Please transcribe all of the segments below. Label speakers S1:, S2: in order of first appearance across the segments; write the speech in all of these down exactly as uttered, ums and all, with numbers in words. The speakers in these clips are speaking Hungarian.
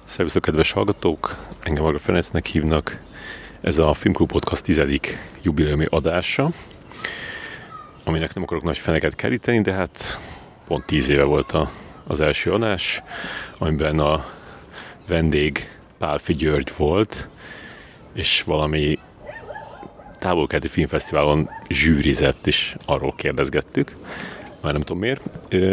S1: Szervusztok, kedves hallgatók! Engem Varga Ferencnek hívnak. Ez a Filmklub Podcast tizedik jubileumi adása, aminek nem akarok nagy feneket keríteni, de hát pont tíz éve volt a, az első adás, amiben a vendég Pálffy György volt, és valami távol-keleti filmfesztiválon zsűrizett, és arról kérdezgettük. Már nem tudom miért.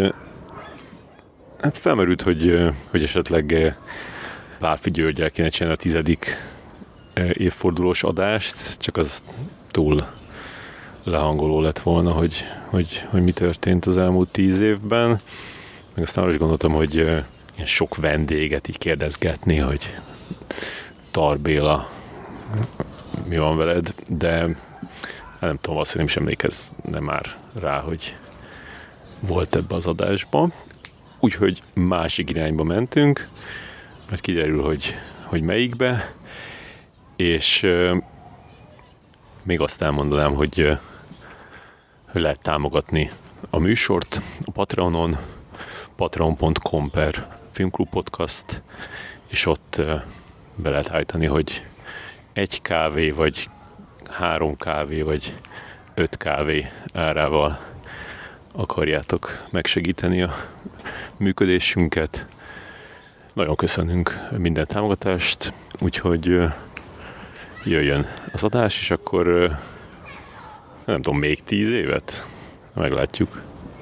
S1: Hát felmerült, hogy, hogy esetleg Pálffy Györggyel kéne csinálni a tizedik évfordulós adást, csak az túl lehangoló lett volna, hogy, hogy, hogy mi történt az elmúlt tíz évben. Meg aztán arra is gondoltam, hogy ilyen sok vendéget így kérdezgetni, hogy Tar Béla, mi van veled, de nem tudom, azt nem is emlékezne már rá, hogy volt ebbe az adásba. Úgyhogy másik irányba mentünk, majd kiderül, hogy, hogy melyikbe, és euh, még azt elmondanám, hogy, euh, hogy lehet támogatni a műsort a Patreonon, patreon pont com per Filmklub Podcast, és ott euh, be lehet állítani, hogy egy kávé, vagy három kávé, vagy öt kávé árával akarjátok megsegíteni a működésünket. Nagyon köszönünk minden támogatást, úgyhogy jöjjön az adás, és akkor nem tudom, még tíz évet? Meglátjuk.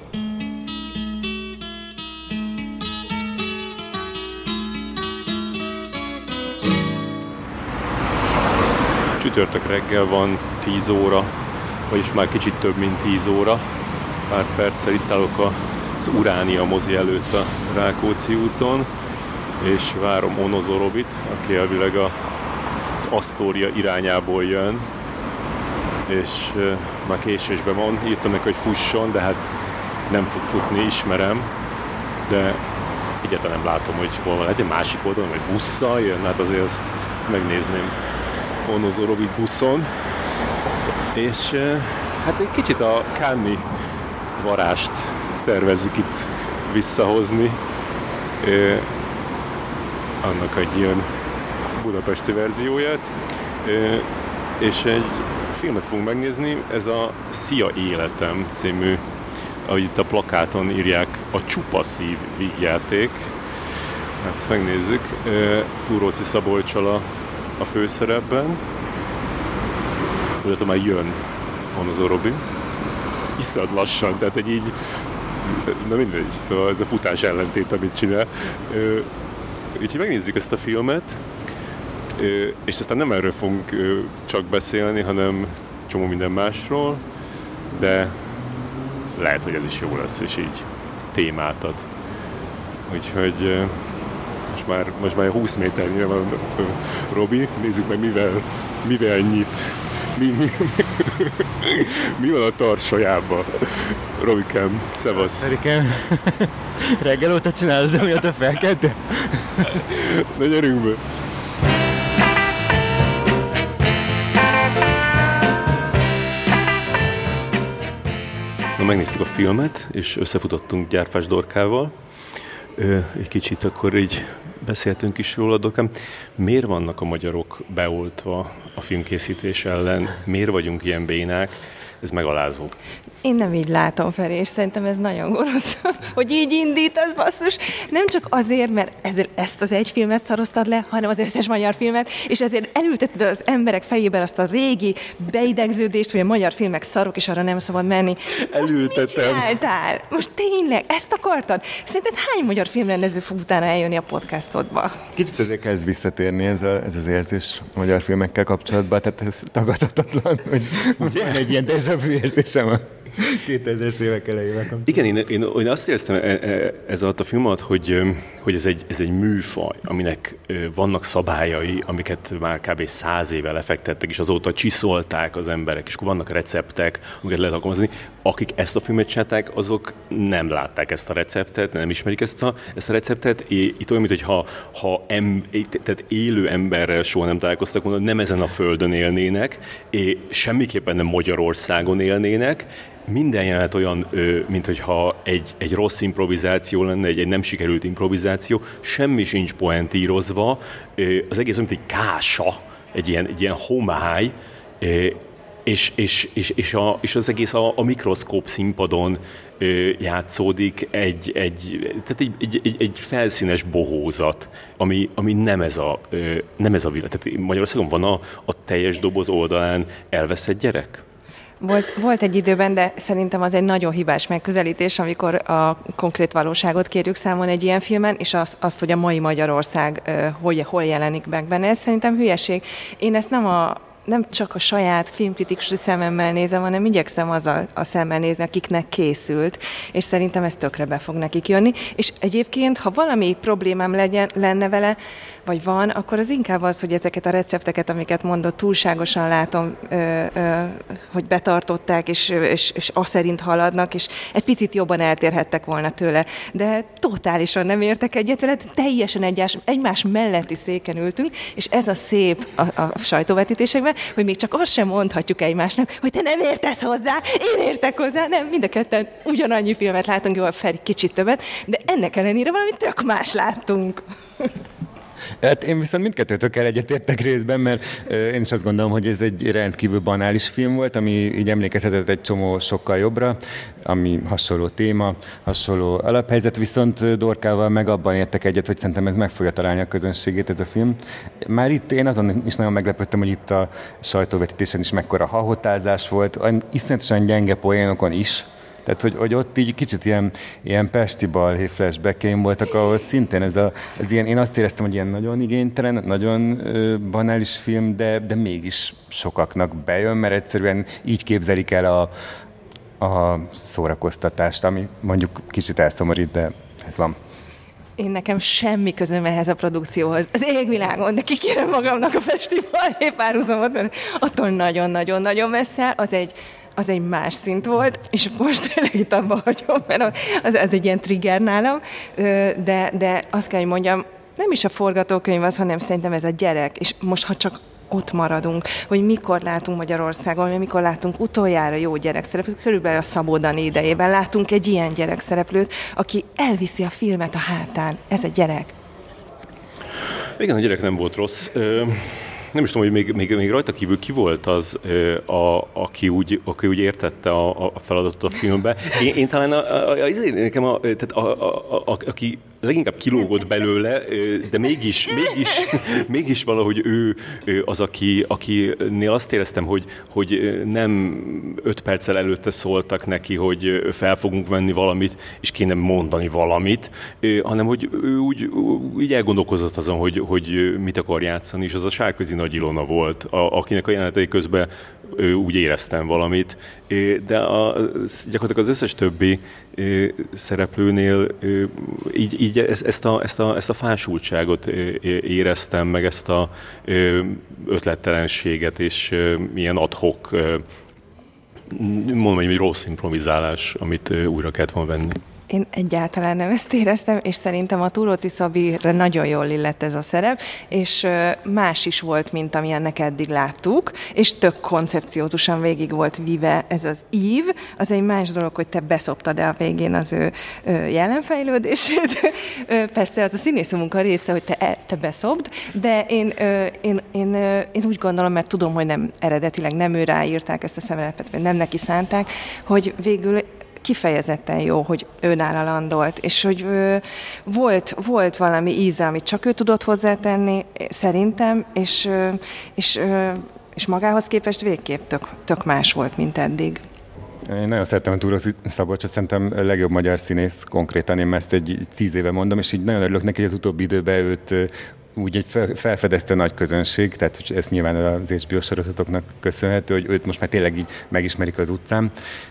S1: Csütörtök reggel van, tíz óra, vagyis már kicsit több, mint tíz óra. Pár perccel itt állok az Uránia mozi előtt a Rákóczi úton, és várom Onozó Robit, aki elvileg az Asztória irányából jön, és uh, már késésben van. Írtam neki, hogy fusson, de hát nem fog futni, ismerem, de egyáltalán nem látom, hogy hol van. Lehet egy másik oldalon, vagy busszal jön, hát azért azt megnézném Onozó Robit buszon. És uh, hát egy kicsit a Cannes-i varást tervezik itt visszahozni. Uh, annak egy ilyen budapesti verzióját, és egy filmet fogunk megnézni, ez a Szia Életem című, ahogy itt a plakáton írják, a Csupa Szív vígjáték. Hát ezt megnézzük. Túróczi Szabolccsal a, a főszerepben. Ugyatom már jön Onozó Robi. Iszad lassan, tehát egy így, na mindegy, szóval ez a futás ellentét, amit csinál. Úgyhogy megnézzük ezt a filmet, és aztán nem erről fogunk csak beszélni, hanem csomó minden másról, de lehet, hogy ez is jó lesz, és így témát ad. Úgyhogy most már, most már húsz méternyire van Robi, nézzük meg mivel, mivel nyit. Mi, mi, mi van a tarsajában? Robikám, szevasz!
S2: Robikám, reggel óta csinálod, de miatt felkeltél?
S1: Na gyerünk be! Na, megnéztük a filmet, és összefutottunk Gyárfás Dorkával. Ö, egy kicsit akkor így beszéltünk is róla, Dorkám. Miért vannak a magyarok beoltva a filmkészítés ellen? Miért vagyunk ilyen bénák? Ez megalázó.
S3: Én nem így látom, Feri, és szerintem ez nagyon gonosz, hogy így indítasz, basszus. Nem csak azért, mert ezzel, ezt az egy filmet szaroztad le, hanem az összes magyar filmet, és ezért elülteted az emberek fejében azt a régi beidegződést, hogy a magyar filmek szarok, és arra nem szabad menni.
S1: Elültetem.
S3: Most mit csináltál? Most tényleg, ezt akartad? Szerinted hány magyar filmrendező fog utána eljönni a podcastodba?
S2: Kicsit azért kezd visszatérni ez, a, ez az érzés a magyar filmekkel kapcsolatban, tehát ez tagadhatatlan, hogy yeah. Van egy ilyen déjà vu érzésem a kétezres évek elejével.
S1: Igen, én, én, én azt éreztem ez alatt a film alatt, hogy, hogy ez, egy, ez egy műfaj, aminek vannak szabályai, amiket már kb. száz éve lefektettek, és azóta csiszolták az emberek, és akkor vannak receptek, amiket lehet alkalmazni. Akik ezt a filmet csinálták, azok nem látták ezt a receptet, nem ismerik ezt a, ezt a receptet. Itt olyan, mintha ha em, tehát élő emberrel soha nem találkoztak volna, nem ezen a földön élnének, és semmiképpen nem Magyarországon élnének. Minden jelenet olyan, mint hogyha egy, egy rossz improvizáció lenne, egy, egy nem sikerült improvizáció, stilizáció, semmi sincs poentírozva, az egész mint egy kása, egy ilyen, egy ilyen homály, és, és, és, és, a, és az egész a, a mikroszkóp színpadon játszódik egy, egy, tehát egy, egy, egy, egy felszínes bohózat, ami, ami nem ez a, nem ez a világ. Tehát Magyarországon van a, a teljes doboz oldalán elveszett gyerek?
S3: Volt, volt egy időben, de szerintem az egy nagyon hibás megközelítés, amikor a konkrét valóságot kérjük számon egy ilyen filmen, és azt, azt hogy a mai Magyarország uh, hol, hol jelenik meg benne. Ez szerintem hülyeség. Én ezt nem a nem csak a saját filmkritikus szememmel nézem, hanem igyekszem azzal a szemmel nézni, akiknek készült, és szerintem ez tökre be fog nekik jönni. És egyébként, ha valami problémám legyen, lenne vele, vagy van, akkor az inkább az, hogy ezeket a recepteket, amiket mondott, túlságosan látom, ö, ö, hogy betartották, és, és, és azt szerint haladnak, és egy picit jobban eltérhettek volna tőle. De totálisan nem értek egyet vele, teljesen egyás, egymás melletti széken ültünk, és ez a szép a, a sajtóvetítésekben, hogy még csak azt sem mondhatjuk egymásnak, hogy te nem értesz hozzá, én értek hozzá, nem, mind a ketten ugyanannyi filmet látunk, jól Feri kicsit többet, de ennek ellenére valami tök más láttunk.
S2: Hát én viszont mindkettőtökkel egyetértek részben, mert én is azt gondolom, hogy ez egy rendkívül banális film volt, ami így emlékezhetett egy csomó sokkal jobbra, ami hasonló téma, hasonló alaphelyzet, viszont Dorkával meg abban értek egyet, hogy szerintem ez meg fogja találni a közönségét, ez a film. Már itt én azon is nagyon meglepődtem, hogy itt a sajtóvetítésen is mekkora hahotázás volt, iszonyatosan gyenge poénokon is. Tehát, hogy, hogy ott így kicsit ilyen, ilyen pesti balhé flashback-eim voltak, ahol szintén ez, a, ez ilyen, én azt éreztem, hogy ilyen nagyon igénytelen, nagyon ö, banális film, de, de mégis sokaknak bejön, mert egyszerűen így képzelik el a, a szórakoztatást, ami mondjuk kicsit elszomorít, de ez van.
S3: Én nekem semmi közöm ehhez a produkcióhoz. Az égvilágon, de kikérem magamnak a pesti balhé párhuzamot, mert attól nagyon-nagyon-nagyon messze, az egy az egy más szint volt, és most tényleg itt abba hagyom, mert az, az egy ilyen trigger nálam, de, de azt kell, hogy mondjam, nem is a forgatókönyv az, hanem szerintem ez a gyerek, és most ha csak ott maradunk, hogy mikor látunk Magyarországon, vagy mikor látunk utoljára jó gyerekszereplőt, körülbelül a Szabó Dani idejében látunk egy ilyen gyerekszereplőt, aki elviszi a filmet a hátán. Ez a gyerek.
S1: Igen, a gyerek nem volt rossz. Nem is tudom, hogy még, még, még rajta kívül ki volt az, a, aki, úgy, aki úgy értette a, a feladatot a filmbe. Én, én talán a, a, a, nekem a, tehát a, a, a, aki leginkább kilógott belőle, de mégis, mégis, mégis valahogy ő az, aki, akinél azt éreztem, hogy, hogy nem öt perccel előtte szóltak neki, hogy fel fogunk venni valamit, és kéne mondani valamit, hanem hogy ő úgy, úgy elgondolkozott azon, hogy, hogy mit akar játszani, és az a Sárközi Nagy Ilona volt, a, akinek a jelenetei közben úgy éreztem valamit, de a, gyakorlatilag az összes többi szereplőnél így, így ezt, a, ezt, a, ezt a fásultságot éreztem, meg ezt a ötlettelenséget, és ilyen ad-hoc, mondom, hogy rossz improvizálás, amit újra kellett volna venni.
S3: Én egyáltalán nem ezt éreztem, és szerintem a Túróczi Szabire nagyon jól illett ez a szerep, és más is volt, mint amilyennek eddig láttuk, és tök koncepciótusan végig volt vive ez az ív. Az egy más dolog, hogy te beszoptad el a végén az ő jelenfejlődését. Persze az a színészi munka része, hogy te, te beszopd, de én, én, én, én úgy gondolom, mert tudom, hogy nem eredetileg nem ő ráírták ezt a szemelepet, vagy nem neki szánták, hogy végül kifejezetten jó, hogy ő nála landolt, és hogy ö, volt, volt valami íze, amit csak ő tudott hozzátenni, szerintem, és, ö, és, ö, és magához képest végképp tök, tök más volt, mint eddig.
S2: Én nagyon szeretem a Túróczi Szabolcsot, szerintem a legjobb magyar színész, konkrétan én ezt egy tíz éve mondom, és így nagyon örülök neki, hogy az utóbbi időben őt úgy egy felfedezte nagy közönség, tehát ez nyilván az há bé o sorozatoknak köszönhető, hogy őt most már tényleg így megismerik az utcán,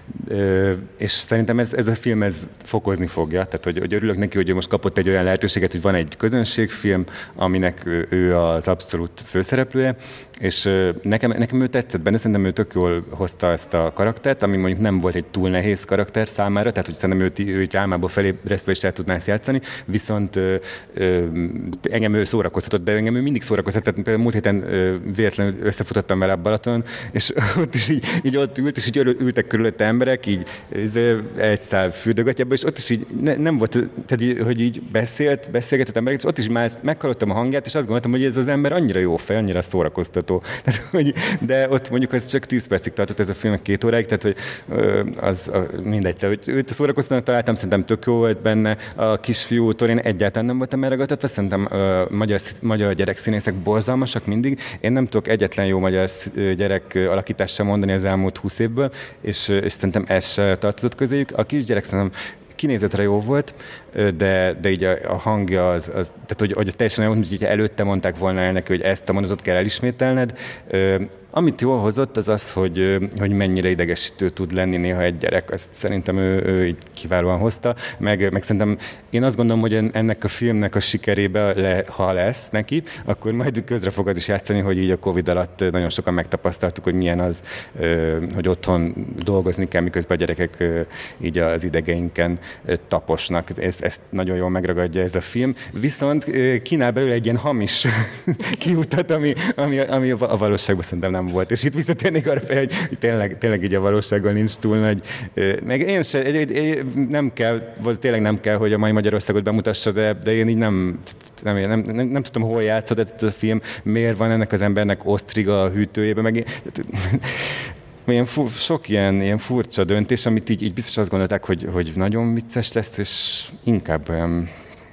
S2: és szerintem ez, ez a film ez fokozni fogja, tehát hogy, hogy örülök neki, hogy ő most kapott egy olyan lehetőséget, hogy van egy közönségfilm, aminek ő az abszolút főszereplője, és nekem, nekem ő tetszett benne, szerintem ő tök jól hozta ezt a karaktert, ami mondjuk nem volt egy túl nehéz karakter számára, tehát hogy szerintem őt, őt álmából felébresztve is el tudná ezt játszani, viszont engem ő szórakoztatott, szórakoztatott, de engem ő mindig szórakoztatott. Például múlt héten véletlenül összefutottam vele a Balaton, és ott is így, így ott ült, és így ültek körülötte emberek, így egy szál fürdőgatjába, és ott is így ne, nem volt, tehát így, hogy így beszélt, beszélgetett emberek, és ott is már meghallottam a hangját, és azt gondoltam, hogy ez az ember annyira jó fej, annyira szórakoztató. Tehát, hogy, de ott mondjuk ez csak tíz percig tartott ez a film, két óráig, tehát hogy az mindegy, tehát, hogy őt szórakoztatónak találtam, szerintem tök jó volt benne. A kisfiútól én egyáltalán nem voltam elragadtatva, szerintem uh, magyar, magyar gyerekszínészek borzalmasak mindig. Én nem tudok egyetlen jó magyar gyerek alakítást sem mondani az elmúlt húsz évből, és, és szerintem ez se tartozott közéjük. A kisgyerek szerintem kinézetre jó volt, de, de így a, a hangja az, az tehát hogy, hogy teljesen olyan, hogy előtte mondták volna el neki, hogy ezt a mondatot kell elismételned. Amit jól hozott, az az, hogy, hogy mennyire idegesítő tud lenni néha egy gyerek. Azt szerintem ő, ő így kiválóan hozta. Meg, meg szerintem én azt gondolom, hogy ennek a filmnek a sikerébe, le, ha lesz neki, akkor majd közre fog az is játszani, hogy így a Covid alatt nagyon sokan megtapasztaltuk, hogy milyen az, hogy otthon dolgozni kell, miközben a gyerekek így az idegeinken taposnak. Ezt, ezt nagyon jól megragadja ez a film. Viszont kínál belőle egy ilyen hamis kiutat, ami, ami, ami a valóságban szerintem nem volt. És itt visszatérnék arra fel, hogy tényleg, tényleg így a valósággal nincs túl nagy. Meg én se, nem kell, vagy tényleg nem kell, hogy a mai Magyarországot bemutassa, de, de én így nem, nem, nem, nem, nem tudom, hol játszódott a film, miért van ennek az embernek osztriga a hűtőjében, meg ilyen fu, sok ilyen, ilyen furcsa döntés, amit így, így biztos azt gondolták, hogy, hogy nagyon vicces lesz, és inkább olyan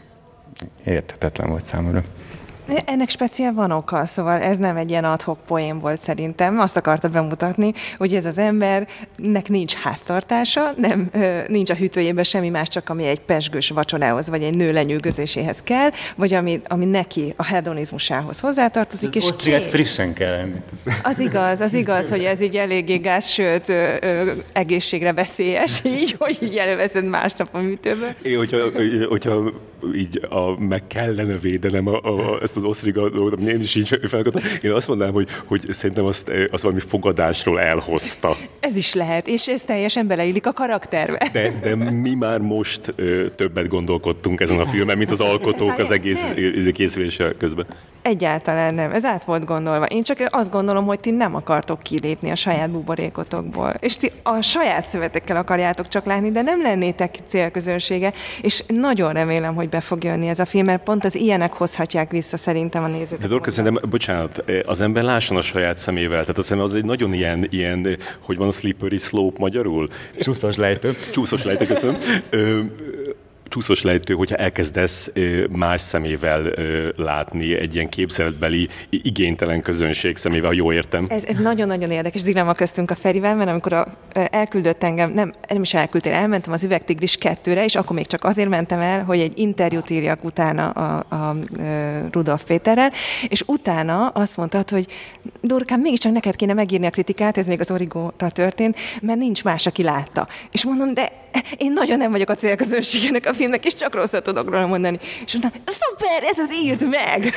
S2: érthetetlen volt számomra.
S3: Ennek speciál van oka, szóval ez nem egy ilyen ad-hoc poén volt szerintem. Azt akarta bemutatni, hogy ez az embernek nincs háztartása, nem, nincs a hűtőjében semmi más, csak ami egy pezsgős vacsorához, vagy egy nő lenyűgözéséhez kell, vagy ami, ami neki a hedonizmusához hozzátartozik.
S2: Az osztrigát frissen kell enni.
S3: Az igaz, az igaz, hogy ez így eléggé gáz, sőt ö, ö, egészségre veszélyes, így, hogy így előveszed másnap a hűtőből.
S1: Én, hogyha, hogyha így a, meg kellene védenem a, a, ezt az osztriga dolgot, én is így felkaptam. Én azt mondanám, hogy, hogy szerintem azt, azt valami fogadásról elhozta.
S3: Ez is lehet, és ez teljesen beleillik a karakterbe.
S1: De, de mi már most ö, többet gondolkodtunk ezen a filmen, mint az alkotók az egész készülése közben.
S3: Egyáltalán nem. Ez át volt gondolva. Én csak azt gondolom, hogy ti nem akartok kilépni a saját buborékotokból. És ti a saját szövetekkel akarjátok csak látni, de nem lennétek célközönsége. És nagyon remélem, hogy be fog jönni ez a film, mert pont az ilyenek hozhatják vissza szerintem a nézőket.
S1: De Dorka, szerintem, bocsánat, az ember lásson a saját szemével. Tehát azt hiszem, az egy nagyon ilyen, ilyen, hogy van a slippery slope magyarul?
S2: Csúszós lejtő.
S1: Csúszós lejtő, köszönöm. Ö, csúszós lejtő, hogyha elkezdesz más szemével látni, egy ilyen képzeletbeli, igénytelen közönség szemével, ha jól értem.
S3: Ez, ez nagyon-nagyon érdekes dilemma köztünk a Ferivel, mert amikor a, elküldött engem, nem, nem is elküldtél, elmentem az Üvegtigris kettőre, és akkor még csak azért mentem el, hogy egy interjút írjak utána a, a, a Rudolf Péterrel, és utána azt mondtad, hogy Dorkám, mégiscsak neked kéne megírni a kritikát, ez még az Origóra történt, mert nincs más, aki látta. És mondom, de én nagyon nem vagyok a célközönségének a filmnek, és csak rosszat tudok róla mondani. És mondtam, szuper, ez az írd meg!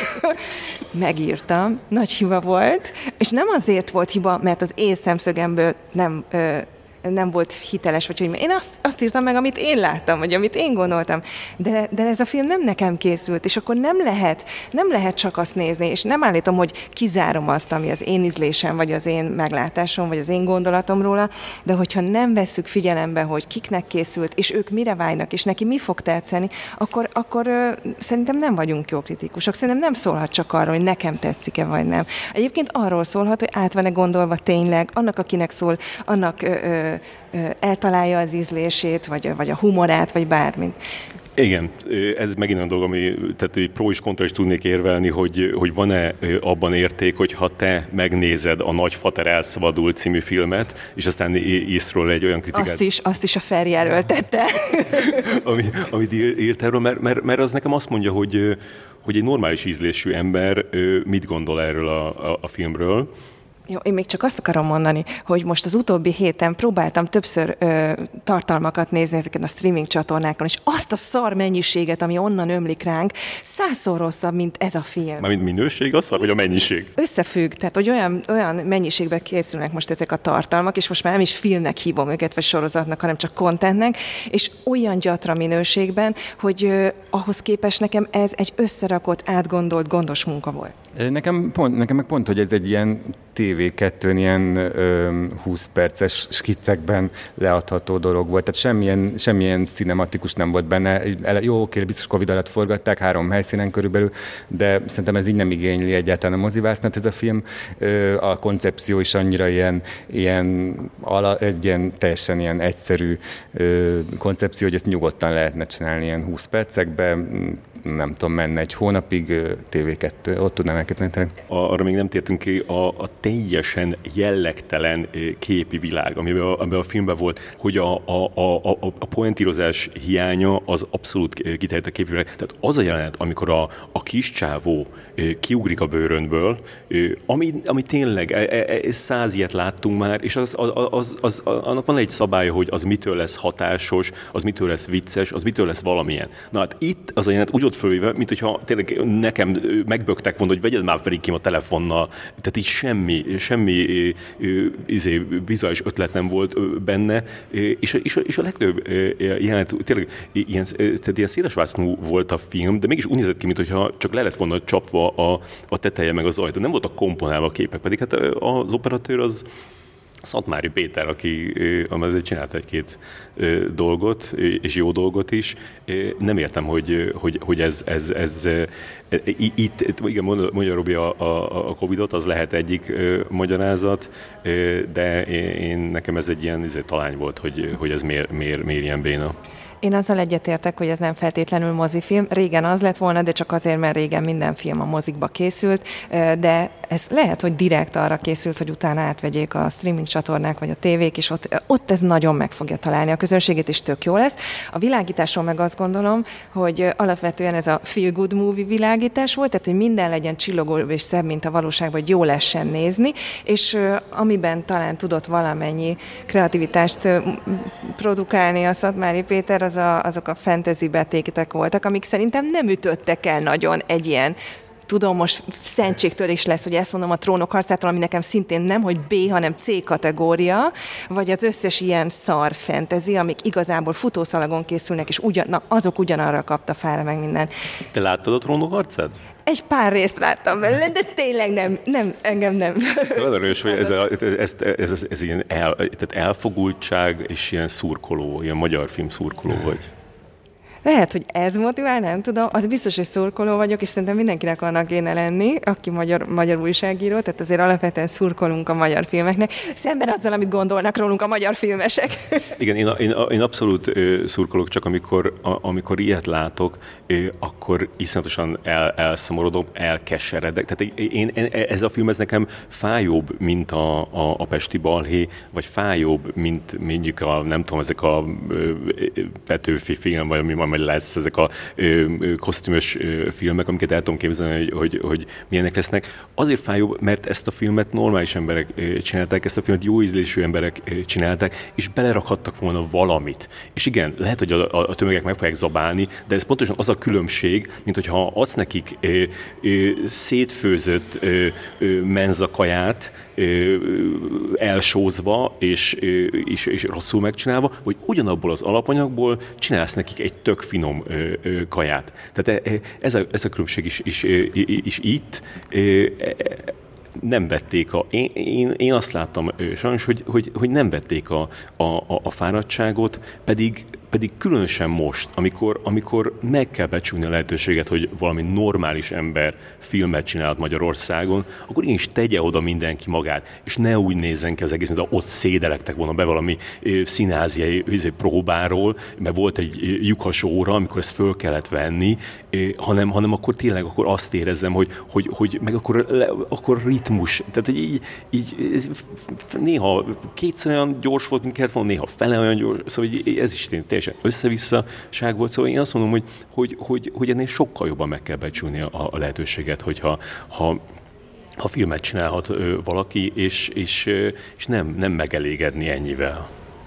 S3: Megírtam, nagy hiba volt, és nem azért volt hiba, mert az én szemszögemből nem... Ö, nem volt hiteles, vagy hogy én azt, azt írtam meg, amit én láttam, vagy amit én gondoltam. De, de ez a film nem nekem készült, és akkor nem lehet, nem lehet csak azt nézni, és nem állítom, hogy kizárom azt, ami az én ízlésem, vagy az én meglátásom, vagy az én gondolatom róla, de hogyha nem vesszük figyelembe, hogy kiknek készült, és ők mire vágynak, és neki mi fog tetszeni, akkor, akkor ö, szerintem nem vagyunk jó kritikusok. Szerintem nem szólhat csak arról, hogy nekem tetszik-e, vagy nem. Egyébként arról szólhat, hogy át van-e gondolva tényleg, annak, akinek szól, annak ö, ö, eltalálja az ízlését, vagy, vagy a humorát, vagy bármit.
S1: Igen, ez megint a dolog, ami, tehát pro és kontra is tudnék érvelni, hogy, hogy van-e abban érték, hogy ha te megnézed a Nagyfater elszabadult című filmet, és aztán írsz róla egy olyan kritikát.
S3: Azt is, azt is a Feri erőltette.
S1: Ami, amit írt erről, mert, mert, mert az nekem azt mondja, hogy, hogy egy normális ízlésű ember mit gondol erről a, a, a filmről,
S3: Jó, én még csak azt akarom mondani, hogy most az utóbbi héten próbáltam többször ö, tartalmakat nézni ezeken a streaming csatornákon, és azt a szar mennyiséget, ami onnan ömlik ránk, százszor rosszabb, mint ez a film.
S1: Mármint minőség a szar, vagy a mennyiség?
S3: Összefügg, tehát hogy olyan, olyan mennyiségben készülnek most ezek a tartalmak, és most már nem is filmnek hívom őket, vagy sorozatnak, hanem csak contentnek, és olyan gyatra minőségben, hogy ö, ahhoz képest nekem ez egy összerakott, átgondolt, gondos munka volt.
S2: Nekem, pont, nekem meg pont, hogy ez egy ilyen té vé kettőn ilyen ö, húsz perces skittekben leadható dolog volt. Tehát semmilyen, semmilyen cinematikus nem volt benne. Jó, oké, biztos Covid alatt forgatták, három helyszínen körülbelül, de szerintem ez így nem igényli egyáltalán a mozivásznát ez a film. Ö, a koncepció is annyira ilyen, ilyen, ala, egy ilyen teljesen ilyen egyszerű ö, koncepció, hogy ezt nyugodtan lehetne csinálni ilyen húsz percekben, nem tudom, menne egy hónapig, té vé kettő, ott tudnám elképzelni.
S1: Arra még nem tértünk ki, a, a teljesen jellegtelen képi világ, amiben a, amiben a filmben volt, hogy a, a, a, a, a poentírozás hiánya az abszolút kiterjedt a képi világ. Tehát az a jelenet, amikor a, a kis csávó kiugrik a bőrönből, ami, ami tényleg, száz ilyet láttunk már, és az, az, az, az, annak van egy szabálya, hogy az mitől lesz hatásos, az mitől lesz vicces, az mitől lesz valamilyen. Na hát itt az a jelenet úgy ott fölvéve, mint hogyha tényleg nekem megböktek volna, hogy vegyed már pedig ki a telefonnal, tehát így semmi, semmi izé, vizuális ötlet nem volt benne, és, és, és a legtöbb jelenet tényleg ilyen, tehát ilyen szélesvászonú volt a film, de mégis úgy nézett ki, mintha csak le lett volna csapva a, a teteje meg az ajtó. Nem voltak komponálva a képek, pedig hát az operatőr az Szatmári Péter, aki azért csinált egy-két dolgot, és jó dolgot is. Nem értem, hogy, hogy, hogy ez, ez, ez itt, igen, mondja Robi a, a, a Covidot, az lehet egyik magyarázat, de én, nekem ez egy ilyen talány volt, hogy, hogy ez miért, miért, miért ilyen béna.
S3: Én azzal egyetértek, hogy ez nem feltétlenül mozifilm. Régen az lett volna, de csak azért, mert régen minden film a mozikba készült, de ez lehet, hogy direkt arra készült, hogy utána átvegyék a streaming csatornák, vagy a tévék, és ott, ott ez nagyon meg fogja találni a közönségét, és tök jó lesz. A világításról meg azt gondolom, hogy alapvetően ez a feel good movie világítás volt, tehát, hogy minden legyen csillogó és szebb, mint a valóságban, hogy jó lessen nézni, és amiben talán tudott valamennyi kreativitást produkálni a Szatmári Péter, az a, azok a fantasy betétek voltak, amik szerintem nem ütöttek el nagyon egy ilyen, tudom, most szentségtörés lesz, hogy ezt mondom a Trónok harcától, ami nekem szintén nem, hogy B, hanem C kategória, vagy az összes ilyen szar fantasy, amik igazából futószalagon készülnek, és ugyan, na, azok ugyanarra kapta fára meg minden.
S1: Te láttad a Trónok harcát?
S3: Egy pár részt láttam belőle, de tényleg nem, nem engem nem.
S1: Nagyon erős, hogy ez, ez, ez, ez, ez ilyen el, tehát elfogultság és ilyen szurkoló, ilyen magyar film szurkoló vagy.
S3: Lehet, hogy ez motivál, nem tudom. Az biztos, hogy szurkoló vagyok, és szerintem mindenkinek annak kéne lenni, aki magyar, magyar újságíró, tehát azért alapvetően szurkolunk a magyar filmeknek, szemben azzal, amit gondolnak rólunk a magyar filmesek. Igen,
S1: én, én, én abszolút uh, szurkolok, csak amikor, a, amikor ilyet látok, uh, akkor iszonyatosan el, elszomorodom, elkeseredek. Tehát én, én, ez a film ez nekem fájóbb, mint a, a, a Pesti Balhé, vagy fájóbb, mint mondjuk a, nem tudom, ezek a uh, Petőfi film, vagy ami majd lesz, ezek a ö, ö, kosztümös ö, filmek, amiket el tudom képzelni, hogy, hogy, hogy milyenek lesznek. Azért fájóbb, mert ezt a filmet normális emberek ö, csinálták, ezt a filmet jó ízlésű emberek ö, csinálták, és belerakhattak volna valamit. És igen, lehet, hogy a, a, a tömegek meg fogják zabálni, de ez pontosan az a különbség, mint hogyha adsz nekik ö, ö, szétfőzött ö, ö, menzakaját, elsózva és, és, és rosszul megcsinálva, vagy ugyanabból az alapanyagból csinálsz nekik egy tök finom kaját. Tehát ez a, ez a különbség is, is, is itt. Nem vették a... Én, én, én azt láttam sajnos, hogy, hogy, hogy nem vették a, a, a fáradtságot, pedig, pedig különösen most, amikor, amikor meg kell becsülni a lehetőséget, hogy valami normális ember filmet csinálhat Magyarországon, akkor igenis tegye oda mindenki magát, és ne úgy nézzen ki az egész, mint ott szédelektek volna be valami színháziai próbáról, mert volt egy lyukas óra, amikor ezt föl kellett venni, hanem, hanem akkor tényleg akkor azt érezzem, hogy, hogy, hogy meg akkor, akkor ritmus, tehát így, így ez néha kétszer olyan gyors volt, mint kellett volna, néha fele olyan gyors, szóval ez is teljesen össze-visszaság volt, szóval én azt mondom, hogy, hogy, hogy, hogy ennél sokkal jobban meg kell becsülni a, a lehetőséget, hogyha ha ha filmet csinálhat valaki, és, és, és nem, nem megelégedni ennyivel.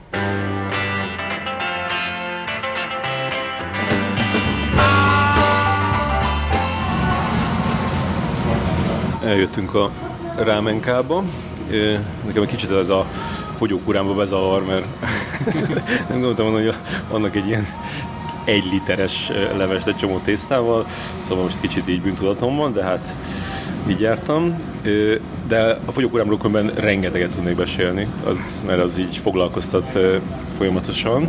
S1: Eljöttünk a Rámenkába. Nekem egy kicsit ez a fogyókúrámba bezavar, mert nem gondoltam volna, hogy vannak egy ilyen egy literes levest egy csomó tésztával, szóval most kicsit így bűntudatom van, de hát így jártam. De a fogyókúrámról különben rengeteget tudnék beszélni, az, mert az így foglalkoztat folyamatosan.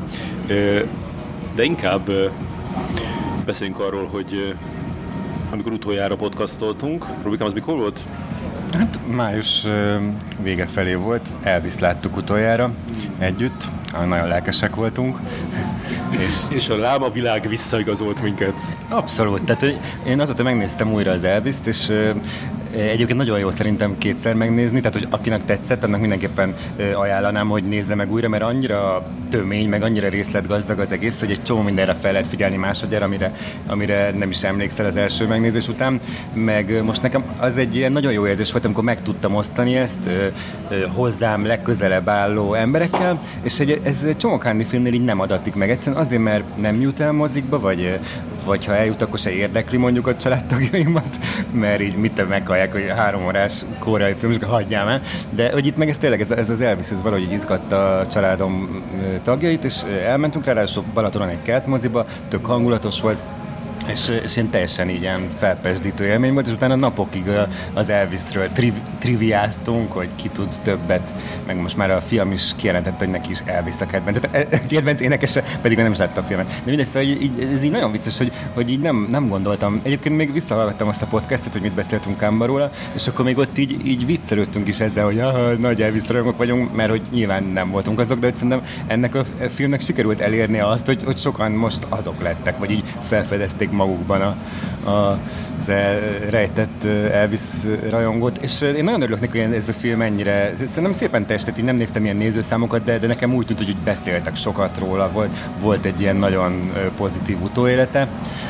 S1: De inkább beszéljünk arról, hogy amikor utoljára podcastoltunk. Robikám, az mikor volt?
S2: Hát május vége felé volt, Elvis láttuk utoljára együtt, nagyon lelkesek voltunk.
S1: És, és a láma világ visszaigazolt minket.
S2: Abszolút, tehát én azóta megnéztem újra az Elvist, és egyébként nagyon jó szerintem kétszer megnézni, tehát hogy akinek tetszett, annak mindenképpen ajánlanám, hogy nézze meg újra, mert annyira tömény, meg annyira részletgazdag az egész, hogy egy csomó mindenre fel lehet figyelni másodjára, amire, amire nem is emlékszel az első megnézés után. Meg most nekem az egy ilyen nagyon jó érzés volt, amikor meg tudtam osztani ezt hozzám legközelebb álló emberekkel, és egy, ez egy csomó Cannes filmnél így nem adatik meg. Egyszerűen azért, mert nem jut el mozikba, vagy, vagy ha eljut, akkor se érdekli mondjuk a családtagjaimat, mert így mit meghallják, hogy három órás koreai film, és hagyjál már. De hogy itt meg ez tényleg, ez, ez az Elvis, ez valahogy izgatta a családom tagjait, és elmentünk rá, ráadásul Balatonon egy kertmoziba, tök hangulatos volt, És, és én teljesen így ilyen felpesdítő élmény volt, és utána napokig az Elvisről triv- triviáztunk, hogy ki tud többet, meg most már a fiam is kijelentette, hogy neki is Elvis a kedvenc. Kedvenc énekese, pedig nem is látta a filmet. De mindegy, szóval így, így, ez így nagyon vicces, hogy, hogy így nem, nem gondoltam. Egyébként még visszahallgattam azt a podcastet, hogy mit beszéltünk Cannesban róla, és akkor még ott így, így viccelődtünk is ezzel, hogy ah, nagy Elvis rajongók vagyunk, mert hogy nyilván nem voltunk azok, de hogy szerintem ennek a filmnek sikerült elérnie azt, hogy, hogy sokan most azok lettek, vagy így felfedezték magukban a, a, az el, rejtett Elvis rajongót, és én nagyon örülök neki, hogy ez a film ennyire, szerintem szépen teljesített, így nem néztem ilyen nézőszámokat, de, de nekem úgy tűnt, hogy úgy beszéltek sokat róla, volt, volt egy ilyen nagyon pozitív utóélete.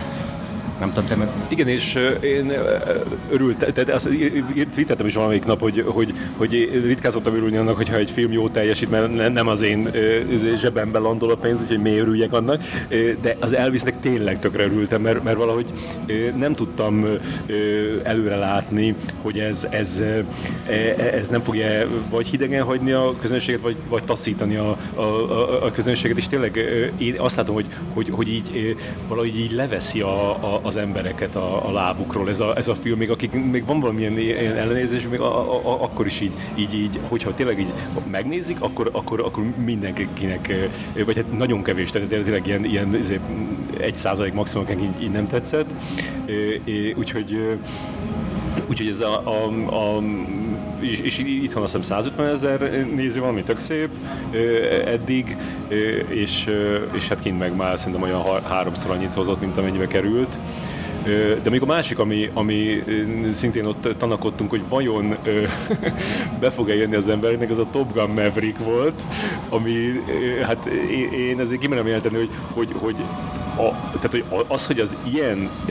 S2: Nem tudom, te meg...
S1: Igen, és én örültem, tehát azt twitteltem is valamelyik nap, hogy, hogy, hogy ritkán szoktam örülni annak, hogyha egy film jó teljesít, mert nem az én zsebemben landol a pénz, úgyhogy miért örüljek annak, de az Elvisnek tényleg tökre örültem, mert, mert valahogy nem tudtam előre látni, hogy ez, ez, ez nem fogja vagy hidegen hagyni a közönséget, vagy, vagy taszítani a, a, a közönséget, és tényleg én azt látom, hogy, hogy, hogy így valahogy így leveszi a, a az embereket a, a lábukról ez a, ez a film, még akik még van valamilyen ellenérzés, még a, a, a, akkor is így, így, így, hogyha tényleg így megnézik, akkor, akkor, akkor mindenkinek, vagy hát nagyon kevés, tehát tényleg ilyen, ilyen egy százalék maximum így, így nem tetszett. Úgyhogy, úgyhogy ez a, a, a és, és itthon azt hiszem százötven ezer néző, valami tök szép eddig, és, és hát kint meg már szerintem olyan háromszor annyit hozott, mint amennyibe került. De még a másik, ami, ami szintén ott tanakodtunk, hogy vajon be fog-e jönni az embereknek, az a Top Gun Maverick volt, ami hát én ezért kimerem jelenteni, hogy, hogy, hogy A, tehát hogy az, hogy az ilyen ö,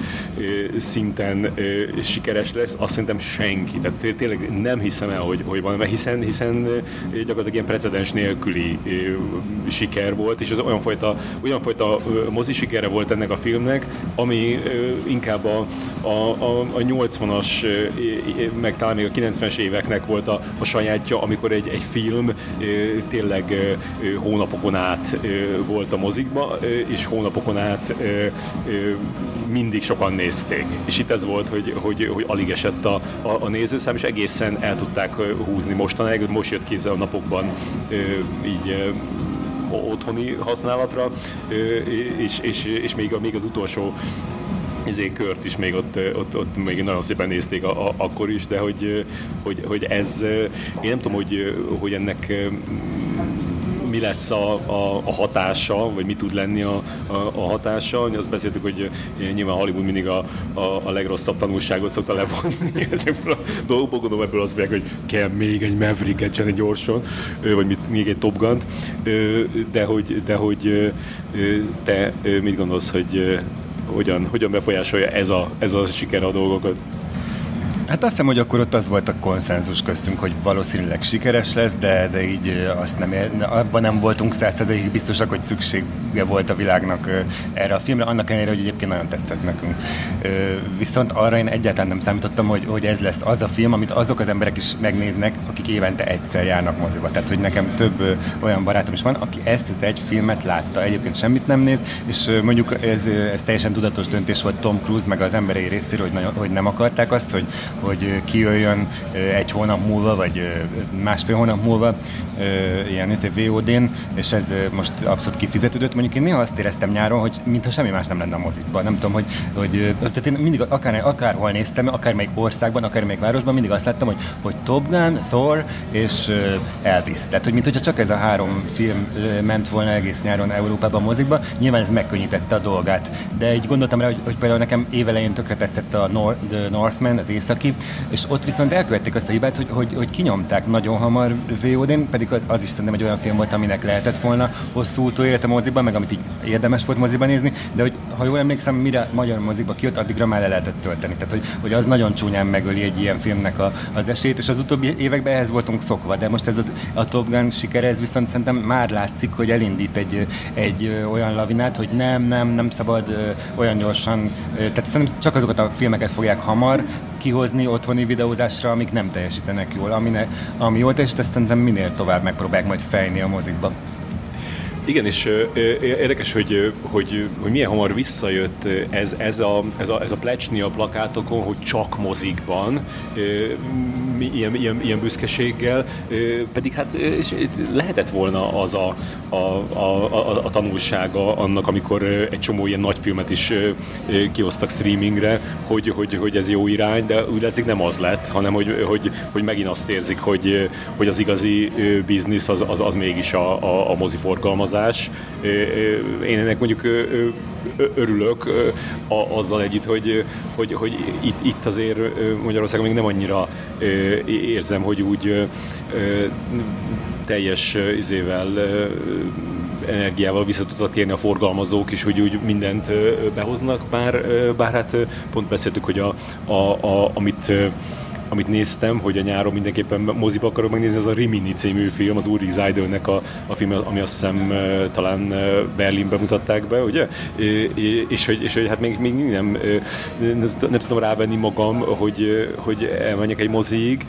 S1: ö, szinten ö, sikeres lesz, azt szerintem senki. Tehát tényleg nem hiszem el, hogy, hogy van, mert hiszen, hiszen gyakorlatilag ilyen precedens nélküli ö, siker volt, és az olyan fajta, olyan fajta ö, mozi sikere volt ennek a filmnek, ami ö, inkább a, a, a, a nyolcvanas, ö, meg talán még a kilencvenes éveknek volt a, a sajátja, amikor egy, egy film ö, tényleg ö, hónapokon át ö, volt a mozikba, ö, és hónapokon napokon át ö, ö, mindig sokan nézték. És itt ez volt, hogy, hogy, hogy alig esett a, a, a nézőszám, és egészen el tudták húzni mostanáig, most jött ki a napokban ö, így ö, otthoni használatra, ö, és, és, és még, még az utolsó ezért kört is még ott, ott, ott még nagyon szépen nézték a, a, akkor is, de hogy, hogy, hogy ez, én nem tudom, hogy, hogy ennek mi lesz a, a, a hatása, vagy mi tud lenni a, a, a hatása. Azt beszéltük, hogy nyilván Hollywood mindig a, a, a legrosszabb tanulságot szokta levonni ezekből a dolgokból, gondolom ebből azt mondják, hogy kell még egy Maverick-et csinálni gyorsan, vagy mit, még egy Top Gun-t, de hogy, de hogy te mit gondolsz, hogy hogyan, hogyan befolyásolja ez a, ez a siker a dolgokat?
S2: Hát azt hiszem, hogy akkor ott az volt a konszenzus köztünk, hogy valószínűleg sikeres lesz, de, de így azt nem, abban nem voltunk száz százalékig biztosak, hogy szüksége volt a világnak erre a filmre, annak ellenére, hogy egyébként nagyon tetszett nekünk. Viszont arra én egyáltalán nem számítottam, hogy, hogy ez lesz az a film, amit azok az emberek is megnéznek, akik évente egyszer járnak moziba. Tehát, hogy nekem több olyan barátom is van, aki ezt az egy filmet látta, egyébként semmit nem néz, és mondjuk ez, ez teljesen tudatos döntés volt Tom Cruise meg az emberei részéről, hogy, nagyon, hogy nem akarták azt, hogy, hogy kijöjjön egy hónap múlva, vagy másfél hónap múlva ilyen vé o dén, és ez most abszolút kifizetődött. Mondjuk én néha azt éreztem nyáron, hogy mintha semmi más nem lenne a mozikban. Nem tudom, hogy, hogy tehát én mindig akár, akárhol néztem, akármelyik országban, akármelyik városban, mindig azt láttam, hogy, hogy Top Gun, Thor és Elvis. Tehát, hogy mintha csak ez a három film ment volna egész nyáron Európában a mozikba, nyilván ez megkönnyítette a dolgát. De így gondoltam rá, hogy, hogy például nekem évelején tökre tetszett a Nor- The Northman, az északi, és ott viszont elkövették azt a hibát, hogy, hogy, hogy kinyomták nagyon hamar vé o dén, pedig az, az is szerintem egy olyan film volt, aminek lehetett volna hosszú utóélete moziban, meg amit így érdemes volt moziban nézni, de hogy, ha jól emlékszem, mire magyar moziba kijött, addigra már le lehetett tölteni. Tehát, hogy, hogy az nagyon csúnyán megöli egy ilyen filmnek a, az esélyt, és az utóbbi években ehhez voltunk szokva, de most ez a, a Top Gun sikere, ez viszont szerintem már látszik, hogy elindít egy, egy olyan lavinát, hogy nem, nem, nem szabad olyan gyorsan, tehát szerintem csak azokat a filmeket fogják hamar kihozni otthoni videózásra, amik nem teljesítenek jól, ami, ne, ami jól teljesít, ezt szerintem minél tovább megpróbálják majd fejni a mozikba.
S1: Igen, és érdekes, hogy, hogy, hogy milyen hamar visszajött ez, ez, a, ez, a, ez a plecsni a plakátokon, hogy csak mozikban, ilyen, ilyen, ilyen büszkeséggel, pedig hát lehetett volna az a, a, a, a, a tanulsága annak, amikor egy csomó ilyen nagy filmet is kihoztak streamingre, hogy, hogy, hogy ez jó irány, de úgy látszik nem az lett, hanem hogy, hogy, hogy megint azt érzik, hogy, hogy az igazi biznisz az, az, az mégis a, a, a moziforgalmazás. Én ennek mondjuk örülök azzal együtt, hogy, hogy, hogy itt, itt azért Magyarországon még nem annyira érzem, hogy úgy teljes izével, energiával vissza tudtak térni a forgalmazók is, hogy úgy mindent behoznak, bár, bár hát pont beszéltük, hogy a, a, a, amit amit néztem, hogy a nyáron mindenképpen moziba akarok megnézni, ez a Rimini című film, az Ulrich Seidlnek a, a film, ami azt hiszem talán Berlinben mutatták be, ugye? És hogy, és hogy hát még, még nem, nem, nem tudom rávenni magam, hogy, hogy elmenjek egy moziig,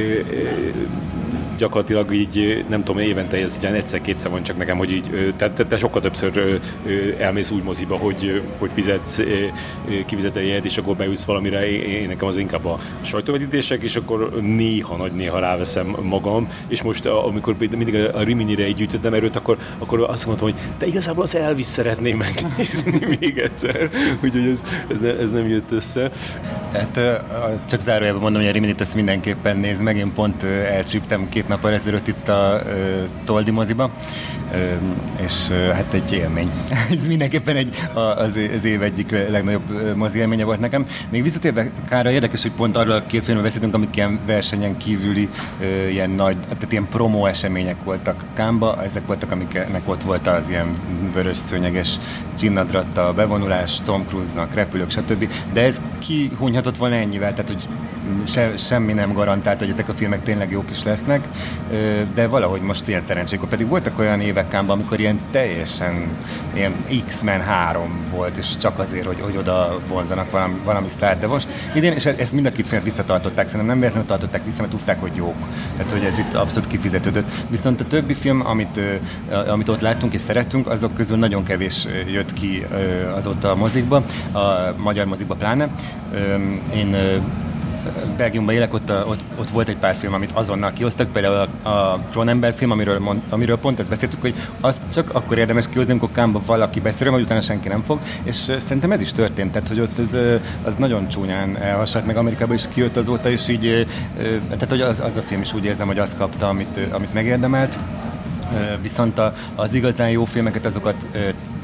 S1: gyakorlatilag így, nem tudom, évente ez így egyszer-kétszer van csak nekem, hogy így, te, te, te sokkal többször elmész úgy moziba, hogy, hogy fizetsz, kifizet egy jegyet, és akkor beülsz valamire, én nekem az inkább a sajtóvetítések, és akkor néha, nagy néha ráveszem magam, és most amikor mindig a Riminire így gyűjtöttem erőt, akkor, akkor azt mondtam, hogy de igazából az Elvis szeretném megnézni még egyszer, úgyhogy ez, ez, ne, ez nem jött össze.
S2: Hát csak zárójában mondom, hogy a Riminit ezt mindenképpen nézd meg, én pont elcsíptem két nappal ezelőtt itt a uh, Toldi moziba, uh, és uh, hát egy élmény. Ez mindenképpen egy, az, az év egyik legnagyobb uh, mozi élménye volt nekem. Még visszatérve Kára, érdekes, hogy pont arról a két filmről beszéltünk, amik ilyen versenyen kívüli, uh, ilyen nagy, tehát ilyen promó események voltak Cannesba, ezek voltak, amiknek ott volt az ilyen vörös szőnyeges csinnadratta, a bevonulás, Tom Cruise-nak, repülők, stb. De ez kihunyhatott volna ennyivel, tehát hogy Se, semmi nem garantált, hogy ezek a filmek tényleg jók is lesznek, de valahogy most ilyen szerencsék. Pedig voltak olyan évek Cannesban, amikor ilyen teljesen ilyen X-Men három volt, és csak azért, hogy, hogy oda vonzanak valami, valami sztárt, de most idén, és ezt mind a két filmet visszatartották, szerintem nem véletlenül tartották vissza, mert tudták, hogy jók. Tehát, hogy ez itt abszolút kifizetődött. Viszont a többi film, amit, amit ott láttunk és szerettünk, azok közül nagyon kevés jött ki azóta a mozikba, a magyar mozikba pláne. Én Belgiumban élek, ott, a, ott, ott volt egy pár film, amit azonnal kihoztak, például a, a Cronenberg film, amiről, mond, amiről pont ezt beszéltük, hogy azt csak akkor érdemes kihozni, amikor Cannesban valaki beszél, majd utána senki nem fog, és szerintem ez is történt, tehát hogy ott ez, az nagyon csúnyán elhasadt, meg Amerikában is kijött azóta, és így, tehát hogy az, az a film is úgy érzem, hogy azt kapta, amit, amit megérdemelt. Viszont a, az igazán jó filmeket, azokat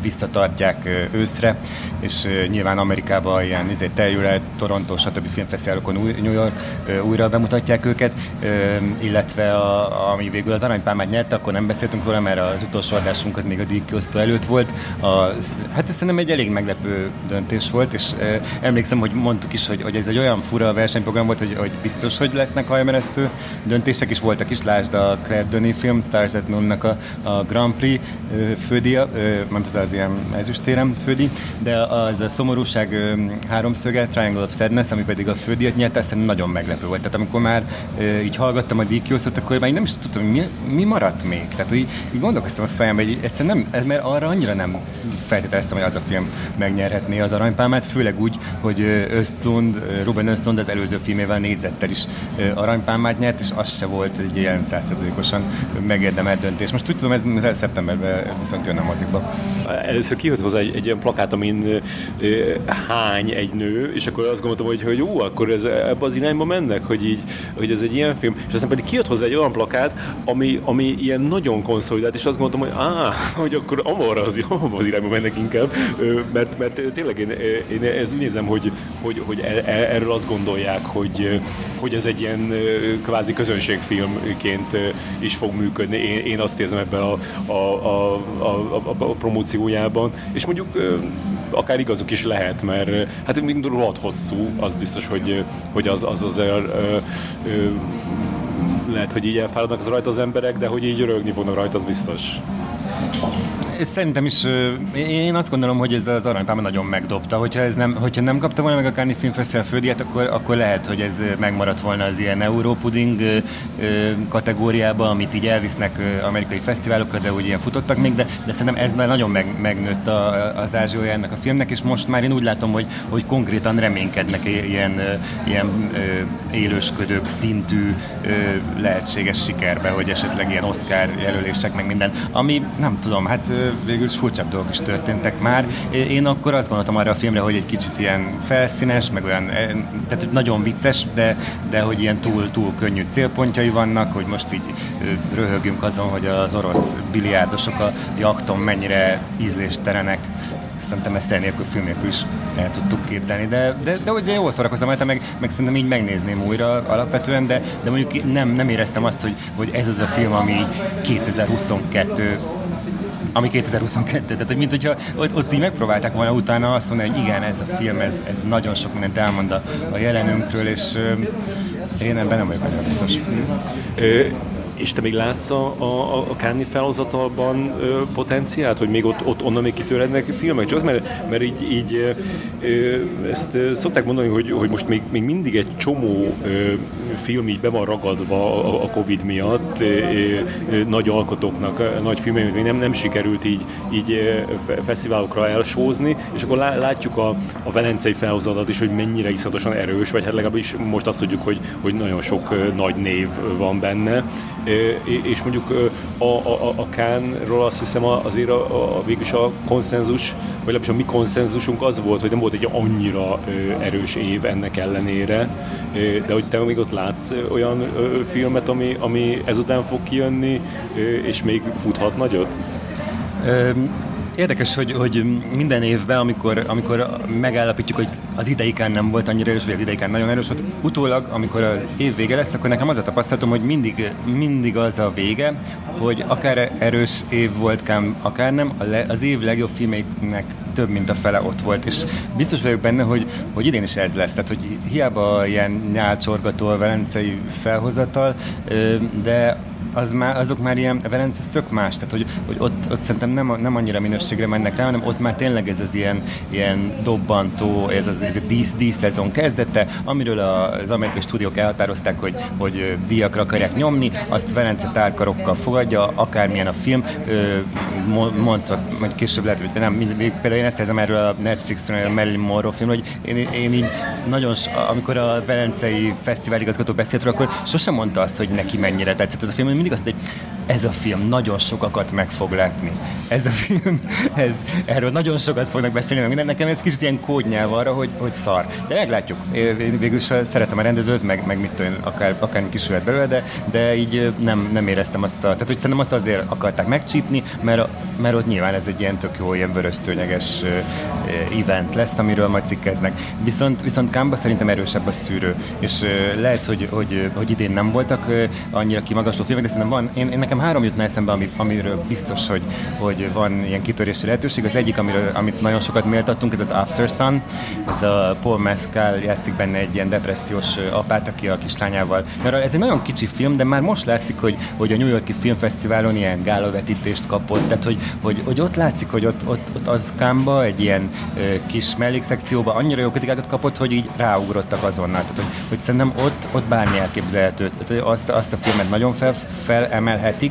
S2: visszatartják őszre, és nyilván Amerikában ilyen izé, Telluride, Toronto, stb. Filmfesztiválokon New York újra bemutatják őket, illetve a, ami végül az Aranypálmát nyerte, akkor nem beszéltünk róla, mert az utolsó adásunk az még a díjkiosztó előtt volt. A, hát ez szerintem egy elég meglepő döntés volt, és emlékszem, hogy mondtuk is, hogy, hogy ez egy olyan fura versenyprogram volt, hogy, hogy biztos, hogy lesznek hajmeresztő döntések, és voltak is, lásd a Claire Denis film, Stars at Noon-nak a, a Grand Prix fődíja, mondta az az ilyen ezüstérem fődíj, de az a szomorúság háromszöge, Triangle of Sadness, ami pedig a fődíjat nyert, azt nagyon meglepő volt. Tehát amikor már így hallgattam a díjkiosztót, akkor már így nem is tudtam, hogy mi, mi maradt még. Tehát így, így gondolkoztam a fejembe, hogy egyszerűen nem, mert arra annyira nem feltételeztem, hogy az a film megnyerhetné az Aranypálmát, főleg úgy, hogy Östlund, Ruben Östlund az előző filmével Négyzettel is Aranypálmát nyert, és az se volt egy ilyen száz százalékosan megérdemelt döntés. Most úgy tudom, ez, ez szeptemberben viszont jön a mozikba.
S1: Először kijött hozzá egy, egy olyan plakát, amin hány egy nő, és akkor azt gondoltam, hogy, hogy jó, akkor ez ebbe az irányba mennek, hogy így, hogy ez egy ilyen film, és aztán pedig kijött hozzá egy olyan plakát, ami, ami ilyen nagyon konszolidált, és azt gondoltam, hogy áh, hogy akkor amarra az, az irányba mennek inkább, mert, mert tényleg én, én ez úgy nézem, hogy, hogy, hogy erről azt gondolják, hogy, hogy ez egy ilyen kvázi közönségfilmként is fog működni. Én, én azt érzem ebben a, a, a, a, a, a promóciójában, és mondjuk akár igazuk is lehet, mert hát még rohadt hosszú, az biztos, hogy, hogy az, az azért ö, ö, lehet, hogy így elfáradnak az rajta az emberek, de hogy így rögni fognak rajta, az biztos.
S2: Szerintem is, én azt gondolom, hogy ez az Aranypálma nagyon megdobta. Hogyha, ez nem, hogyha nem kapta volna meg a Cannes Film Festival fődíjat, akkor, akkor lehet, hogy ez megmaradt volna az ilyen Európuding kategóriába, amit így elvisznek amerikai fesztiválokra, de úgy ilyen futottak még, de, de szerintem ez nagyon meg, megnőtt a, az ázsiója ennek a filmnek, és most már én úgy látom, hogy, hogy konkrétan reménykednek ilyen, ilyen élősködők szintű lehetséges sikerbe, hogy esetleg ilyen Oscar jelölések, meg minden, ami nem tudom, hát végül is furcsább dolgok is történtek már. Én akkor azt gondoltam arra a filmre, hogy egy kicsit ilyen felszínes, meg olyan, tehát nagyon vicces, de, de hogy ilyen túl, túl könnyű célpontjai vannak, hogy most így röhögünk azon, hogy az orosz biliárdosok a jakton mennyire ízléstelenek. Szerintem ezt elnélkül film nélkül is el tudtuk képzelni, de, de, de, de jól szórakoztam, mert meg, meg szerintem így megnézném újra alapvetően, de, de mondjuk nem, nem éreztem azt, hogy, hogy ez az a film, ami kétezer-huszonkettő ami kétezer-huszonkettő, tehát hogy mint hogyha ott, ott így megpróbálták volna utána azt mondani, hogy igen, ez a film, ez, ez nagyon sok mindent elmond a, a jelenünkről, és euh, én ebben nem vagyok nagyon biztos.
S1: És te még látsz a, a, a Cannes felhozatalban ö, potenciált, hogy még ott, ott onnan még kitörhetnek filmek? Csak az, mert, mert így, így ö, ezt ö, szokták mondani, hogy, hogy most még, még mindig egy csomó ö, film így be van ragadva a, a Covid miatt, ö, ö, nagy alkotóknak, nagy filmek még nem, nem sikerült így, így ö, fesztiválokra elsózni, és akkor lá, látjuk a, a velencei felhozatat is, hogy mennyire iszonyatosan erős, vagy hát legalábbis most azt tudjuk, hogy, hogy nagyon sok ö, nagy név van benne. És mondjuk a, a, a Cannes-ról azt hiszem azért a, a, végülis a konszenzus, vagy legalábbis a mi konszenzusunk az volt, hogy nem volt egy annyira erős év ennek ellenére, de hogy te még ott látsz olyan filmet, ami, ami ezután fog kijönni, és még futhat nagyot?
S2: Érdekes, hogy, hogy minden évben, amikor, amikor megállapítjuk, hogy az idei Cannes nem volt annyira erős, vagy az idei Cannes nagyon erős volt, utólag, amikor az év vége lesz, akkor nekem az a tapasztalatom, hogy mindig, mindig az a vége, hogy akár erős év volt Cannes, akár nem, az év legjobb filmeknek több, mint a fele ott volt, és biztos vagyok benne, hogy, hogy idén is ez lesz, tehát hogy hiába ilyen nyálcsorgató a velencei felhozatal, de az már, azok már ilyen, a Velence ez tök más, tehát hogy, hogy ott, ott szerintem nem, nem annyira minőségre mennek rá, hanem ott már tényleg ez az ilyen, ilyen dobbantó, ez az ez a dísz, díszszezon kezdete, amiről az amerikai stúdiók elhatározták, hogy, hogy díjakra akarják nyomni, azt Velence tárkarokkal fogadja, akármilyen a film, mondta, majd később lehet, hogy nem, például én ezt érzem erről a Netflixről, a Marilyn Monroe film, hogy én, én így nagyon, amikor a velencei fesztiváligazgató beszélt róla, akkor sosem mondta azt, hogy neki mennyire tetszett ez a film, mindig azt, hogy ez a film nagyon sokakat meg fog lepni. Ez a film, ez, erről nagyon sokat fognak beszélni, meg minden. Nekem ez kicsit ilyen kódnyelv arra, hogy, hogy szar. De meglátjuk. Én végül is szeretem a rendezőt, meg, meg mit tudom, akár, akár kisülhet belőle, de, de így nem, nem éreztem azt a... Tehát, hogy szerintem azt azért akarták megcsípni, mert, mert ott nyilván ez egy ilyen tök jó, ilyen vörös szőnyeges event lesz, amiről majd cikkeznek. Viszont, viszont Cannes-ban szerintem erősebb a szűrő, és lehet, hogy, hogy, hogy idén nem voltak annyira kimagasló filmek, de szerintem van, én, én nekem három jutna eszembe, ami, amiről biztos, hogy, hogy van ilyen kitörési lehetőség. Az egyik, amiről, amit nagyon sokat méltattunk, ez az After Sun. Ez a Paul Mescal játszik benne egy ilyen depressziós apát, aki a kislányával. Mert ez egy nagyon kicsi film, de már most látszik, hogy, hogy a New York-i Filmfesztiválon ilyen gálavetítést kapott. Tehát, hogy, hogy, hogy ott látszik, hogy ott, ott, ott az Cannes-ba egy ilyen ö, kis mellékszekcióban annyira jó kritikákat kapott, hogy így ráugrottak azonnal. Tehát, hogy, hogy szerintem ott, ott bármi elképzelhető. Tehát azt, azt a filmet nagyon fel, felemelhetik.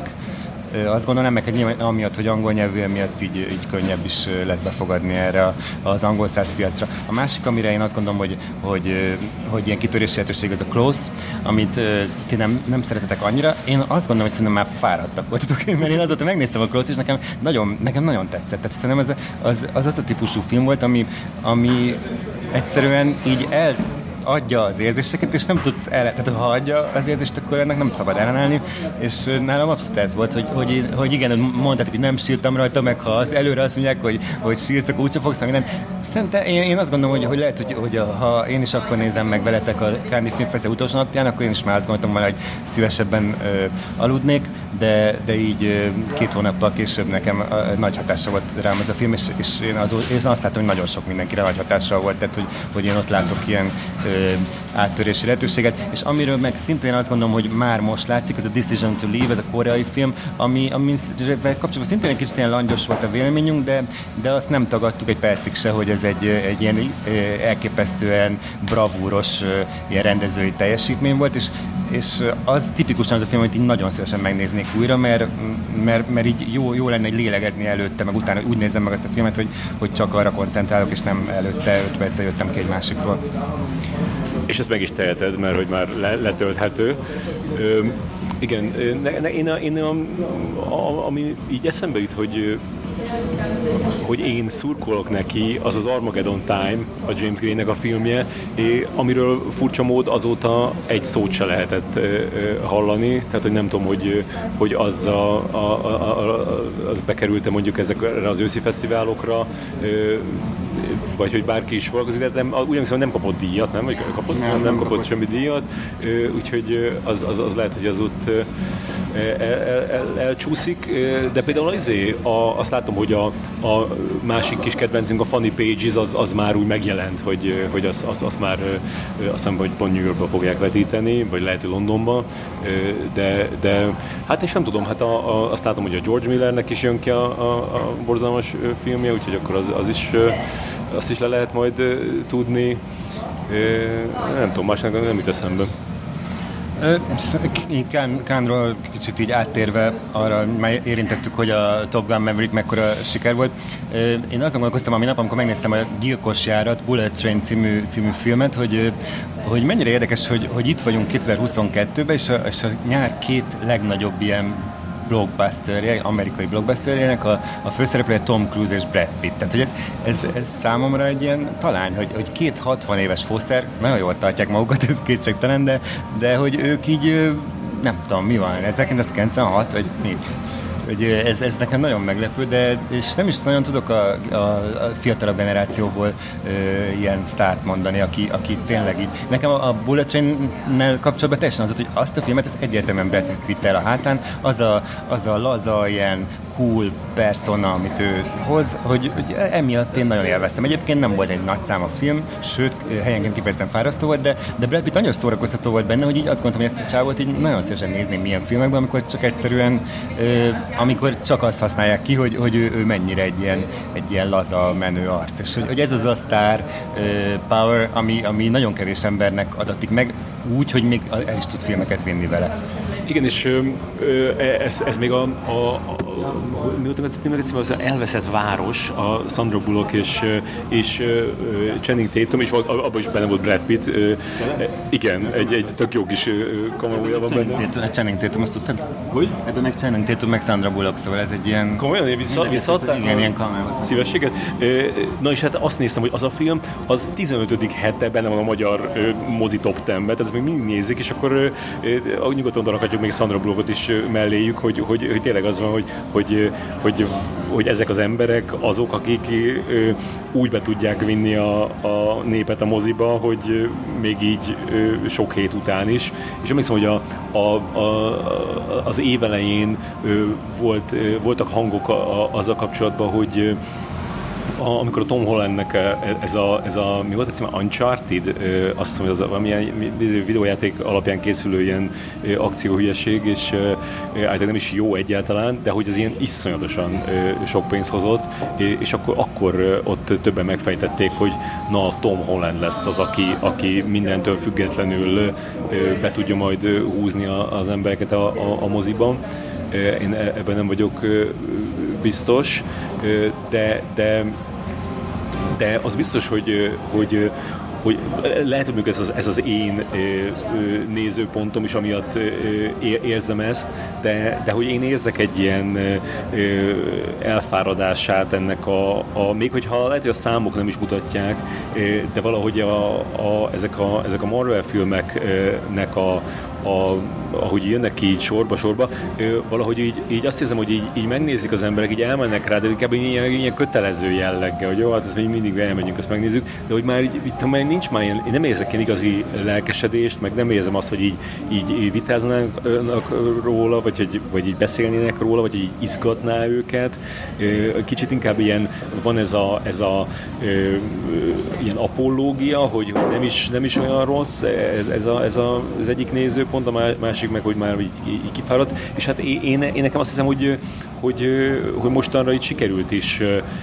S2: Azt gondolom, meg nyilván amiatt, hogy angol nyelvű, emiatt így, így könnyebb is lesz befogadni erre az angol száz piacra. A másik, amire én azt gondolom, hogy, hogy, hogy ilyen kitörési lehetőség, az a Close, amit ti nem, nem szeretetek annyira. Én azt gondolom, hogy szerintem már fáradtak voltatok, mert én azóta megnéztem a Close, és nekem nagyon, nekem nagyon tetszett. Tehát szerintem az az, az, az a típusú film volt, ami, ami egyszerűen így el adja az érzéseket, és nem tudsz el, tehát ha adja az érzést, akkor ennek nem szabad ellenállni, és nálam abszolút ez volt, hogy, hogy, hogy igen, mondtátok, hogy nem sírtam rajta, meg ha az előre azt mondják, hogy, hogy sírsz, akkor úgyse fogsz, minden. Szerintem én, én azt gondolom, hogy, hogy lehet, hogy, hogy a, ha én is akkor nézem meg veletek a Cannes-i Filmfesztivál utolsó napján, akkor én is már azt gondoltam volna, hogy szívesebben ö, aludnék, de, de így ö, két hónappal később nekem a, a, nagy hatása volt rám ez a film, és, és én, az, én azt látom, hogy nagyon sok mindenkire nagy hatással volt, tehát hogy, hogy én ott látok ilyen ö, áttörési lehetőséget, és amiről meg szintén azt gondolom, hogy már most látszik, ez a Decision to Leave, ez a koreai film, ami, ami kapcsolatban szintén egy kicsit ilyen langyos volt a véleményünk, de, de azt nem tagadtuk egy percig se, hogy ez egy, egy ilyen elképesztően bravúros ilyen rendezői teljesítmény volt, és, és az tipikusan az a film, amit így nagyon szívesen megnéznék újra, mert, mert, mert így jó, jó lenne egy lélegezni előtte, meg utána úgy nézem meg ezt a filmet, hogy, hogy csak arra koncentrálok, és nem előtte öt perccel jöttem ki egy másikról.
S1: És ezt meg is teheted, mert hogy már le, letölthető. Ö, igen, ne, ne, én, a, én a, a, ami így eszembe jut, hogy, hogy én szurkolok neki, az az Armageddon Time, a James Gray-nek a filmje, amiről furcsa mód azóta egy szót se lehetett hallani, tehát hogy nem tudom, hogy, hogy az, a, a, a, az bekerült-e mondjuk ezekre az őszi fesztiválokra, vagy hogy bárki is foglalkozik, de nem, úgy hiszem, nem kapott díjat, nem? Vagy kapott, nem, nem, nem kapott, kapott semmi díjat, úgyhogy az, az, az lehet, hogy az ott el, el, el, elcsúszik, de például azért, a, azt látom, hogy a, a másik kis kedvencünk, a Funny Pages, az, az már úgy megjelent, hogy, hogy azt az, az már azt hiszem, hogy pont New Yorkba fogják vetíteni, vagy lehet, hogy Londonba, de, de hát és nem tudom, hát a, a, azt látom, hogy a George Millernek is jön ki a, a, a borzalmas filmje, úgyhogy akkor az, az is azt is le lehet majd uh, tudni. Uh, nem tudom, másnak nem jut eszembe.
S2: Cannes-ról kicsit így áttérve arra, már érintettük, hogy a Top Gun Maverick mekkora siker volt. Én azon gondolkoztam a minap, amikor megnéztem a Gyilkos járat, Bullet Train című, című filmet, hogy, hogy mennyire érdekes, hogy, hogy itt vagyunk kétezer-huszonkettőben, és a, és a nyár két legnagyobb ilyen blockbusterje, amerikai blockbusterjének a, a főszereplője Tom Cruise és Brad Pitt. Tehát, hogy ez, ez, ez számomra egy ilyen talány, hogy, hogy két hatvan éves Foster, nagyon jól tartják magukat, ez kétségtelen, de, de hogy ők így, nem tudom, mi van, ezerkilencszázkilencvenhat, vagy mi? Hogy ez, ez nekem nagyon meglepő, de és nem is nagyon tudok a, a, a fiatalabb generációból ö, ilyen sztárt mondani, aki, aki tényleg így. Nekem a, a Bullet Train-nel kapcsolatban teljesen az, hogy azt a filmet ezt egyértelműen Brad Pitt vitte el a hátán, az a, az a laza, ilyen cool persona, amit ő hoz, hogy, hogy emiatt én nagyon élveztem. Egyébként nem volt egy nagy szám a film, sőt, helyenként kifejezetten fárasztó volt, de, de Brad Pitt annyira szórakoztató volt benne, hogy így azt gondoltam, hogy ezt a csávót így nagyon szívesen nézném milyen filmekben, amikor csak egyszerűen ö, amikor csak azt használják ki, hogy, hogy ő, ő mennyire egy ilyen, egy ilyen laza, menő arc. És hogy, hogy ez az a sztár uh, power, ami, ami nagyon kevés embernek adatik meg, úgy, hogy még el is tud filmeket vinni vele.
S1: Igen, és ö, ez, ez még a, a, mi volt a címe? Az Elveszett város, a Sandra Bullock és, és Channing Tatum, és abban is benne volt Brad Pitt. Igen, egy, egy tök jó kis kameója van benne.
S2: Channing Tatum, azt tudtad?
S1: Hogy?
S2: Ebben meg Channing Tatum, meg Sandra Bullock, szóval ez egy ilyen...
S1: Komolyan, visszaadtál?
S2: Igen, ilyen kameó.
S1: Szívességet. Na és hát azt néztem, hogy az a film, az tizenötödik hete benne van a magyar mozi top tízbe, tehát ezt még mindig nézik, és akkor nyugodtan darakadjuk még Sandra Bullockot is melléjük, hogy, hogy, hogy tényleg az van, hogy, hogy, hogy, hogy ezek az emberek azok, akik úgy be tudják vinni a, a népet a moziba, hogy még így sok hét után is. És emlékszem, hogy a, a, a, az év elején volt, voltak hangok azzal kapcsolatban, hogy A, amikor a Tom Hollandnek ez a, ez a mi volt egyszerűen Uncharted, azt hiszem, hogy az valamilyen videójáték alapján készülő ilyen akcióhülyeség, és általában nem is jó egyáltalán, de hogy az ilyen iszonyatosan sok pénzt hozott, és akkor, akkor ott többen megfejtették, hogy na, Tom Holland lesz az, aki, aki mindentől függetlenül be tudja majd húzni az embereket a, a, a moziban. Én ebben nem vagyok biztos, de, de, de az biztos, hogy, hogy, hogy lehet, hogy ez az, ez az én nézőpontom is, amiatt érzem ezt, de, de hogy én érzek egy ilyen elfáradását ennek a, a még hogyha lehet, hogy a számok nem is mutatják, de valahogy a, a, ezek, a, ezek a Marvel filmeknek a A, ahogy jönnek ki így sorba-sorba, valahogy így, így azt hiszem, hogy így, így megnézik az emberek, így elmennek rá, de inkább ilyen, ilyen kötelező jelleggel, hogy jó, hát ezt még mindig elmegyünk, azt megnézzük, de hogy már így, így már nincs már ilyen, én nem érzek ilyen igazi lelkesedést, meg nem érzem azt, hogy így, így vitáznának róla, vagy, hogy, vagy így beszélnének róla, vagy így izgatná őket. Kicsit inkább ilyen, van ez a, ez a ilyen apollógia, hogy nem is, nem is olyan rossz, ez, ez, a, ez a, az egyik nézőpont, a másik meg, hogy már így, így kifáradt, és hát én, én nekem azt hiszem, hogy, hogy, hogy mostanra így sikerült is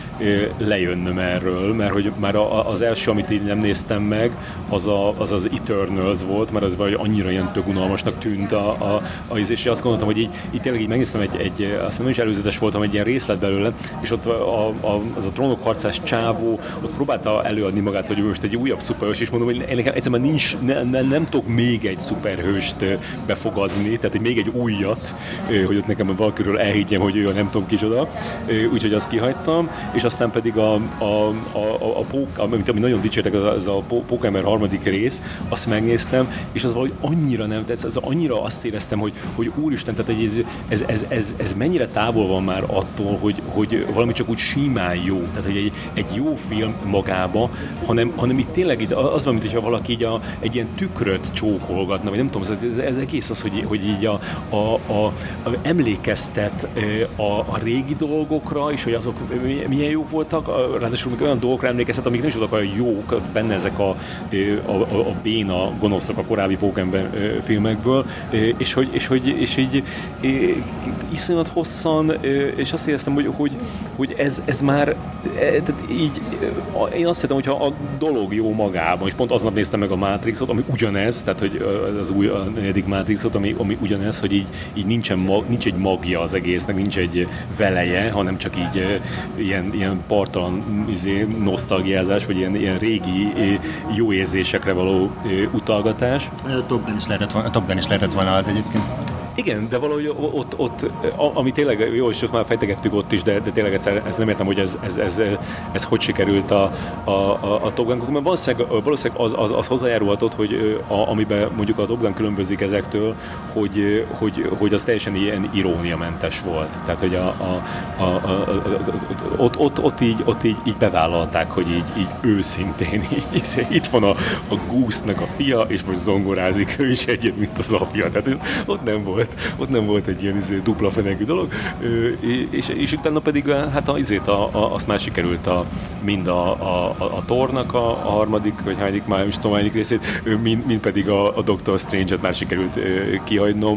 S1: lejönnöm erről, mert hogy már az első, amit így nem néztem meg, az a, az, az Eternals volt, mert az valahogy annyira ilyen tök unalmasnak tűnt a, a, a és azt gondoltam, hogy így, így tényleg így megnéztem egy, egy azt nem is előzetes voltam, egy ilyen részlet belőle, és ott a, a, az a Trónok harcás csávó, ott próbálta előadni magát, hogy ő most egy újabb szuperhős, és mondom, hogy nekem egyszerűen nincs, ne, ne, nem tudok még egy szuperhőst befogadni, tehát még egy újat, hogy ott nekem valakiről elhiggyem, hogy ő a nem tudom kicsoda, úgyhogy azt kihagytam, és aztán pedig a, a, a, a, a pók, amit, ami nagyon dicsértek, az a, az a Pókember harmadik rész, azt megnéztem, és az valahogy annyira nem, tehát az annyira azt éreztem, hogy, hogy úristen, tehát ez, ez, ez, ez, ez mennyire távol van már attól, hogy, hogy valami csak úgy simán jó, tehát hogy egy, egy jó film magába, hanem, hanem itt tényleg itt az van, mintha valaki így a, egy ilyen tükröt csókolgatna, vagy nem tudom, ez, ez egész az, hogy, hogy így a, a, a, a emlékeztet a, a régi dolgokra, és hogy azok milyen jók voltak, ráadásul még olyan dolgokra emlékeztet, amik nem is voltak olyan jók, benne ezek a, a, a, a béna gonoszok a korábbi Pókember filmekből, és hogy, és hogy és így iszonyat hosszan, és azt éreztem, hogy, hogy, hogy ez, ez már tehát így, én azt hiszem, hogyha a dolog jó magában, és pont aznap néztem meg a Matrixot, ami ugyanez, tehát hogy az új a negyedik Matrixot, ami, ami ugyanez, hogy így, így nincsen mag, nincs egy magja az egésznek, nincs egy veleje, hanem csak így ilyen, ilyen partalan izé, nosztalgiázás, vagy ilyen, ilyen régi jó érzésekre való utalgatás.
S2: A Top Gun is lehetett volna, a Top Gun is lehetett volna az egyébként.
S1: Igen, de valahogy ott, ott ami tényleg, jó, és ott már fejtegettük ott is, de, de tényleg egyszer ezt nem értem, hogy ez, ez, ez, ez hogy sikerült a, a, a, a Top Gun-kok, mert valószínűleg, valószínűleg az, az, az hozzájárulhatott, hogy a, amiben mondjuk a Top Gun különbözik ezektől, hogy, hogy, hogy az teljesen ilyen iróniamentes volt. Tehát, hogy a, a, a, a, a, ott, ott, ott, így, ott így, így bevállalták, hogy így, így őszintén, így, itt van a, a Goose-nak a fia, és most zongorázik ő is egyet, mint az apja. Tehát ott nem volt. Ott nem volt egy ilyen izé, dupla fenekű dolog, és, és utána pedig hát a, izét, a, a, azt már sikerült a, mind a, a, a, a Thornak a, a harmadik, vagy hányadik, már nem is tudom, hányadik részét, mind, mind pedig a, a Doctor Strange-et már sikerült kihagynom,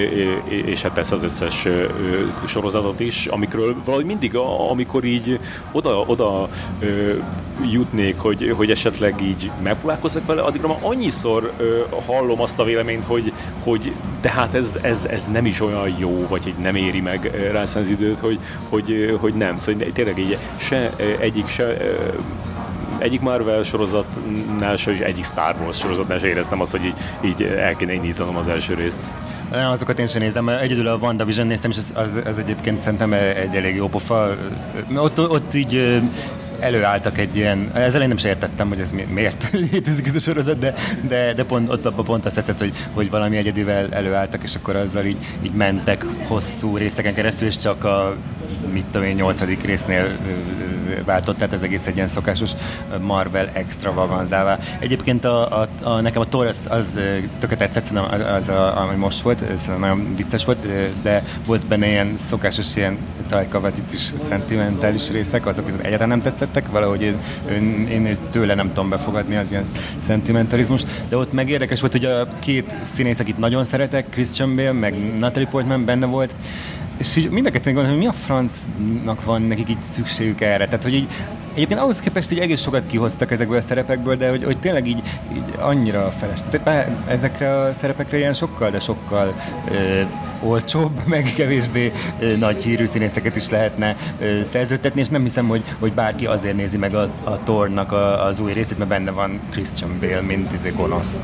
S1: és hát persze az összes sorozatot is, amikről valahogy mindig, amikor így oda, oda jutnék, hogy, hogy esetleg így megpróbálkozzak vele, addigra már annyiszor ö, hallom azt a véleményt, hogy, hogy de hát ez, ez, ez nem is olyan jó, vagy hogy nem éri meg rászánni az időt, hogy, hogy, hogy nem. Szóval tényleg így se egyik, se egyik Marvel sorozatnál se, és egyik Star Wars sorozatnál se éreztem azt, hogy így, így el kéne indítanom az első részt.
S2: Nem, azokat én sem nézem, egyedül a WandaVision néztem, és az, az, az egyébként szerintem egy elég jó pofa. Ott, ott így előálltak egy ilyen, ezzel én nem is értettem, hogy ez miért létezik ez a sorozat, de, de, de pont, ott abban pont azt tetszett, hogy, hogy valami egyedivel előálltak, és akkor azzal így, így mentek hosszú részeken keresztül, és csak a mit tudom én, nyolcadik résznél váltott, tehát ez egész egy ilyen szokásos Marvel extravaganzává. Egyébként a, a, a, nekem a Thor az, az tökre tetszett, az, az a, ami most volt, ez nagyon vicces volt, de volt benne ilyen szokásos ilyen Taika Waititi-s szentimentális részek, azok viszont egyáltalán nem tetszettek, valahogy én, én, én tőle nem tudom befogadni az ilyen szentimentalizmust, de ott meg érdekes volt, hogy a két színész, akit nagyon szeretek, Christian Bale, meg Natalie Portman benne volt, és így mind a kettőn gondolom, hogy mi a francnak van nekik így szükségük erre. Tehát, hogy így egyébként ahhoz képest így egész sokat kihoztak ezekből a szerepekből, de hogy, hogy tényleg így, így annyira feles. Tehát ezekre a szerepekre ilyen sokkal, de sokkal ö, olcsóbb, meg kevésbé ö, nagy hírű színészeket is lehetne ö, szerződtetni, és nem hiszem, hogy, hogy bárki azért nézi meg a, a Thornak a, az új részét, mert benne van Christian Bale, mint izé gonosz.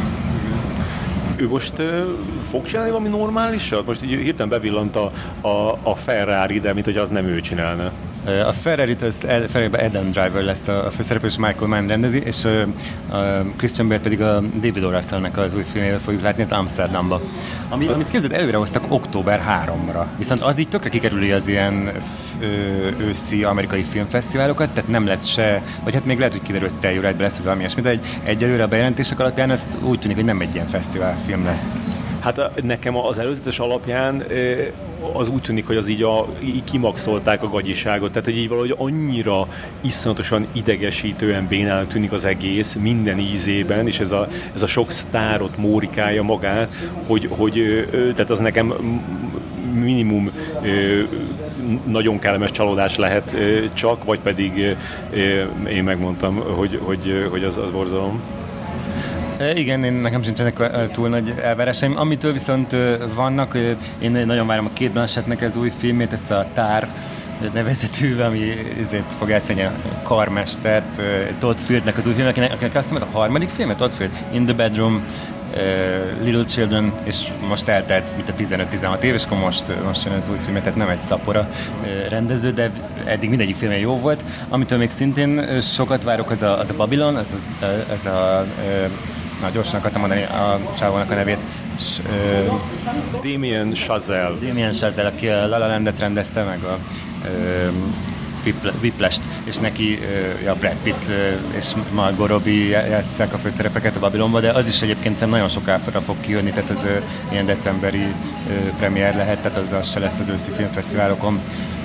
S1: Ő most uh, fog csinálni valami normálisat? Most így hirtelen bevillant a, a, a Ferrari, de mint hogy az nem ő csinálna.
S2: A Ferrari-t, Ferrari-ben Adam Driver lesz a főszereplő, és Michael Mann rendezi, és a Christian Bale pedig a David O. Russell-nek az új filmével fogjuk látni, az Amsterdamba. Ami, amit kezdett előre hoztak október harmadikra. Viszont az így tökre kikerüli az ilyen őszi amerikai filmfesztiválokat, tehát nem lesz se, vagy hát még lehet, hogy kiderült, hogy Telluride lesz, vagy valami ilyesmi, de egy, egyelőre a bejelentések alapján ezt úgy tűnik, hogy nem egy ilyen fesztiválfilm lesz.
S1: Hát nekem az előzetes alapján az úgy tűnik, hogy az így, a, így kimaxolták a gagyiságot, tehát hogy így valahogy annyira iszonyatosan idegesítően bénának tűnik az egész, minden ízében, és ez a, ez a sok sztárot mórikálja magát, hogy, hogy tehát az nekem minimum nagyon kellemes csalódás lehet csak, vagy pedig én megmondtam, hogy, hogy, hogy az, az borzalom.
S2: Igen, én nekem sincsenek túl nagy elvárásaim. Amitől viszont vannak, én nagyon várom a Kate Blanchettnek ez új filmét, ezt a Tár nevezetű, ami ezért fog játszani a karmestert, Todd Fieldnek az új film, akinek, akinek azt hiszem ez a harmadik film, Todd Field, In the Bedroom, uh, Little Children, és most eltelt mint a tizenöt-tizenhat év, és akkor most, most jön az új film, tehát nem egy szapora uh, rendező, de eddig mindegyik filmje jó volt. Amitől még szintén uh, sokat várok, az a, az a Babylon, az a, az a uh, na, gyorsan akartam mondani a csávónak a nevét. S, uh,
S1: Damien Chazelle.
S2: Damien Chazelle, aki a La La Landet rendezte, meg a uh, Whiplash-t, és neki uh, ja, Brad Pitt uh, és Margot Robbie játsszák a főszerepeket a Babylonba, de az is egyébként szerintem nagyon sokára fog kijönni, tehát ez uh, ilyen decemberi uh, premier lehet, tehát az, az se lesz az őszi filmfesztiválokon.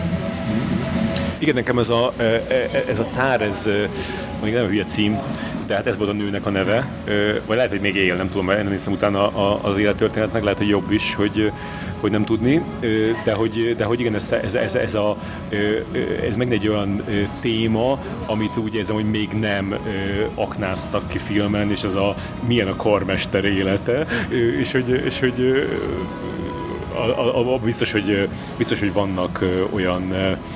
S1: Igen, nekem ez a, ez a Tár, ez még nem hülye cím, de hát ez volt a nőnek a neve, vagy lehet, hogy még él, nem tudom, mert nem néztem utána az élettörténetnek, lehet, hogy jobb is, hogy, hogy nem tudni, de hogy, de hogy igen, ez, ez, ez, ez, a, ez meg egy olyan téma, amit úgy érzem, hogy még nem aknáztak ki filmen, és ez a milyen a karmester élete, és hogy, és hogy a, a, a, biztos, hogy, biztos, hogy vannak olyan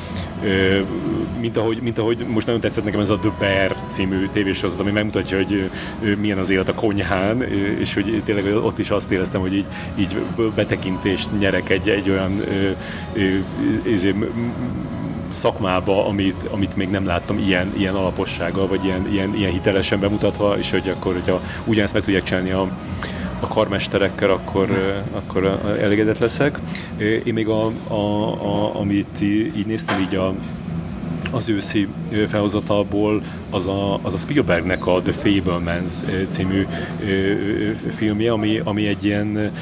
S1: mint ahogy, mint ahogy most nagyon tetszett nekem ez a The Bear című tévésorozat, ami megmutatja, hogy milyen az élet a konyhán, és hogy tényleg ott is azt éreztem, hogy így, így betekintést nyerek egy, egy olyan ezért, szakmába, amit, amit még nem láttam ilyen, ilyen alapossággal, vagy ilyen, ilyen, ilyen hitelesen bemutatva, és hogy akkor, hogyha ugyanezt meg tudják csinálni a a karmesterekkel, akkor, akkor elégedett leszek. Én még a, a, a, amit így néztem így a, az őszi felhozatalból, az a, az a Spielbergnek a The Fabelmans című filmje, ami, ami egy ilyen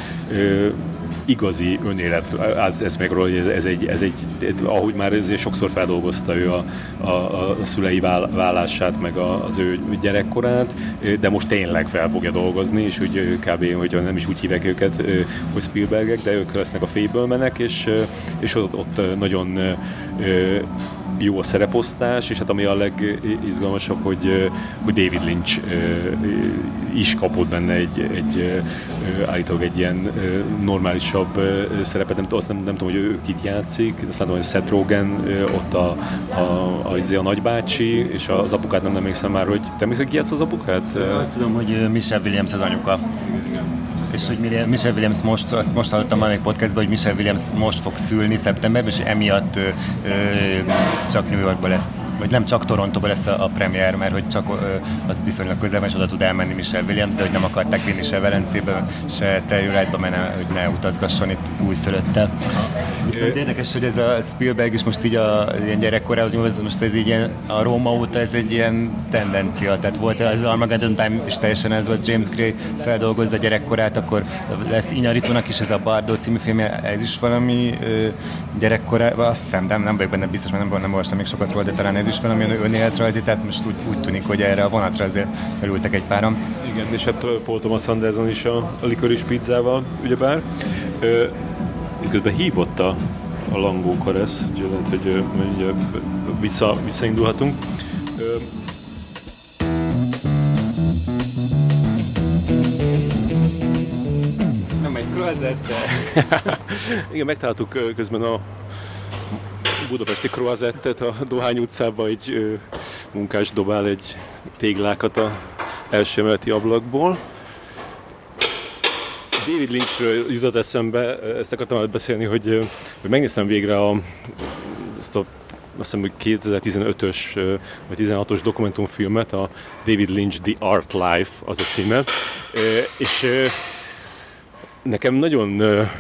S1: igazi önélet, ez, ez meg róla, ez egy, ez egy, ahogy már ezért sokszor feldolgozta ő a, a, a szülei vállását, meg a, az ő gyerekkorát, de most tényleg fel fogja dolgozni, és úgy kb. Hogy nem is úgy hívják őket, hogy Spielbergek, de ők lesznek a Fabelmanek, és, és ott, ott nagyon jó a szereposztás, és hát ami a legizgalmasabb, hogy, hogy David Lynch is kapott benne egy, egy állítólag egy ilyen normálisabb szerepet, nem, azt nem, nem tudom, hogy ő kit játszik, azt látom, hogy Seth Rogen ott a, a, a, a nagybácsi, és az apukát nem emlékszem már, hogy te emlékszel, ki játsz az apukát?
S2: Azt tudom, hogy Michelle Williams az anyuka. És hogy Michelle Williams most, azt most hallottam már egy podcastban, hogy Michelle Williams most fog szülni szeptemberben, és emiatt ö, ö, csak New Yorkban lesz, vagy nem csak Torontóban lesz a, a premier, mert hogy csak ö, az viszonylag közel van, és oda tud elmenni Michelle Williams, de hogy nem akarták vinni se Velencébe, se Telluride-ba, mert ne, hogy ne utazgasson itt újszülöttel. Viszont érdekes, hogy ez a Spielberg is most így a ilyen gyerekkorához nyúl, ez most ez így ilyen, a Róma óta ez egy ilyen tendencia, tehát volt az Armageddon Time, és teljesen ez volt, James Gray feldolgozza a gyerekkorát, akkor lesz Iñárritónak is ez a Bardo című filmje, ez is valami ö, gyerekkorában, azt hiszem, nem, nem vagyok benne biztos, mert nem, nem olvastam még sokat róla, de talán ez is valami önéletrajzi, tehát most úgy, úgy tűnik, hogy erre a vonatra azért felültek egy páran.
S1: Igen, és hát Paul Thomas Anderson is a, a Licorice Pizzával, ugyebár. Ö, közben hívott a, a Langó Karesz, úgyhogy lehet, hogy ö, vissza, visszaindulhatunk. Ö, Igen, megtaláltuk közben a budapesti croisettet a Dohány utcában, egy munkás dobál egy téglákat az első emeleti ablakból. David Lynchről jutott eszembe, ezt akartam beszélni, hogy, hogy megnéztem végre a, ezt a azt hiszem, hogy kétezer-tizenötös vagy tizenhatos dokumentumfilmet, a David Lynch The Art Life az a címe, és nekem nagyon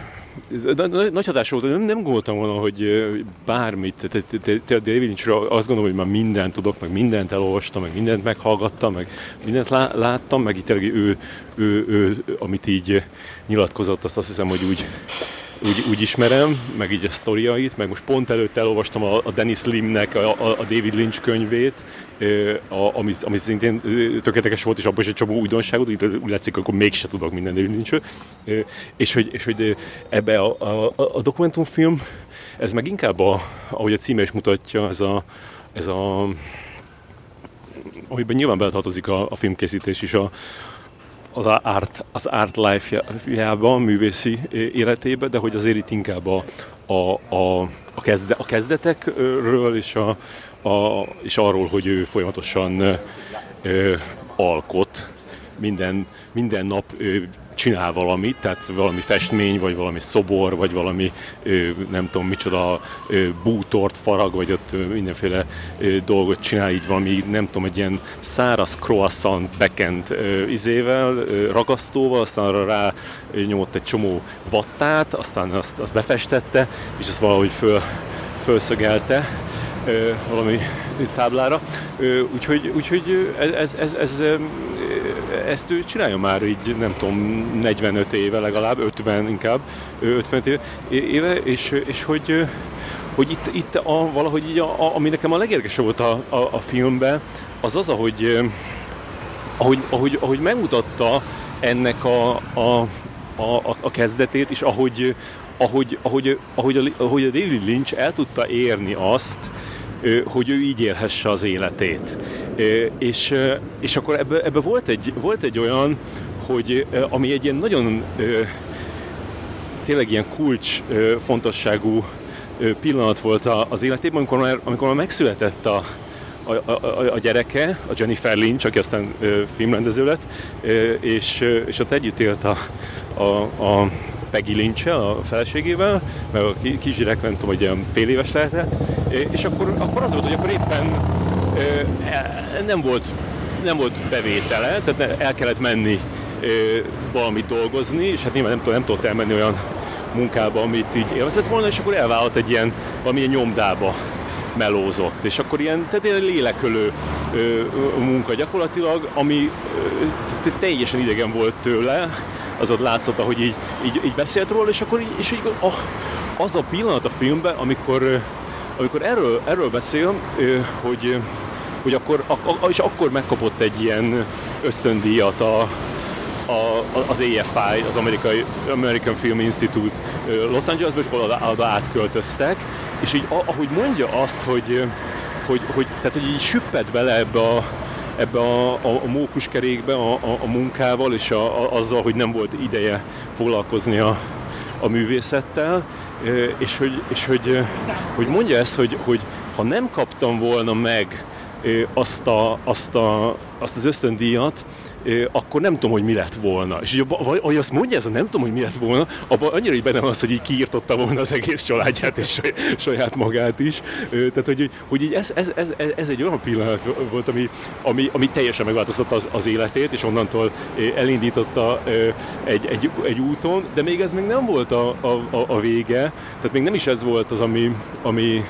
S1: nagy hatás volt, nem, nem gondoltam volna, hogy bármit, David Lynchről azt gondolom, hogy már mindent tudok, meg mindent elolvastam, meg mindent meghallgattam, meg mindent láttam, meg itt tényleg ő, ő, ő, amit így nyilatkozott, azt azt hiszem, hogy úgy Úgy, úgy ismerem, meg így a sztoriait, meg most pont előtt elolvastam a, a Dennis Limnek a, a, a David Lynch könyvét, a, ami, ami szintén tökéletes volt, és abban is egy csomó újdonságot, úgy látszik, akkor mégse tudok minden David Lynchről. És hogy, és hogy ebbe a, a, a dokumentumfilm, ez meg inkább, a, ahogy a címe is mutatja, ez a, ez a amiben nyilván beletartozik a, a filmkészítés is, a az art, az art life-jába, a művészi életébe, de hogy azért itt inkább a, a, a, a, kezde, a kezdetekről és, a, a, és arról, hogy ő folyamatosan ö, alkot, minden, minden nap ö, csinál valamit, tehát valami festmény, vagy valami szobor, vagy valami ö, nem tudom micsoda ö, bútort farag, vagy ott ö, mindenféle ö, dolgot csinál, így valami, nem tudom, egy ilyen száraz croissant bekent ö, izével, ö, ragasztóval, aztán arra rá ö, nyomott egy csomó vattát, aztán azt, azt befestette, és azt valahogy föl, fölszögelte ö, valami táblára. Ö, úgyhogy, úgyhogy ez, ez, ez, ez ezt ő csinálja már így, nem tudom, negyvenöt éve legalább, ötven inkább, ötvenöt éve, és, és hogy, hogy itt, itt a, valahogy így, a, a, ami nekem a legérdekesebb volt a, a, a filmben, az az, ahogy, ahogy, ahogy, ahogy megmutatta ennek a, a, a, a kezdetét, és ahogy, ahogy, ahogy, ahogy, a, ahogy a David Lynch el tudta érni azt, hogy ő így élhesse az életét. És, és akkor ebbe, ebbe volt, egy, volt egy olyan, hogy ami egy ilyen nagyon tényleg ilyen kulcs fontosságú pillanat volt az életében, amikor már, amikor már megszületett a, a, a, a gyereke, a Jennifer Lynch, aki aztán filmrendező lett, és, és ott együtt élt a, a, a Peggy Lynch-el, a feleségével, mert a kisgyerek, nem tudom, hogy ilyen fél éves lehetett, és akkor, akkor az volt, hogy akkor éppen nem volt, nem volt bevétele, tehát el kellett menni valamit dolgozni, és hát nyilván nem, nem tudott elmenni olyan munkába, amit így élvezett volna, és akkor elvállalt egy ilyen valamilyen nyomdába melózott, és akkor ilyen, tehát ilyen lélekölő munka gyakorlatilag, ami teljesen idegen volt tőle, az ott látszott, ahogy így, így, így beszélt róla, és akkor így, és így, ah, az a pillanat a filmben, amikor, amikor erről, erről beszél, hogy, hogy akkor, és akkor megkapott egy ilyen ösztöndíjat a, a, az á ef i, az Amerikai, American Film Institute Los Angelesbe, és oda, oda átköltöztek, és így ahogy mondja azt, hogy, hogy, hogy, tehát, hogy így süpped bele ebbe a, ebbe a, a, a mókuskerékbe a, a, a munkával, és a, a, azzal, hogy nem volt ideje foglalkozni a, a művészettel, és hogy, és hogy, hogy mondja ezt, hogy, hogy ha nem kaptam volna meg azt, a, azt, a, azt az ösztöndíjat, akkor nem tudom, hogy mi lett volna. És így, ahogy azt mondja, ez a nem tudom, hogy mi lett volna, abban annyira így benne van az, hogy így kiirtotta volna az egész családját és saját magát is. Tehát, hogy, hogy így ez, ez, ez, ez egy olyan pillanat volt, ami, ami, ami teljesen megváltoztatta az, az életét, és onnantól elindította egy, egy, egy úton, de még ez még nem volt a, a, a vége, tehát még nem is ez volt az, ami, ami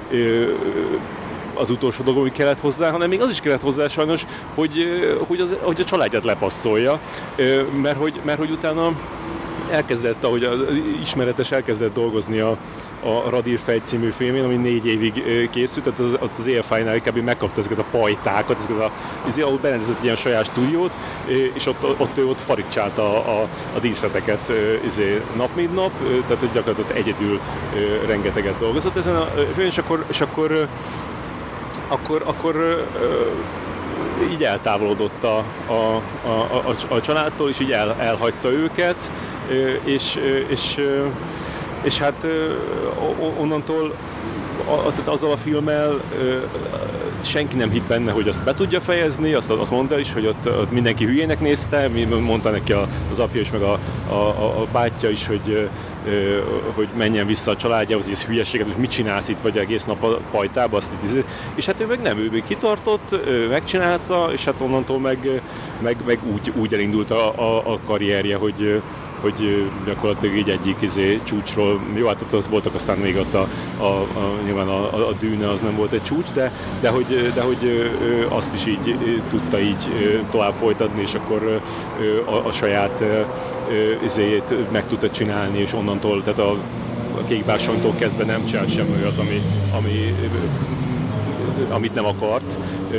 S1: az utolsó dolog, ami kellett hozzá, hanem még az is kellett hozzá sajnos, hogy, hogy, az, hogy a családját lepasszolja, mert hogy, mert hogy utána elkezdett, ahogy az ismeretes elkezdett dolgozni a, a Radír Fej című filmén, ami négy évig készült, tehát az, az é ef i-nál kb. Megkapta ezeket a pajtákat, ezeket a, ezért, ahol berendezett ilyen saját stúdiót, és ott, ott ő ott farigcsálta a, a, a díszleteket ezért nap mint nap, tehát gyakorlatilag egyedül rengeteget dolgozott ezen a filmen, és akkor, és akkor akkor, akkor ö, így eltávolodott a, a, a, a, a családtól, és így el, elhagyta őket, és, és, és hát onnantól a, tehát azzal a filmmel senki nem hitt benne, hogy azt be tudja fejezni, azt, azt mondta is, hogy ott, ott mindenki hülyének nézte, mondta neki az apja is, meg a, a, a bátyja is, hogy, hogy menjen vissza a családjához, hogy ez hülyeséget, hogy mit csinálsz itt, vagy egész nap a pajtába, azt itt, és hát ő meg nem, ő még kitartott, megcsinálta, és hát onnantól meg, meg, meg úgy, úgy elindult a, a, a karrierje, hogy hogy gyakorlatilag így egyik izé, csúcsról, jó, hát ott az voltak aztán még ott a, a, a nyilván a, a dűne az nem volt egy csúcs, de, de hogy, de hogy azt is így tudta így tovább folytatni, és akkor a, a saját izéjét meg tudta csinálni, és onnantól, tehát a, a Kékbársonytól kezdve nem csinált semmi olyat, ami, ami, amit nem akart.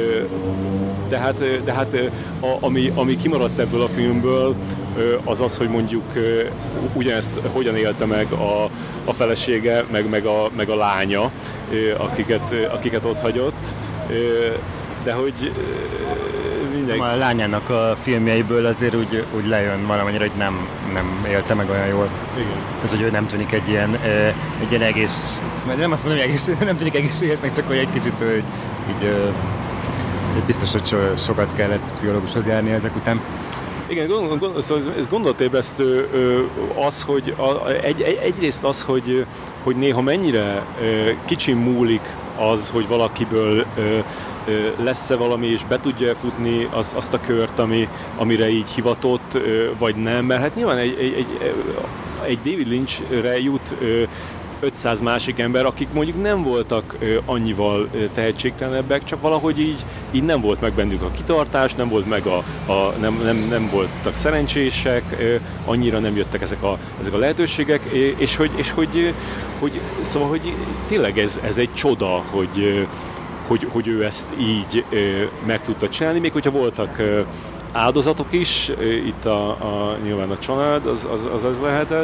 S1: De hát, de hát a, ami, ami kimaradt ebből a filmből, az az, hogy mondjuk ugyanezt hogyan élte meg a, a felesége, meg, meg, a, meg a lánya, akiket, akiket ott hagyott, de hogy
S2: minden... A lányának a filmjeiből azért úgy, úgy lejön valamennyire, hogy nem, nem élte meg olyan jól.
S1: Igen.
S2: Tehát, hogy ő nem tűnik egy ilyen, egy ilyen egész, nem azt mondom, hogy egész, nem tűnik egészségesnek, csak hogy egy kicsit, hogy így biztos, hogy sokat kellett pszichológushoz járni ezek után.
S1: Igen, gond, gond, szóval ez gondolatébresztő az, hogy a, egy, egy, egyrészt az, hogy, hogy néha mennyire kicsin múlik az, hogy valakiből lesz-e valami, és be tudja futni az, azt a kört, ami, amire így hivatott, vagy nem, mert hát nyilván egy, egy, egy, egy David Lynchre jut ötszáz másik ember, akik mondjuk nem voltak ö, annyival ö, tehetségtelenebbek, csak valahogy így, így nem volt meg bennük a kitartás, nem volt meg a, a nem, nem, nem voltak szerencsések, ö, annyira nem jöttek ezek a, ezek a lehetőségek, és hogy, és hogy, hogy szóval, hogy tényleg ez, ez egy csoda, hogy, hogy, hogy ő ezt így ö, meg tudta csinálni, még hogyha voltak ö, áldozatok is, itt a, a, nyilván a család, az az, az, az lehetett,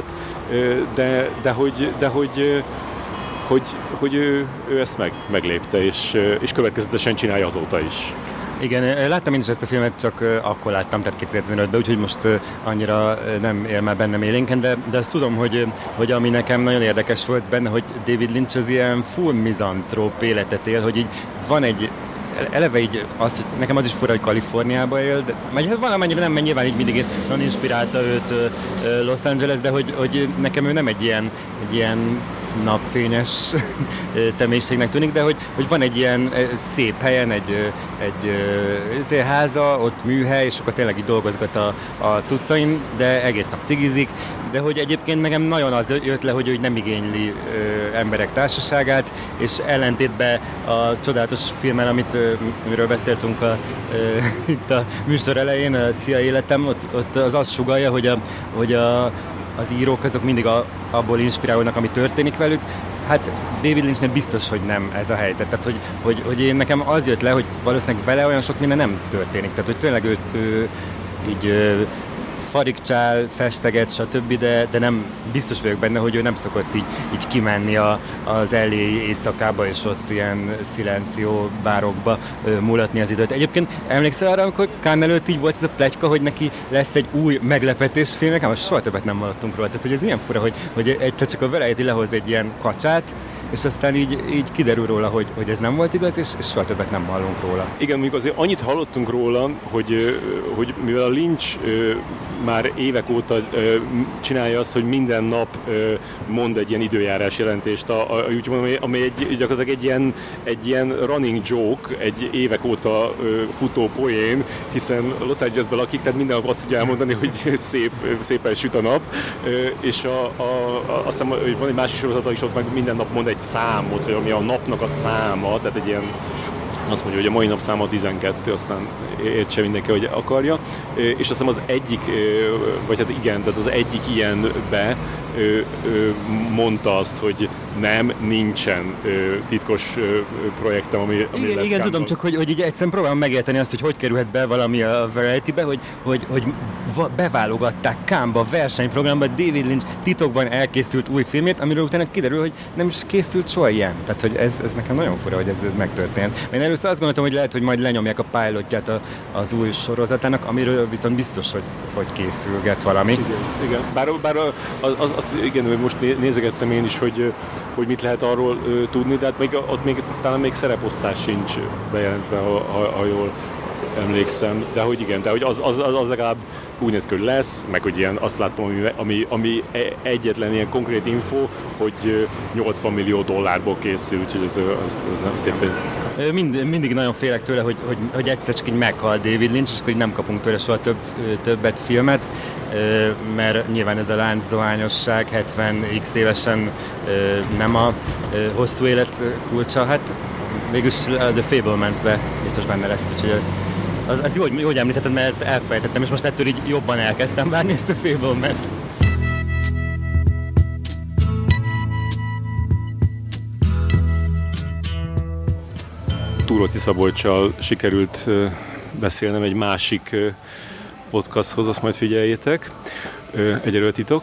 S1: de, de, hogy, de hogy, hogy, hogy ő, ő ezt meg, meglépte, és, és következetesen csinálja azóta is.
S2: Igen, láttam én is ezt a filmet, csak akkor láttam, tehát kétezer-tizenötben, úgyhogy most annyira nem él már bennem élénken, de, de azt tudom, hogy, hogy ami nekem nagyon érdekes volt benne, hogy David Lynch az ilyen full mizantróp életet él, hogy így van egy eleve így azt, hogy nekem az is fura, hogy Kaliforniába él, de hát valamennyire nem, mert nyilván így mindig nagyon inspirálta őt Los Angeles, de hogy, hogy nekem ő nem egy ilyen, egy ilyen napfényes személyiségnek tűnik, de hogy, hogy van egy ilyen szép helyen, egy, egy, egy háza, ott műhely, és akkor tényleg így dolgozgat a, a cuccain, de egész nap cigizik, de hogy egyébként nekem nagyon az jött le, hogy, hogy nem igényli ö, emberek társaságát, és ellentétben a csodálatos filmmel, amit ö, amiről beszéltünk a, ö, itt a műsor elején, a Szia Életem, ott, ott az azt sugallja, hogy a, hogy a az írók azok mindig a, abból inspirálódnak, ami történik velük. Hát David Lynchnek biztos, hogy nem ez a helyzet. Tehát, hogy, hogy, hogy én nekem az jött le, hogy valószínűleg vele olyan sok minden nem történik. Tehát, hogy tényleg ő, ő így farigcsál, festeget, stb., de, de nem biztos vagyok benne, hogy ő nem szokott így, így kimenni a, az elé éjszakába, és ott ilyen szilenció bárokba ö, mulatni az időt. Egyébként emlékszel arra, amikor Cannes előtt így volt ez a pletyka, hogy neki lesz egy új meglepetésfilm, nekem most soha többet nem hallottunk róla. Tehát, hogy ez ilyen fura, hogy, hogy egyszer csak a velejét lehoz egy ilyen kacsát, és aztán így, így kiderül róla, hogy, hogy ez nem volt igaz, és, és soha többet nem hallunk róla.
S1: Igen, mondjuk azért annyit hallottunk róla, hogy, hogy mivel a Lynch már évek óta csinálja azt, hogy minden nap mond egy ilyen időjárás jelentést a, a YouTube-on, ami, ami egy, gyakorlatilag egy ilyen, egy ilyen running joke, egy évek óta futó poén, hiszen Los Angelesben lakik, tehát minden nap azt tudja elmondani, hogy szép, szépen süt a nap, és a, a, a, azt hiszem, hogy van egy másik sorozata is, ott meg minden nap mond egy számot, vagy ami a napnak a száma, tehát egy ilyen, azt mondja, hogy a mai nap száma tizenkettő, aztán értse mindenki, hogy akarja. És azt hiszem az egyik, vagy hát igen, tehát az egyik ilyenbe mondta azt, hogy nem, nincsen titkos projektem, ami, ami
S2: igen,
S1: lesz.
S2: Igen, tudom, csak hogy, hogy így egyszerűen próbálom megérteni azt, hogy hogy kerülhet be valami a Variety-be, hogy, hogy, hogy beválogatták Cannes-ba, versenyprogramba David Lynch titokban elkészült új filmét, amiről utána kiderül, hogy nem is készült soha ilyen. Tehát, hogy ez, ez nekem nagyon fura, hogy ez, ez megtörtént. Én először azt gondoltam, hogy lehet, hogy majd lenyomják a pilotját a, az új sorozatának, amiről viszont biztos, hogy, hogy készülget valami.
S1: Igen, igen. Bár, bár az, az, az, igen, most nézegettem én is, hogy, hogy mit lehet arról uh, tudni, de hát még, ott még, talán még szereposztás sincs bejelentve, ha, ha, ha jól emlékszem, de hogy igen, de hogy az, az, az, az legalább úgy néz ki, hogy lesz, meg hogy ilyen, azt láttam, ami, ami, ami egyetlen ilyen konkrét info, hogy nyolcvan millió dollárból készült, hogy ez, az, az nem szép pénz.
S2: Mind, mindig nagyon félek tőle, hogy, hogy, hogy egyszer csak így meghal David Lynch, és hogy nem kapunk tőle soha több, többet filmet, mert nyilván ez a láncdohányosság hetven x évesen nem a hosszú élet kulcsa, hát végülis The Fabelmans-be biztos benne lesz, úgyhogy az, az jó, hogy, jó, hogy említetted, mert ezt elfelejtettem, és most ettől így jobban elkezdtem várni ezt a Fabelmans.
S1: Túróczi Szabolccsal sikerült beszélnem egy másik podcasthoz, azt majd figyeljétek, egyelőre titok,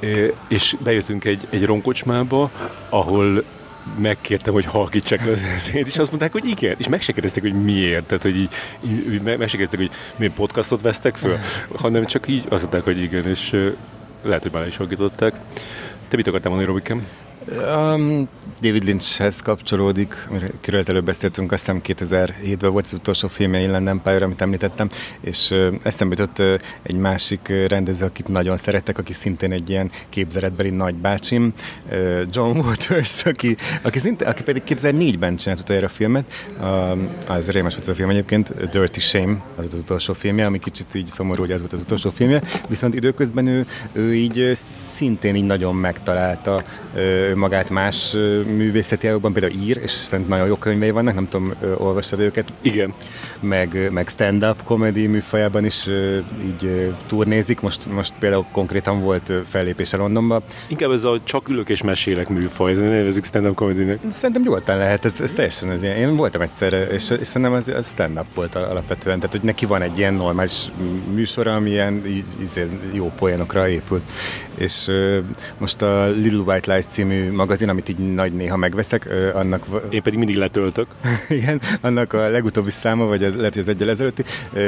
S1: és bejöttünk egy, egy romkocsmába, ahol megkértem, hogy halkítsák le és azt mondták, hogy igen, és meg se kérdezték, hogy miért, tehát, hogy így, így meg se kérdezték, hogy milyen podcastot vesztek föl, hanem csak így azt mondták, hogy igen, és lehet, hogy már is halkították. Te mit akartál mondani, Robikem?
S2: Um, David Lynchhez kapcsolódik, amiről előbb beszéltünk, azt hiszem kétezer-hétben volt az utolsó filmje, Inland Empire, amit említettem, és uh, eszembe jutott uh, egy másik rendező, akit nagyon szerettek, aki szintén egy ilyen képzeletbeli nagybácsim, uh, John Waters, aki, aki, szinte, aki pedig kétezer-négyben csinált utoljára a filmet, uh, az rémes volt az a film egyébként, Dirty Shame, az az utolsó filmje, ami kicsit így szomorú, hogy ez volt az utolsó filmje, viszont időközben ő, ő így szintén így nagyon megtalálta uh, magát más művészeti ágokban, például ír, és szerintem nagyon jó könyvei vannak, nem tudom, olvastad őket?
S1: Igen.
S2: Meg, meg stand-up comedy műfajában is így turnézik, most, most például konkrétan volt fellépése Londonban.
S1: Inkább ez a csak ülök és mesélek műfaj, nevezik stand-up comedynek.
S2: Szerintem nyugodtan lehet, ez, ez teljesen az ilyen. Én voltam egyszer, és, és szerintem az, az stand-up volt alapvetően, tehát hogy neki van egy ilyen normális műsora, ami ilyen jó poénokra épült. És most a Little White Lies című magazin, amit így nagy néha megveszek, annak...
S1: Én pedig mindig letöltök.
S2: Igen, annak a legutóbbi száma, vagy az, lehet, hogy az egyel ezelőtti,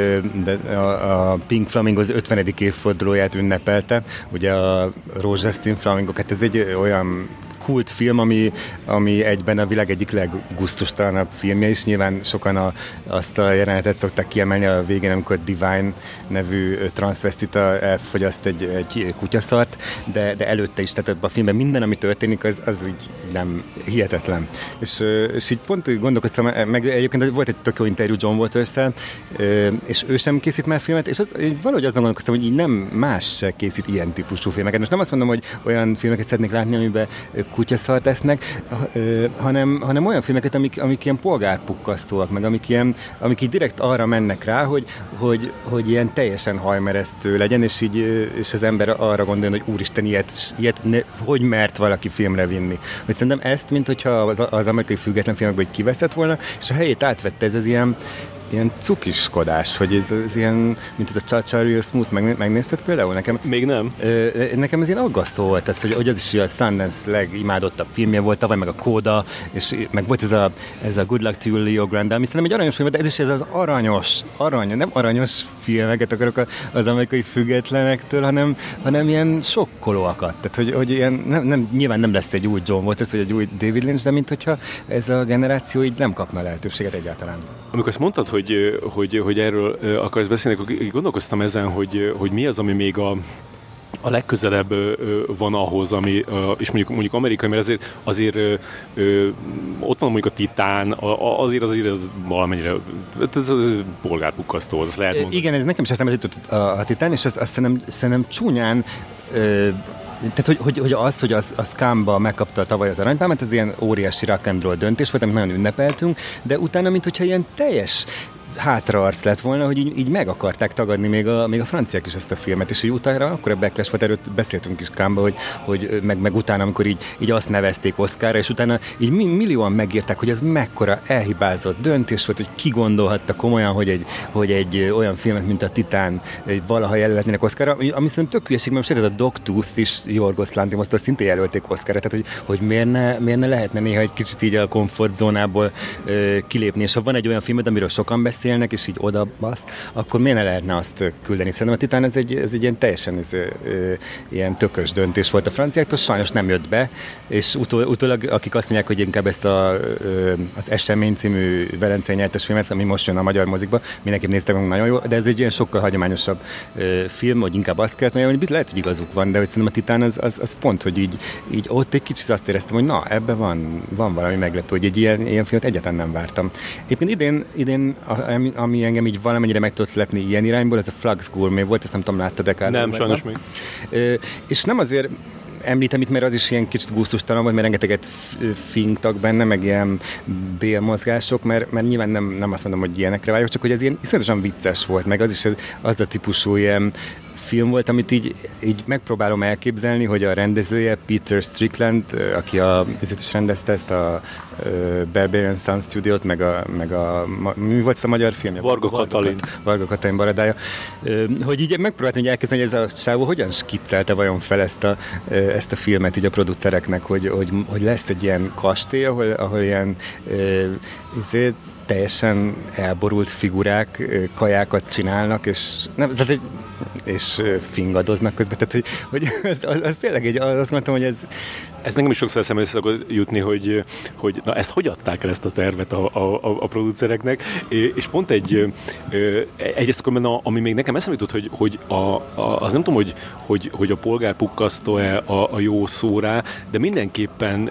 S2: de a, a Pink Flamingo az ötvenedik évfordulóját ünnepelte. Ugye a rózsaszín flamingok, hát ez egy olyan kultfilm, ami, ami egyben a világ egyik leggusztustalanabb filmje is. Nyilván sokan a, azt a jelenetet szokták kiemelni a végén, amikor Divine nevű transvestita elfogyaszt egy, egy kutyaszart, de, de előtte is, tehát a filmben minden, ami történik, az, az így nem hihetetlen. És, és így pont gondolkoztam, meg egyébként volt egy tök jó interjú John Waters-szel, és ő sem készít már filmet, és az, valahogy azon gondolkoztam, hogy így nem más se készít ilyen típusú filmeket. Most nem azt mondom, hogy olyan filmeket szeretnék látni, amiben kutyaszart esznek, hanem, hanem olyan filmeket, amik, amik ilyen polgárpukkasztóak, meg amik, ilyen, amik így direkt arra mennek rá, hogy, hogy, hogy ilyen teljesen hajmeresztő legyen, és így és az ember arra gondolja, hogy úristen, ilyet, ilyet ne, hogy mert valaki filmre vinni. Hogy szerintem ezt, mint hogyha az, az amerikai független filmekből kiveszett volna, és a helyét átvette ez az ilyen ilyen cukiskodás, hogy ez, ez ilyen, mint ez a Cha-Cha Real Smooth, meg, megnézted például? Nekem,
S1: Még nem.
S2: Ö, nekem ez ilyen aggasztó volt ez, hogy, hogy az is a Sundance legimádottabb filmje volt, tavaly meg a Kóda, és meg volt ez a, ez a Good Luck to You, Leo Grande, ami szerintem egy aranyos film, de ez is ez az aranyos, arany, nem aranyos filmeket akarok az amerikai függetlenektől, hanem, hanem ilyen sokkolóakat. Tehát, hogy, hogy ilyen, nem, nem, nyilván nem lesz egy új John Waters, vagy egy új David Lynch, de mint hogyha ez a generáció így nem kapna lehetőséget egyáltalán.
S1: Amikor azt mondtad, hogy, hogy, hogy erről akarsz beszélni, akkor gondolkoztam ezen, hogy, hogy mi az, ami még a a legközelebb van ahhoz, ami, és mondjuk, mondjuk amerikai, mert azért, azért ö, ott van mondjuk a Titán, azért azért ez valamennyire, ez, ez polgárpukkasztó, azt lehet mondani.
S2: Igen, ez nekem is eszembe jutott a, a Titán, és azt, azt szerintem, szerintem csúnyán ö, tehát, hogy, hogy, hogy az, hogy az, az Cannes-ba megkapta tavaly az aranypálmát, ez ilyen óriási rock and roll döntés volt, amit nagyon ünnepeltünk, de utána, mint hogyha ilyen teljes hátraarc lett volna, hogy így, így meg akarták tagadni még a, még a franciák is ezt a filmet, és így utána akkor a backlash volt, erről beszéltünk is Cannes-ba, hogy, hogy meg, meg utána, amikor így, így azt nevezték Oscarra, és utána így millióan megírták, hogy ez mekkora elhibázott döntés volt, hogy ki gondolhatta komolyan, hogy egy, hogy egy olyan filmet, mint a Titán valaha jelölhetnének Oscarra, ami szerintem tök hülyeség, mert most a Dogtooth is Yorgos Lanthimos-tól szintén jelölték Oscarra, tehát hogy, hogy miért, ne, miért ne lehetne néha egy kicsit így a komfortzónából ö, kilépni, és ha van egy olyan filmed, amiről sokan beszélnek, és így oda basz, akkor miért ne lehetne azt küldeni? Szerintem a Titán ez egy, ez egy ilyen teljesen ez, ö, ilyen tökös döntés volt a franciáktól, sajnos nem jött be, és utól, utólag akik azt mondják, hogy inkább ezt a, ö, az Esemény című Velencei nyertes filmet, ami most jön a magyar mozikba, mindenképp néztem, hogy nagyon jó, de ez egy ilyen sokkal hagyományosabb ö, film, hogy inkább azt kellett mondani, hogy lehet, hogy igazuk van, de hogy szerintem a Titán az, az, az pont, hogy így, így ott egy kicsit azt éreztem, hogy na, ebben van, van valami meglepő, hogy egy ilyen, ilyen filmet egyáltalán nem vártam. Éppen idén, idén a, ami engem így valamennyire meg tudott lepni ilyen irányból, ez a Flux Gourmet volt, ezt nem tudom, láttad-e Kárló?
S1: Nem, sajnos még.
S2: Ö, és nem azért említem itt, mert az is ilyen kicsit gusztustalan volt, mert rengeteget fingtak benne, meg ilyen bélmozgások, mert, mert nyilván nem, nem azt mondom, hogy ilyenekre vágyok, csak hogy ez ilyen iszonyatosan vicces volt, meg az is az a típusú ilyen film volt, amit így, így megpróbálom elképzelni, hogy a rendezője Peter Strickland, aki a, ezért is rendezte ezt a uh, Barbarian Sound Studiót, meg a, meg a mi volt ez a magyar filmje?
S1: Varga Katalin.
S2: Varga Katalin baradája. Uh, hogy így megpróbáltam hogy elkezdeni, hogy ez a sávó hogyan skiccelte vajon fel ezt a, uh, ezt a filmet így a producereknek, hogy, hogy, hogy lesz egy ilyen kastély, ahol, ahol ilyen uh, ezért teljesen elborult figurák kajákat csinálnak, és, nem, tehát egy, és fingadoznak közben. Tehát, hogy, hogy az, az, az tényleg egy, azt mondtam, hogy ez...
S1: Ez nekem is sokszor eszembe szokott jutni, hogy, hogy na ezt hogy adták el ezt a tervet a, a, a producereknek, és pont egy egyrészt akkor, ami még nekem eszembe jutott, hogy, hogy a, a, az nem tudom, hogy, hogy, hogy a polgárpukkasztó-e a, a jó szó rá, de mindenképpen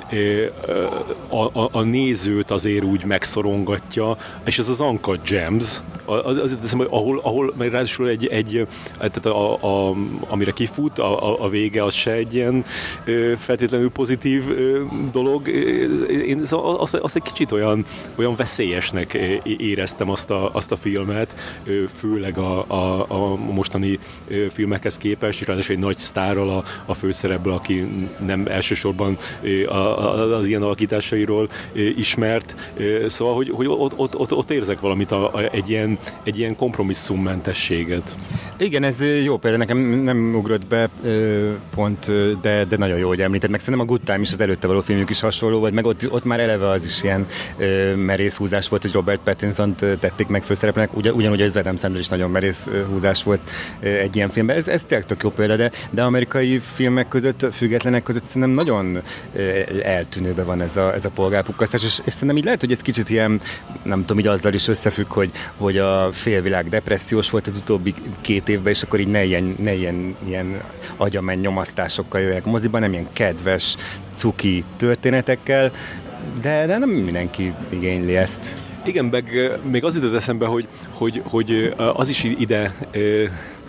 S1: a, a, a nézőt azért úgy megszorongatja, és ez az Uncut Gems, az, az, az, ahol, ahol ráadásul egy, egy tehát a, a, amire kifut, a, a vége az se egy ilyen feltétlenül pozitív dolog. Én azt, azt egy kicsit olyan, olyan veszélyesnek éreztem azt a, azt a filmet, főleg a, a, a mostani filmekhez képest, és ráadásul egy nagy sztárral a, a főszerebből, aki nem elsősorban a, a, az ilyen alakításairól ismert. Szóval, hogy, hogy ott, ott, ott, ott érzek valamit, a, a, egy, ilyen, egy ilyen kompromisszummentességet.
S2: Igen, ez jó példa, nekem nem ugrott be pont, de, de nagyon jó, hogy említed. Meg szerintem a Good Time is, az előtte való filmjük is hasonló volt, meg ott, ott már eleve az is ilyen ö, merész húzás volt, hogy Robert Pattinsont tették meg főszereplőnek, Ugyan, ugyanúgy az Adam Sandler is nagyon merész húzás volt ö, egy ilyen filmben. Ez, ez tényleg tök jó példa, de, de amerikai filmek között, függetlenek között szerintem nagyon ö, eltűnőben van ez a, ez a polgárpukkasztás, és, és szerintem így lehet, hogy ez kicsit ilyen, nem tudom, így azzal is összefügg, hogy, hogy a félvilág depressziós volt az utóbbi két évben, és akkor így ne ilyen, ne ilyen, ilyen agyamenny nyomasztásokkal jöjjek moziban, nem ilyen kedves, cuki történetekkel, de, de nem mindenki igényli ezt.
S1: Igen, meg még az jutott eszembe, hogy, hogy, hogy az is ide ö,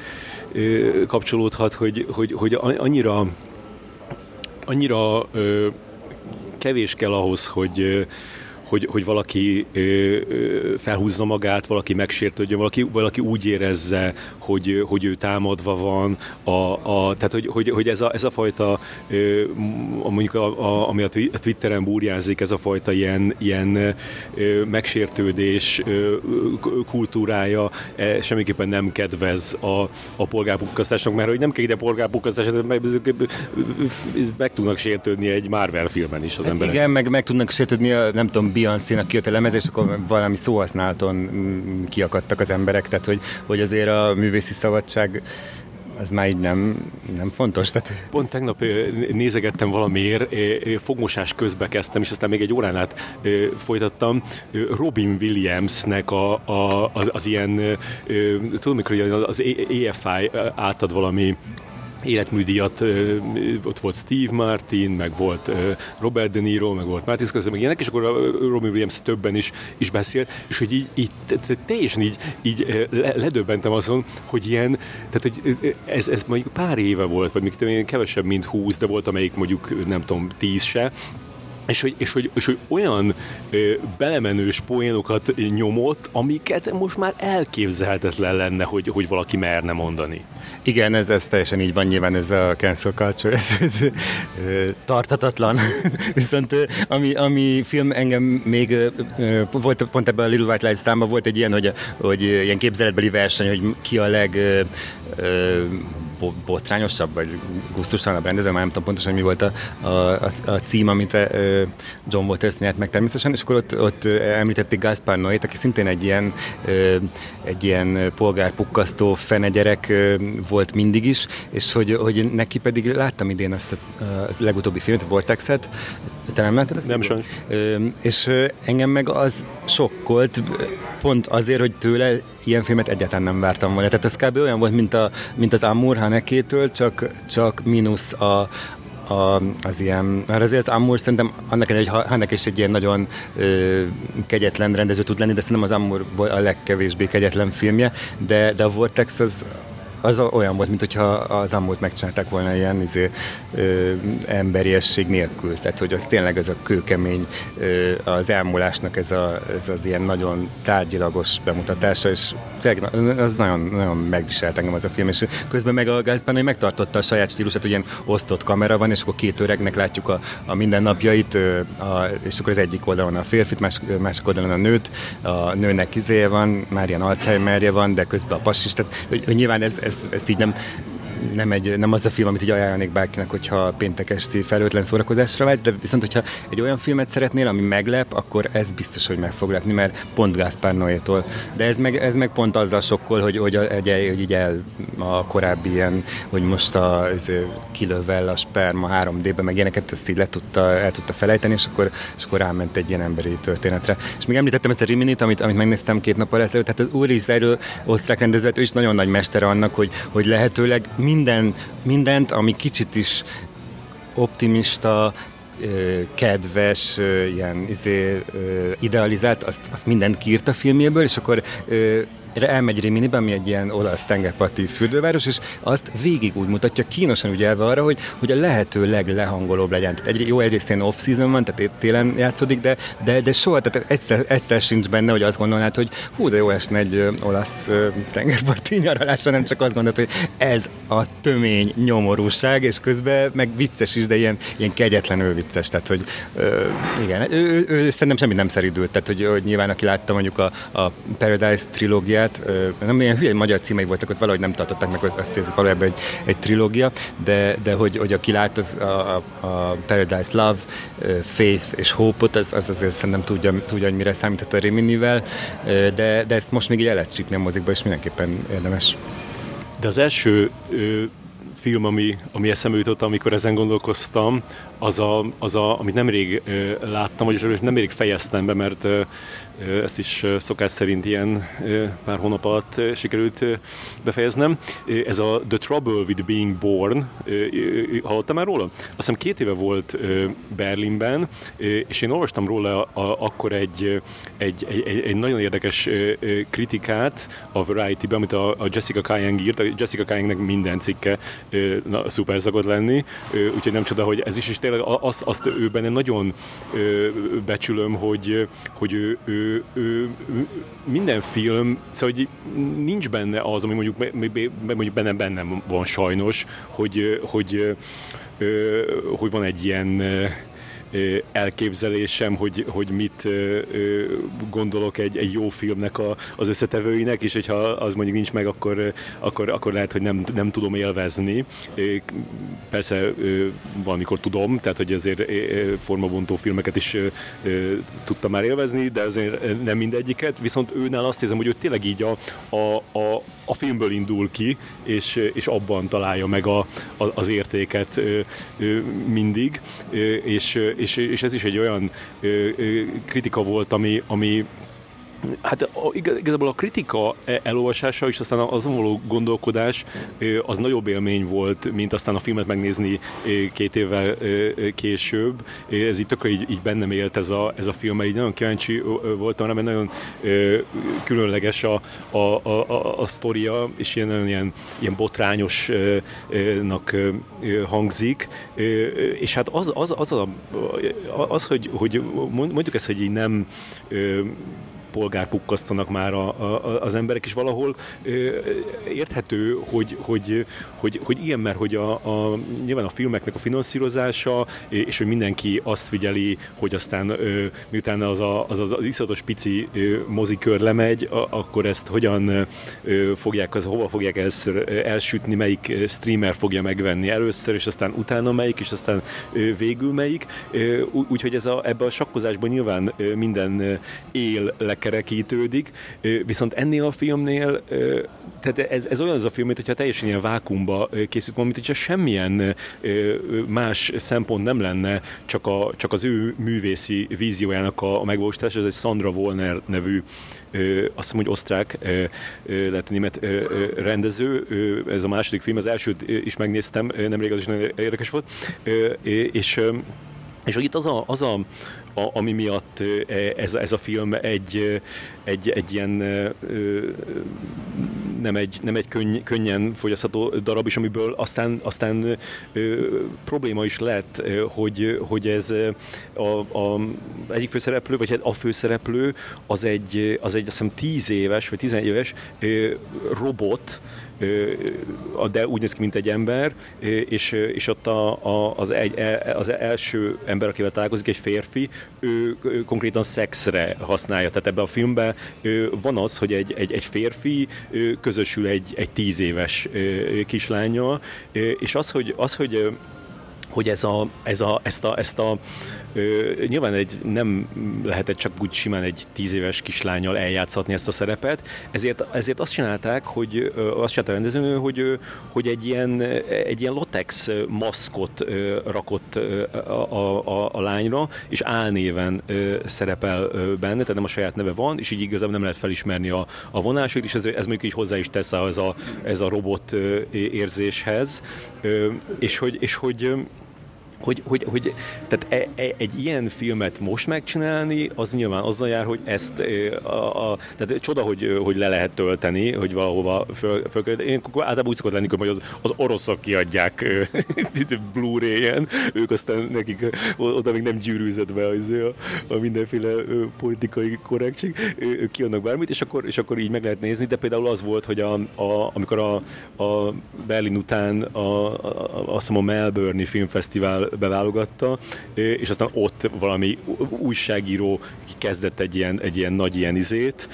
S1: ö, kapcsolódhat, hogy, hogy, hogy annyira, annyira ö, kevés kell ahhoz, hogy, hogy, hogy valaki ö, ö, felhúzza magát, valaki megsértődjön, valaki, valaki úgy érezze, hogy, hogy ő támadva van, a, a, tehát hogy, hogy, hogy ez, a, ez a fajta, ö, mondjuk a, a, ami a Twitteren burjánzik, ez a fajta ilyen, ilyen ö, megsértődés ö, kultúrája e, semmiképpen nem kedvez a, a polgárpukkasztásnak, mert hogy nem kell ide polgárpukkasztásnak, meg, meg tudnak sértődni egy Marvel filmen is az
S2: hát
S1: emberek.
S2: Igen, meg, meg tudnak sértődni a, nem tudom, Beyoncé-nak kijött a lemez, és akkor valami szóhasználaton kiakadtak az emberek, tehát hogy, hogy azért a művészi szabadság az már így nem, nem fontos. Tehát...
S1: Pont tegnap nézegettem valamiért, fogmosás közben kezdtem, és aztán még egy órán át folytattam. Robin Williamsnek a, a, az, az ilyen, tudom mikor az á ef i átad valami életműdíjat, ott volt Steve Martin, meg volt Robert De Niro, meg volt Martin Scorsese, meg ilyenek, és akkor a Robin Williams többen is, is beszélt, és hogy így, így teljesen így, így ledöbbentem azon, hogy ilyen, tehát hogy ez, ez mondjuk pár éve volt, vagy még tudom, kevesebb, mint húsz, de volt amelyik mondjuk nem tudom, tíz se, És hogy, és, hogy, és hogy olyan ö, belemenős poénokat nyomott, amiket most már elképzelhetetlen lenne, hogy, hogy valaki merne mondani.
S2: Igen, ez, ez teljesen így van, nyilván ez a cancel culture, ez, ez ö, tarthatatlan. Viszont ö, ami, ami film engem még ö, ö, volt pont ebben a Little White Lies számban volt egy ilyen, hogy, hogy ilyen képzeletbeli verseny, hogy ki a leg ö, ö, botrányosabb, vagy gusztustalanabb rendező, már nem tudom pontosan, mi volt a, a, a cím, amit John Waters nyert meg természetesen, és akkor ott, ott említették Gaspar Noét, aki szintén egy ilyen, egy ilyen polgárpukkasztó fenegyerek volt mindig is, és hogy, hogy neki pedig láttam idén azt a, a legutóbbi filmet, a Vortex-et, te nem láttad ezt?
S1: Nem sajnos.
S2: És engem meg az sokkolt, pont azért, hogy tőle ilyen filmet egyáltalán nem vártam volna. Tehát ez kb. Olyan volt, mint, a, mint az Amour Hanekétől, csak, csak mínusz a, a, az ilyen, mert azért az Amour szerintem annak ellenére, hogy Haneke is egy ilyen nagyon ö, kegyetlen rendező tud lenni, de szerintem az Amour a legkevésbé kegyetlen filmje, de, de a Vortex az az olyan volt, mint hogyha az Amourt megcsinálták volna ilyen izé, ö, emberiesség nélkül. Tehát, hogy az tényleg ez a kőkemény, ö, az elmúlásnak ez, a, ez az ilyen nagyon tárgyilagos bemutatása, és az nagyon, nagyon megviselt engem az a film, és közben meg a Gaspar Noé megtartotta a saját stílusát, hogy ilyen osztott kamera van, és akkor két öregnek látjuk a, a mindennapjait, ö, a, és akkor az egyik oldalon a férfit, más, másik oldalon a nőt, a nőnek izéje van, már ilyen Alzheimerje van, de közben a passis, tehát hogy, hogy nyilván ez, ez Ez, ezt így nem, nem, egy, nem az a film, amit így ajánlanék bárkinek, hogyha péntek esti felőtlen szórakozásra vágysz, de viszont, hogyha egy olyan filmet szeretnél, ami meglep, akkor ez biztos, hogy meg fog lepni, mert pont Gaspar Noétól. De ez meg, ez meg pont azzal sokkol, hogy, hogy, hogy, hogy így el a korábbi ilyen, hogy most a kilövel a sperma három dé-be, meg ilyeneket, ezt így le tudta, el tudta felejteni, és akkor, és akkor ráment egy ilyen emberi történetre. És még említettem ezt a Riminit, amit, amit megnéztem két nappal ezelőtt, tehát az Uri Zeiről, osztrák rendező, ő is nagyon nagy mestere annak, hogy, hogy lehetőleg minden, mindent, ami kicsit is optimista, kedves, ilyen izé, idealizált, azt, azt mindent kiírt a filmjéből, és akkor elmegy Riminibe, ami egy ilyen olasz tengerparti fürdőváros, és azt végig úgy mutatja, kínosan ügyelve arra, hogy, hogy a lehető leglehangolóbb legyen. Tehát egy, jó, egyrészt ilyen off-season van, tehát télen játszódik, de, de, de soha, tehát egyszer, egyszer sincs benne, hogy azt gondolnád, hogy hú, de jó esne egy ö, olasz ö, tengerparti nyaralásra, nem csak azt gondolod, hogy ez a tömény nyomorúság, és közben meg vicces is, de ilyen, ilyen kegyetlenül vicces, tehát hogy ö, igen, ő, ő, ő szerintem semmit nem szeridült, tehát hogy, hogy nyilván aki látta mondjuk a, a Paradise trilógiát, nem ilyen hülye magyar címei voltak, ott valahogy nem tartották meg, azt hiszem, valójában egy, egy trilógia, de, de hogy, hogy aki lát az a, a Paradise Love, Faith és Hope-ot, az, az azért szerintem tudja, tudja, hogy mire számított a Riminivel, de, de ezt most még így el lehet csípni a mozikba, és mindenképpen érdemes.
S1: De az első ö, film, ami, ami eszembe jutott, amikor ezen gondolkoztam, az, a, az a, amit nemrég ö, láttam, vagyis nemrég fejeztem be, mert ö, ezt is szokás szerint ilyen pár hónap alatt sikerült befejeznem. Ez a The Trouble with Being Born. Hallottam már róla? Azt hiszem két éve volt Berlinben, és én olvastam róla akkor egy, egy, egy, egy nagyon érdekes kritikát a Variety-ben, amit a Jessica Kayan írt. A Jessica Kayannek minden cikke na, szuper szokott lenni, úgyhogy nem csoda, hogy ez is, és tényleg azt, azt ő benne nagyon becsülöm, hogy, hogy ő, ő, ő, ő minden film, szóval hogy nincs benne az, ami mondjuk, mondjuk bennem, bennem van sajnos, hogy, hogy, hogy van egy ilyen elképzelésem, hogy, hogy mit gondolok egy, egy jó filmnek a, az összetevőinek, és hogyha az mondjuk nincs meg, akkor, akkor, akkor lehet, hogy nem, nem tudom élvezni. Persze valamikor tudom, tehát hogy azért formabontó filmeket is tudtam már élvezni, de azért nem mindegyiket, viszont őnál azt érzem, hogy ő tényleg így a, a, a, a filmből indul ki, és, és abban találja meg a, a, az értéket mindig, és És, és ez is egy olyan ö, ö, kritika volt, ami, ami hát igazából a kritika elolvasása és aztán azon való gondolkodás az nagyobb élmény volt, mint aztán a filmet megnézni két évvel később. Ez így tökre így, így bennem élt ez a, ez a film, így nagyon kíváncsi voltam rá, mert nagyon különleges a, a, a, a, a sztoria, és ilyen, ilyen, ilyen botrányosnak hangzik. És hát az, az, az, az, az hogy, hogy mondjuk ezt, hogy így nem polgárpukkasztanak már a, a, az emberek, és valahol ö, érthető, hogy, hogy, hogy, hogy ilyen, mert hogy a, a, nyilván a filmeknek a finanszírozása, és hogy mindenki azt figyeli, hogy aztán ö, miután az a, az, az, az iszatos pici ö, mozikör lemegy, a, akkor ezt hogyan ö, fogják, az, hova fogják először elsütni, melyik streamer fogja megvenni először, és aztán utána melyik, és aztán ö, végül melyik. Úgyhogy ez a, ebben a sakkozásban nyilván ö, minden él le kerekítődik, viszont ennél a filmnél, tehát ez, ez olyan az a film, mint hogyha teljesen ilyen vákumba készült volna, mint hogyha semmilyen más szempont nem lenne, csak, a, csak az ő művészi víziójának a, a megvalósítása. Ez egy Sandra Wollner nevű, azt hiszem, hogy osztrák, lehet német rendező, ez a második film, az elsőt is megnéztem, nemrég az is nagyon érdekes volt, és És itt az a, az a, a ami miatt ez, ez a film egy, egy, egy ilyen nem egy, nem egy könny, könnyen fogyasztható darab is, amiből aztán, aztán probléma is lett, hogy, hogy ez a, a egyik főszereplő, vagy a főszereplő az egy, az egy azt hiszem tíz éves, vagy tizenegy éves robot, de úgy néz ki, mint egy ember, és, és ott a, a, az, egy, az első ember, akivel találkozik, egy férfi, ő konkrétan szexre használja. Tehát ebben a filmben van az, hogy egy, egy, egy férfi közösül egy, egy tíz éves kislánnyal, és az, hogy, az, hogy hogy ez a, ez a, ezt a, ezt a ö, nyilván egy, nem lehetett csak úgy simán egy tíz éves kislánnyal eljátszatni ezt a szerepet, ezért, ezért azt csinálták, hogy ö, azt csinálta a rendezőnő, hogy, ö, hogy egy ilyen, egy ilyen latex maszkot ö, rakott ö, a, a, a lányra, és álnéven ö, szerepel ö, benne, tehát nem a saját neve van, és így igazából nem lehet felismerni a, a vonásait, és ez, ez mondjuk így hozzá is tesz ez a, ez a robot ö, érzéshez, ö, és hogy, és hogy Hogy, hogy, hogy tehát e, e, egy ilyen filmet most megcsinálni, az nyilván azzal jár, hogy ezt a, a, tehát csoda, hogy, hogy le lehet tölteni, hogy valahova föl, föl én általában úgy szokott lenni, hogy az, az oroszok kiadják Blu-ray-en, ők aztán nekik oda még nem gyűrűzött be az, a, a mindenféle politikai korrektség, ők kiadnak bármit, és akkor, és akkor így meg lehet nézni, de például az volt, hogy a, a, amikor a, a Berlin után a, a, azt hiszem a Melbourne-i filmfesztivál beválogatta, és aztán ott valami újságíró kezdett egy ilyen, egy ilyen nagy ilyen izét,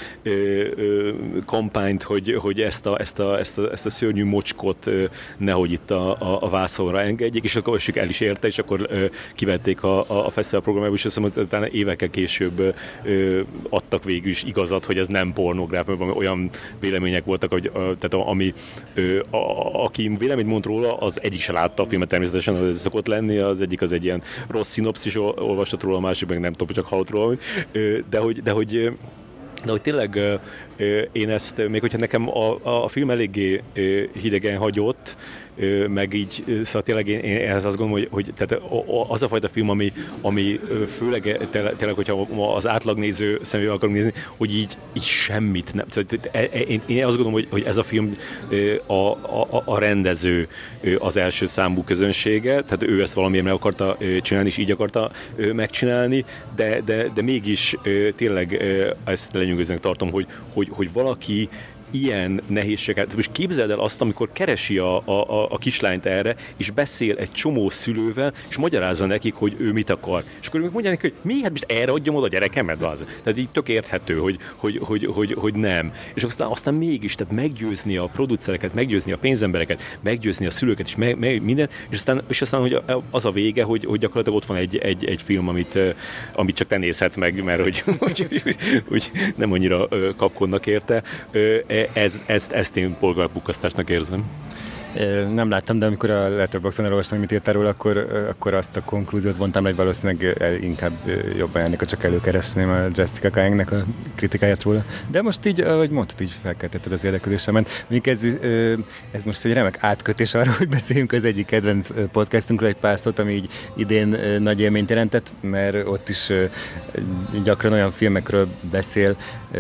S1: kampányt, hogy, hogy ezt, a, ezt, a, ezt, a, ezt a szörnyű mocskot nehogy itt a, a, a vászonra engedjék, és akkor ők el is érte, és akkor kivették a, a fesztivál programjába, és azt hiszem, hogy utána évekkel később adtak végül is igazat, hogy ez nem pornográf, mert olyan vélemények voltak, hogy, tehát ami, a, a, aki véleményt mond róla, az egyik se látta a filmet természetesen, az szokott lenni, az egyik az egy ilyen rossz szinopszis olvasott róla, a másik meg nem tudom, csak hallott róla, de hogy, de hogy De hogy tényleg én ezt, még hogyha nekem a, a film eléggé hidegen hagyott, meg így, szóval tényleg én, én ehhez azt gondolom, hogy, hogy tehát az a fajta film, ami, ami főleg tényleg, hogyha az átlagnéző szemével akarunk nézni, hogy így, így semmit nem. Szóval én, én azt gondolom, hogy, hogy ez a film a, a, a rendező az első számú közönsége, tehát ő ezt valamiért meg akarta csinálni, és így akarta megcsinálni, de, de, de mégis tényleg ezt lenyűgözőnek tartom, hogy, hogy, hogy valaki ilyen nehézséget. Most képzeld el azt, amikor keresi a, a, a kislányt erre, és beszél egy csomó szülővel, és magyarázza nekik, hogy ő mit akar. És akkor még mondják, hogy mi? Hát most erre adjam oda a gyerekemet? Az. Tehát így tök érthető, hogy, hogy, hogy, hogy, hogy nem. És aztán, aztán mégis, tehát meggyőzni a producereket, meggyőzni a pénzembereket, meggyőzni a szülőket, és meg, meg minden, és aztán, és aztán hogy az a vége, hogy, hogy gyakorlatilag ott van egy, egy, egy film, amit, amit csak te nézhetsz meg, mert hogy, hogy, hogy, hogy nem annyira kapkodnak érte. Ez, ezt, ezt én polgárbukasztásnak érzem.
S2: Nem láttam, de amikor a Letterboxdon elolvastam, hogy mit írtál róla, akkor, akkor azt a konklúziót vontam, hogy valószínűleg inkább jobban járnék, csak előkeresném a Jessica Kaingnek a kritikáját róla. De most így, ahogy mondtad, így felkeltetted az érdeklődésemet. Mondjuk ez, ez most egy remek átkötés arra, hogy beszéljünk az egyik kedvenc podcastunkról egy pár szót, ami így idén nagy élményt jelentett, mert ott is gyakran olyan filmekről beszél,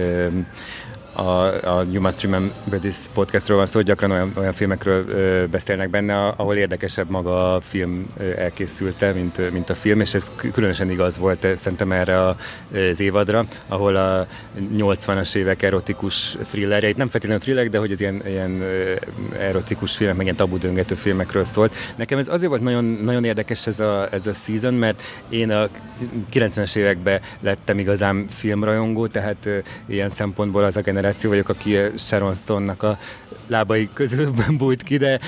S2: A, a You Must Remember This podcastról van szó, hogy gyakran olyan, olyan filmekről ö, beszélnek benne, ahol érdekesebb maga a film ö, elkészülte, mint, mint a film, és ez különösen igaz volt szerintem erre a, az évadra, ahol a nyolcvanas évek erotikus thrillerjeit, nem feltétlenül thrillerek, de hogy az ilyen, ilyen erotikus filmek, meg ilyen tabudöngető filmekről szólt. Nekem ez azért volt nagyon, nagyon érdekes ez a, ez a season, mert én a kilencvenes években lettem igazán filmrajongó, tehát ö, ilyen szempontból az a generáció vagyok, aki Sharon Stone-nak a lábai közül bújt ki, de,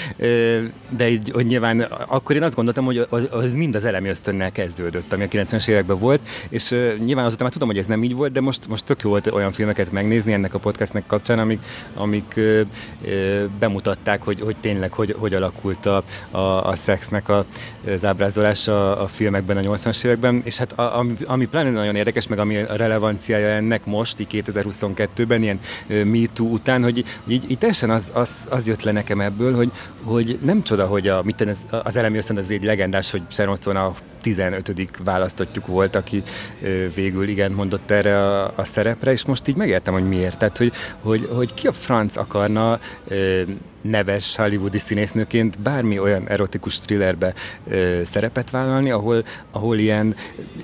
S2: de így, hogy nyilván akkor én azt gondoltam, hogy az, az mind az elemi ösztönnel kezdődött, ami a kilencvenes években volt, és nyilván azután már tudom, hogy ez nem így volt, de most, most tök jó volt olyan filmeket megnézni ennek a podcastnek kapcsán, amik, amik ö, ö, bemutatták, hogy, hogy tényleg hogy, hogy alakult a, a, a szexnek a, az ábrázolása a filmekben a nyolcvanas években, és hát a, ami, ami pláne nagyon érdekes, meg ami a relevanciája ennek most, így kétezer-huszonkettőben, ilyen Me Too után, hogy így, így teljesen az, az, az jött le nekem ebből, hogy, hogy nem csoda, hogy a, mit tenni, az elemi ösztön az egy legendás, hogy Sharon Stone a tizenötödik választottjuk volt, aki ö, végül igen mondott erre a, a szerepre, és most így megértem, hogy miért. Tehát, hogy, hogy, hogy ki a franc akarna ö, neves hollywoodi színésznőként bármi olyan erotikus thrillerbe ö, szerepet vállalni, ahol, ahol ilyen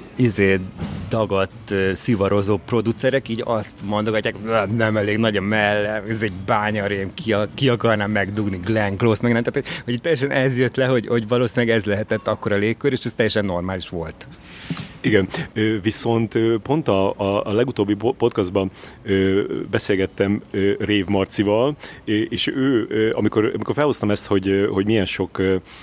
S2: izé dagadt, ö, szivarozó producerek így azt mondogatják, nem elég nagy a melle, ez egy bányarém, ki, a, ki akarnám megdugni Glenn Close, meg nem. Tehát, hogy, hogy teljesen ez jött le, hogy, hogy valószínűleg ez lehetett akkor a légkör, és ez teljesen normális volt.
S1: Igen, viszont pont a, a legutóbbi podcastban beszélgettem Rév Marcival, és ő, amikor, amikor felhoztam ezt, hogy, hogy milyen sok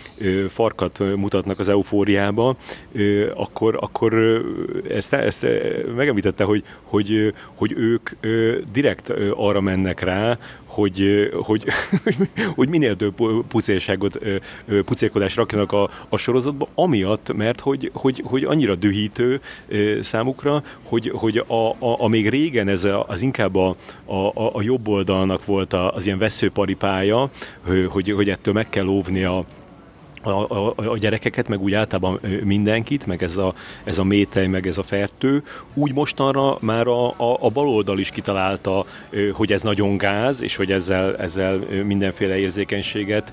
S1: farkat mutatnak az Eufóriába, akkor, akkor ezt, ezt megemlítette, hogy, hogy, hogy ők direkt arra mennek rá, hogy, hogy, hogy minél több pucélságot, pucélkodást rakjanak a, a sorozatba, amiatt, mert hogy, hogy, hogy annyira dühítő számukra, hogy, hogy a, a, a még régen ez a, az inkább a, a, a jobb oldalnak volt az ilyen veszőparipája, hogy, hogy ettől meg kell óvni a A, a, a gyerekeket, meg úgy általában mindenkit, meg ez a, ez a métej, meg ez a fertő, úgy mostanra már a, a, a baloldal is kitalálta, hogy ez nagyon gáz, és hogy ezzel, ezzel mindenféle érzékenységet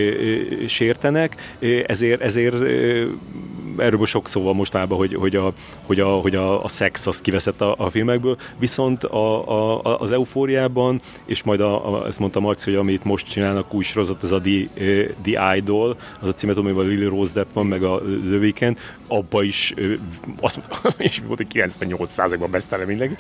S1: sértenek, ezért, ezért erről sok szó van mostanában, hogy, hogy, a, hogy, a, hogy a, a szex azt kiveszett a, a filmekből, viszont a, a, az Eufóriában, és majd a, a, ezt mondta Marci, hogy amit most csinálnak új sorozat, ez a The, The Idol, az a címet, amiben Lily Rose Depp van, meg a The Weeknd, abba is azt mondta, és volt, hogy kilencvennyolc százalékban beszélne mindenki,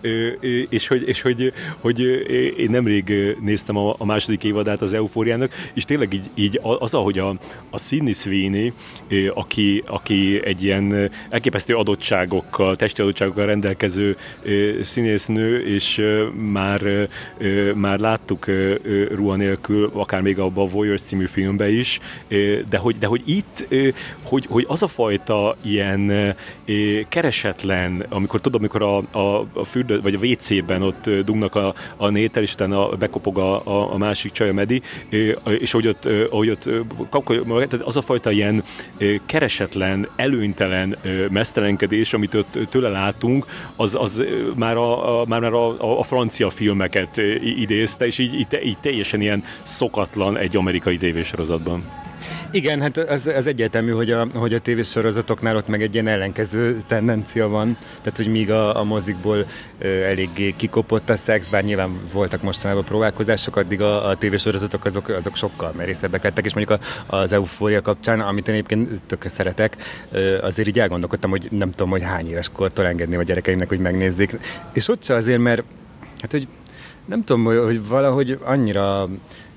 S1: és hogy, és hogy, hogy én nemrég néztem a, a második évadát az Eufóriának, és tényleg így, így az, ahogy a, a Sydney Sweeney, aki, aki aki egy ilyen elképesztő adottságokkal, testi adottságokkal rendelkező színésznő, és már, már láttuk ruha nélkül, akár még abban a Voyeurs című filmben is, de hogy, de hogy itt, hogy, hogy az a fajta ilyen keresetlen, amikor tudod, amikor a, a, a fürdő, vagy a vé cében ott dugnak a, a nétel, és utána bekopog a, a, a másik csaj, a Medi, és ahogy ott, ahogy ott kapkolja, az a fajta ilyen keresetlen, előnytelen mesztelenkedés, amit ott tőle látunk, az, az már, a, a, már a, a francia filmeket idézte, és így, így, így teljesen ilyen szokatlan egy amerikai tévésorozatban.
S2: Igen, hát az, az egyértelmű, hogy a, hogy a tévésorozatoknál ott meg egy ilyen ellenkező tendencia van, tehát hogy míg a, a mozikból ö, eléggé kikopott a szex, bár nyilván voltak mostanában próbálkozások, addig a, a tévésorozatok azok, azok sokkal merészebbek lettek, és mondjuk a, az Eufória kapcsán, amit én egyébként tökre szeretek, ö, azért így elgondolkodtam, hogy nem tudom, hogy hány éves kortól engedném a gyerekeimnek, hogy megnézzék. És ott se azért, mert hát, hogy nem tudom, hogy valahogy annyira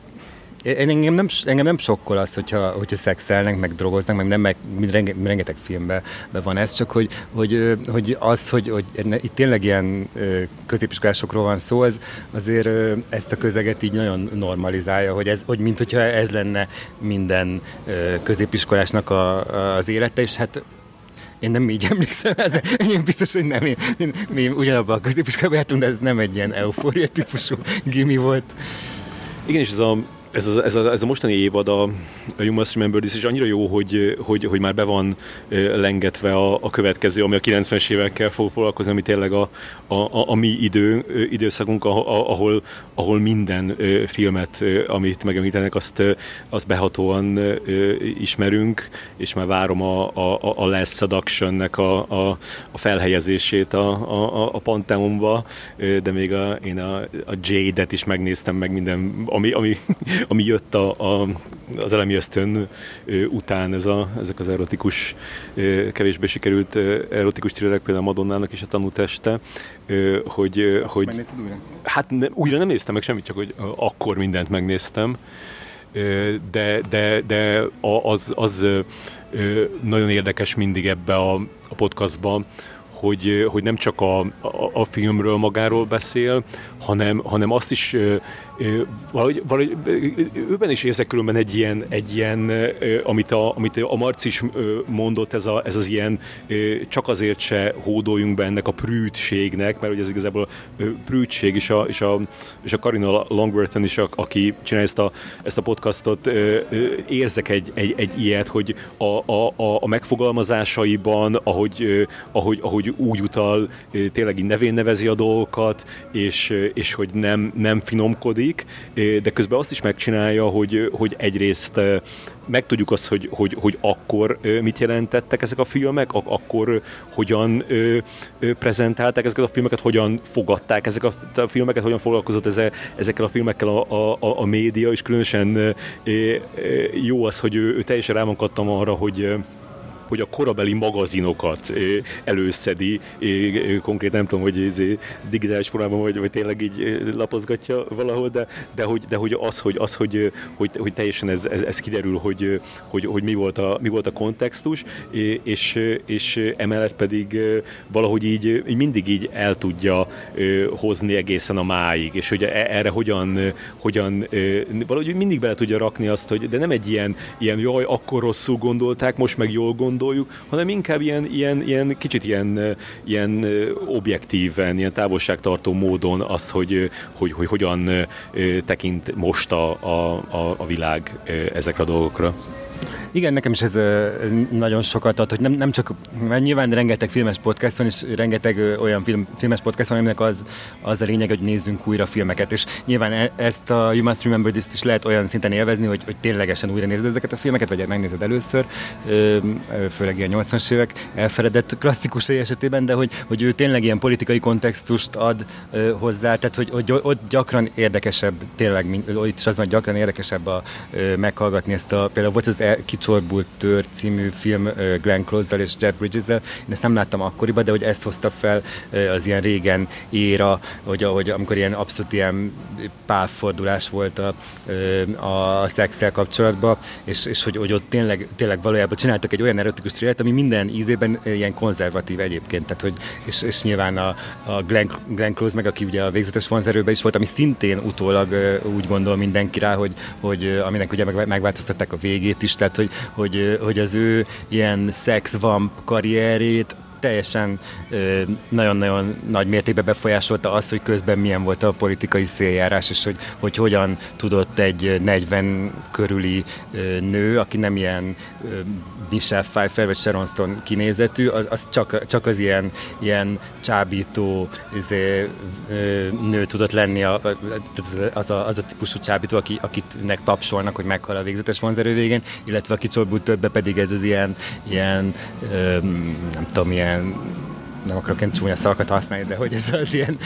S2: Engem nem, engem nem sokkol az, hogyha, hogyha szexelnek, meg drogoznak, meg nem, meg renge, rengeteg filmben van ez, csak hogy, hogy, hogy az, hogy, hogy itt tényleg ilyen középiskolásokról van szó, az, azért ezt a közeget így nagyon normalizálja, hogy, ez, hogy mint hogyha ez lenne minden középiskolásnak a, az élete, és hát én nem így emlékszem, ez, én biztos, hogy nem. Én, én, mi ugyanabban a középiskolában jártunk, de ez nem egy ilyen eufória típusú gimi volt.
S1: Igen, és ez a Ez a, ez, a, ez a mostani évad, a, a You Must Remember This is annyira jó, hogy, hogy, hogy már be van lengetve a, a következő, ami a kilencvenes évekkel fog foglalkozni, ami tényleg a, a, a, a mi idő, időszakunk, ahol, ahol minden filmet, amit megemlítenek, azt, azt behatóan ismerünk, és már várom a, a, a Last Seduction-nek a, a, a felhelyezését a, a, a Pantheonba, de még a, én a, a Jade-et is megnéztem, meg minden, ami, ami ami jött a, a, az Elemi ösztön után, ez a, ezek az erotikus, kevésbé sikerült erotikus thrillerek, például a Madonnának is a Tanúteste, hogy...
S2: Azt
S1: hogy
S2: megnézted újra?
S1: Hát ne, újra nem néztem meg semmit, csak hogy akkor mindent megnéztem, de, de, de az, az nagyon érdekes mindig ebbe a, a podcastban, hogy, hogy nem csak a, a, a filmről magáról beszél, hanem, hanem azt is valahogy, valahogy őben is érzek különben egy ilyen, egy ilyen amit, a, amit a Marci is mondott, ez, a, ez az ilyen csak azért se hódoljunk be ennek a prűdségnek, mert ugye ez igazából a prűdség, és a, és a, és a Karina Longworthen is, a, aki csinálja ezt a, ezt a podcastot, érzek egy, egy, egy ilyet, hogy a, a, a megfogalmazásaiban, ahogy, ahogy, ahogy úgy utal, tényleg így nevén nevezi a dolgokat, és, és hogy nem, nem finomkodik, de közben azt is megcsinálja, hogy, hogy egyrészt megtudjuk azt, hogy, hogy, hogy akkor mit jelentettek ezek a filmek, akkor hogyan prezentálták ezeket a filmeket, hogyan fogadták ezek a filmeket, hogyan foglalkozott ezekkel a filmekkel a, a, a média, és különösen jó az, hogy ő, ő teljesen rá van kattam arra, hogy hogy a korabeli magazinokat előszedi, konkrét nem tudom, hogy ez digitális formában, vagy, vagy tényleg így lapozgatja valahol, de, de, hogy, de hogy az, hogy, az, hogy, hogy, hogy teljesen ez, ez, ez kiderül, hogy, hogy, hogy mi, volt a, mi volt a kontextus, és, és emellett pedig valahogy így, így mindig így el tudja hozni egészen a máig, és hogy erre hogyan, hogyan valahogy mindig bele tudja rakni azt, hogy de nem egy ilyen, ilyen jaj, akkor rosszul gondolták, most meg jól gondolják, hanem inkább ilyen, ilyen, ilyen kicsit ilyen, ilyen objektíven, ilyen távolságtartó módon azt, hogy, hogy, hogy hogyan tekint most a, a, a világ ezekre a dolgokra.
S2: Igen, nekem is ez, ez nagyon sokat ad, hogy nem, nem csak, mert nyilván rengeteg filmes podcast van, és rengeteg olyan film, filmes podcast van, aminek az, az a lényeg, hogy nézzünk újra filmeket, és nyilván e, ezt a You Must Remember This is lehet olyan szinten élvezni, hogy, hogy ténylegesen újra nézed ezeket a filmeket, vagy megnézed először, főleg ilyen nyolcvanas évek elfeledett klasszikusai esetében, de hogy, hogy ő tényleg ilyen politikai kontextust ad hozzá, tehát hogy, hogy ott gyakran érdekesebb, tényleg, itt is az van, gyakran érdekesebb a, meghallgatni ezt a, például volt az el, Csorbult tör című film Glenn Close-zal és Jeff Bridges-zel. Én ezt nem láttam akkoriban, de hogy ezt hozta fel az ilyen régen éra, hogy, hogy amikor ilyen abszolút ilyen pálfordulás volt a, a szexszel kapcsolatban, és, és hogy, hogy ott tényleg, tényleg valójában csináltak egy olyan erotikus thrillert, ami minden ízében ilyen konzervatív egyébként. Tehát, hogy, és, és nyilván a, a Glenn, Glenn Close meg, aki ugye a Végzetes vonzerőben is volt, ami szintén utólag úgy gondol mindenki rá, hogy, hogy aminek ugye meg, megváltoztatták a végét is, tehát hogy, hogy, hogy az ő ilyen sex-vamp karrierét teljesen nagyon-nagyon nagy mértékben befolyásolta azt, hogy közben milyen volt a politikai széljárás, és hogy, hogy hogyan tudott egy negyven körüli nő, aki nem ilyen Michelle Pfeiffer vagy Sharon Stone kinézetű, az, az csak, csak az ilyen, ilyen csábító izé, nő tudott lenni, a, az, a, az a típusú csábító, aki, akitnek tapsolnak, hogy meghal a végzetes vonzerő végén, illetve aki Csorbult törbe pedig ez az ilyen, ilyen nem tudom, ilyen nem akarok ilyen csúnya szavakat használni, de hogy ez az ilyen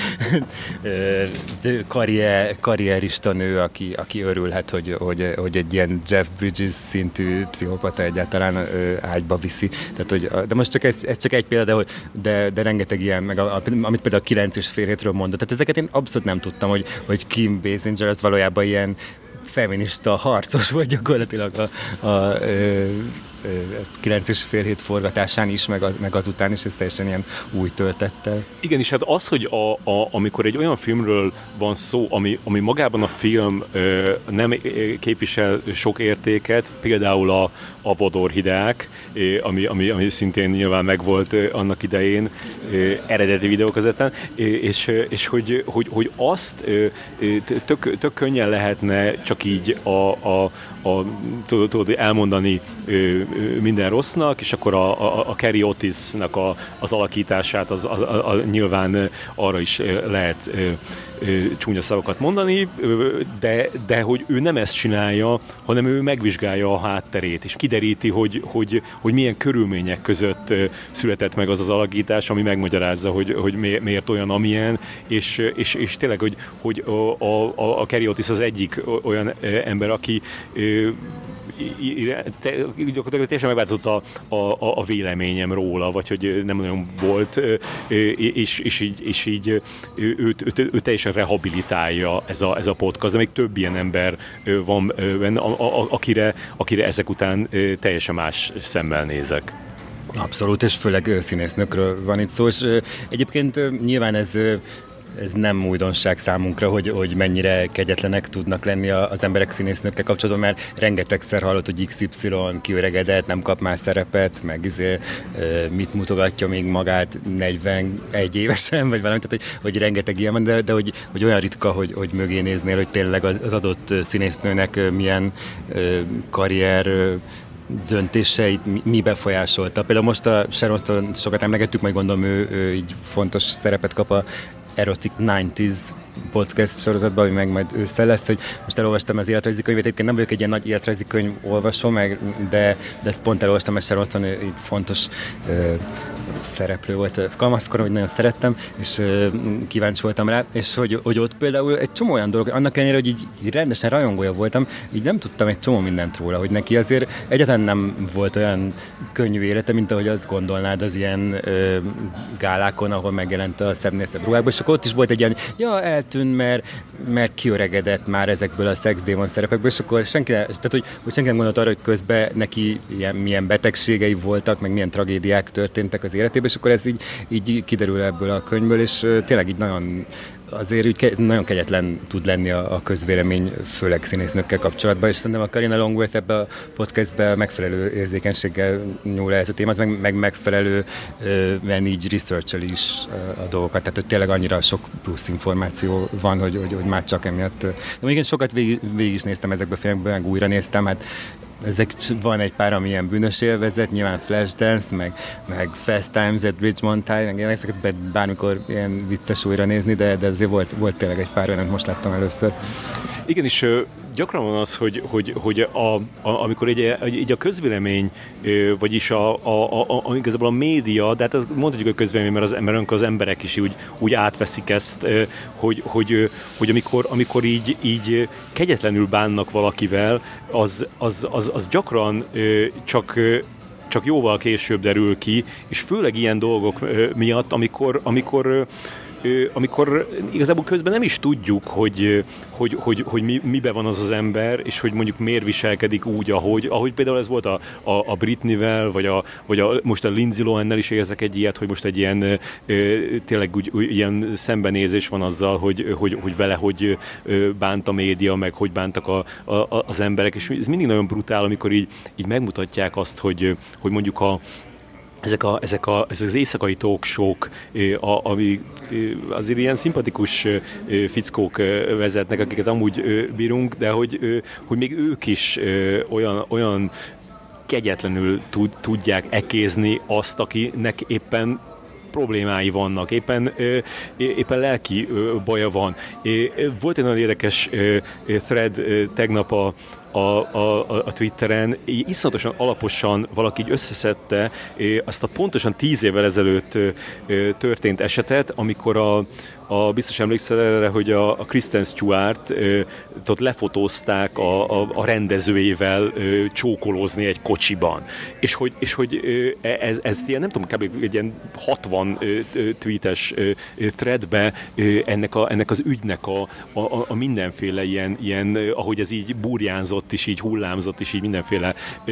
S2: karrier, karrierista nő, aki, aki örülhet, hogy, hogy, hogy egy ilyen Jeff Bridges szintű pszichopata egyáltalán ágyba viszi. Tehát, hogy, de most csak ez, ez csak egy példa, de, hogy, de, de rengeteg ilyen, meg a, amit például a kilenc és fél hétről mondott. Tehát ezeket én abszolút nem tudtam, hogy, hogy Kim Basinger az valójában ilyen feminista harcos volt gyakorlatilag a, a, a kilenc és fél hét forgatásán is, meg, az, meg azután is, ez teljesen ilyen új töltettel.
S1: Igen, és hát az, hogy a, a, amikor egy olyan filmről van szó, ami, ami magában a film ö, nem képvisel sok értéket, például a, a Vodorhidák, ö, ami, ami, ami szintén nyilván megvolt ö, annak idején ö, eredeti videókazettán, és, és hogy, hogy, hogy azt ö, tök, tök könnyen lehetne csak így a, a, a, tudod, tudod elmondani ö, minden rossznak, és akkor a, a, a Carrie Otisnak a, az alakítását az, a, a, a, nyilván arra is lehet ö, ö, csúnya szavakat mondani, de, de hogy ő nem ezt csinálja, hanem ő megvizsgálja a hátterét, és kideríti, hogy, hogy, hogy milyen körülmények között született meg az az alakítás, ami megmagyarázza, hogy, hogy miért olyan, amilyen, és, és, és tényleg, hogy, hogy a, a, a Carrie Otis az egyik olyan ember, aki gyakorlatilag teljesen megváltozott a, a, a véleményem róla, vagy hogy nem nagyon volt, és, és így, és így őt, őt, őt teljesen rehabilitálja ez a, ez a podcast, de még több ilyen ember van benne, akire, akire ezek után teljesen más szemmel nézek.
S2: Abszolút, és főleg színésznőkről van itt szó, és egyébként nyilván ez ez nem újdonság számunkra, hogy, hogy mennyire kegyetlenek tudnak lenni az emberek színésznőkkel kapcsolatban, mert rengetegszer hallott, hogy iksz ipszilon kiöregedett, nem kap már szerepet, meg izé, mit mutogatja még magát negyvenegy évesen, vagy valami, tehát hogy, hogy rengeteg ilyen van, de, de hogy, hogy olyan ritka, hogy, hogy mögé néznél, hogy tényleg az adott színésznőnek milyen karrier döntéseit mi befolyásolta. Például most a Sharon Stone sokat emlegettük, majd gondolom ő, ő így fontos szerepet kap a Erotic kilencvenes podcast sorozatban, ami meg majd ősszel lesz, hogy most elolvastam az életrajzi könyvét, egyébként nem vagyok egy ilyen nagy életrajzi könyv olvasó, meg, de, de ezt pont elolvastam, mert Sharon Stone egy fontos ö, szereplő volt kamaszkoron, hogy nagyon szerettem, és ö, kíváncsi voltam rá, és hogy, hogy ott például egy csomó olyan dolog, annak ellenére, hogy így, így rendesen rajongója voltam, így nem tudtam egy csomó mindent róla, hogy neki azért egyáltalán nem volt olyan könnyű élete, mint ahogy azt gondolnád az ilyen ö, gálákon, ahol megjelent a szebbnél szebb ruhákban, és akkor ott is volt egy ilyen, ja, eltűnt, mert, mert kiöregedett már ezekből a szexdémon szerepekből, és akkor senki, tehát, hogy, hogy senki nem gondolt arra, hogy közben neki ilyen, milyen betegségei voltak, meg milyen tragédiák történtek az életében, és akkor ez így, így kiderül ebből a könyvből, és tényleg így nagyon azért úgy ke- nagyon kegyetlen tud lenni a, a közvélemény, főleg színésznőkkel kapcsolatban, és szerintem a Carina Longworth ebbe a podcastbe megfelelő érzékenységgel nyúl ez a téma, az meg, meg megfelelő uh, így research-el is uh, a dolgokat, tehát hogy tényleg annyira sok plusz információ van, hogy, hogy, hogy már csak emiatt. De még én sokat végig, végig is néztem ezekbe a filmekbe, meg újra néztem, hát ezek van egy pár, ami ilyen bűnös élvezet, nyilván Flashdance, meg, meg Fast Times at Ridgemont High, meg ezeket bármikor ilyen vicces újra nézni, de, de azért volt, volt tényleg egy pár olyan, most láttam először.
S1: Igen, és gyakran van az, hogy, hogy, hogy a, a, amikor egy, egy a közvélemény, vagyis a, a, a, a, igazából a média, de hát mondhatjuk a közvélemény, mert az, mert az emberek is úgy, úgy átveszik ezt, hogy, hogy, hogy amikor, amikor így, így kegyetlenül bánnak valakivel, az, az, az, az gyakran csak csak jóval később derül ki, és főleg ilyen dolgok miatt, amikor, amikor amikor igazából közben nem is tudjuk, hogy, hogy, hogy, hogy mi, mibe van az az ember, és hogy mondjuk miért viselkedik úgy, ahogy, ahogy például ez volt a, a, a Britneyvel, vagy, a, vagy a, most a Lindsay Lohannel is érzek egy ilyet, hogy most egy ilyen tényleg úgy, ilyen szembenézés van azzal, hogy, hogy, hogy vele hogy bánt a média, meg hogy bántak a, a, az emberek, és ez mindig nagyon brutál, amikor így, így megmutatják azt, hogy, hogy mondjuk a Ezek, a, ezek, a, ezek az éjszakai talk show-k, ami azért ilyen szimpatikus fickók vezetnek, akiket amúgy bírunk, de hogy, hogy még ők is olyan, olyan kegyetlenül tud, tudják ekézni azt, akinek éppen problémái vannak, éppen, éppen lelki baja van. Volt egy nagyon érdekes thread tegnap a A, a, a Twitteren, iszonyatosan alaposan valaki így összeszedte azt a pontosan tíz évvel ezelőtt történt esetet, amikor a, a biztos emlékszel erre, hogy a, a Kristen Stewart ott lefotózták a, a, a rendezőjével csókolózni egy kocsiban. És hogy, és hogy ez, ez ilyen, nem tudom, kb. Egy ilyen hatvan tweetes threadbe ennek, a, ennek az ügynek a, a, a mindenféle ilyen, ilyen, ahogy ez így burjánzott, és így hullámzott, és így mindenféle ö,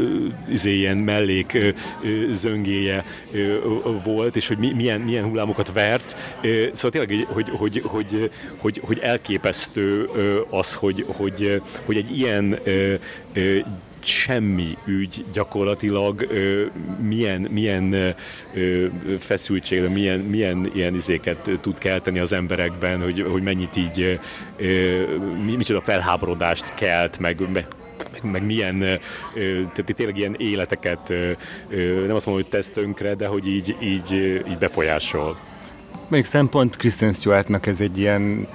S1: ö, ilyen mellék ö, ö, zöngéje ö, volt, és hogy mi, milyen, milyen hullámokat vert. Ö, szóval tényleg, hogy, hogy, hogy, hogy, hogy elképesztő ö, az, hogy, hogy, hogy egy ilyen ö, ö, semmi ügy gyakorlatilag ö, milyen, milyen ö, feszültség, milyen, milyen ilyen izéket tud kelteni az emberekben, hogy, hogy mennyit így ö, micsoda felháborodást kelt, meg, meg meg milyen, tehát tényleg ilyen életeket, nem azt mondom, hogy tesz tönkre, de hogy így, így, így befolyásol.
S2: Még szempont Kristen Stewartnak ez egy ilyen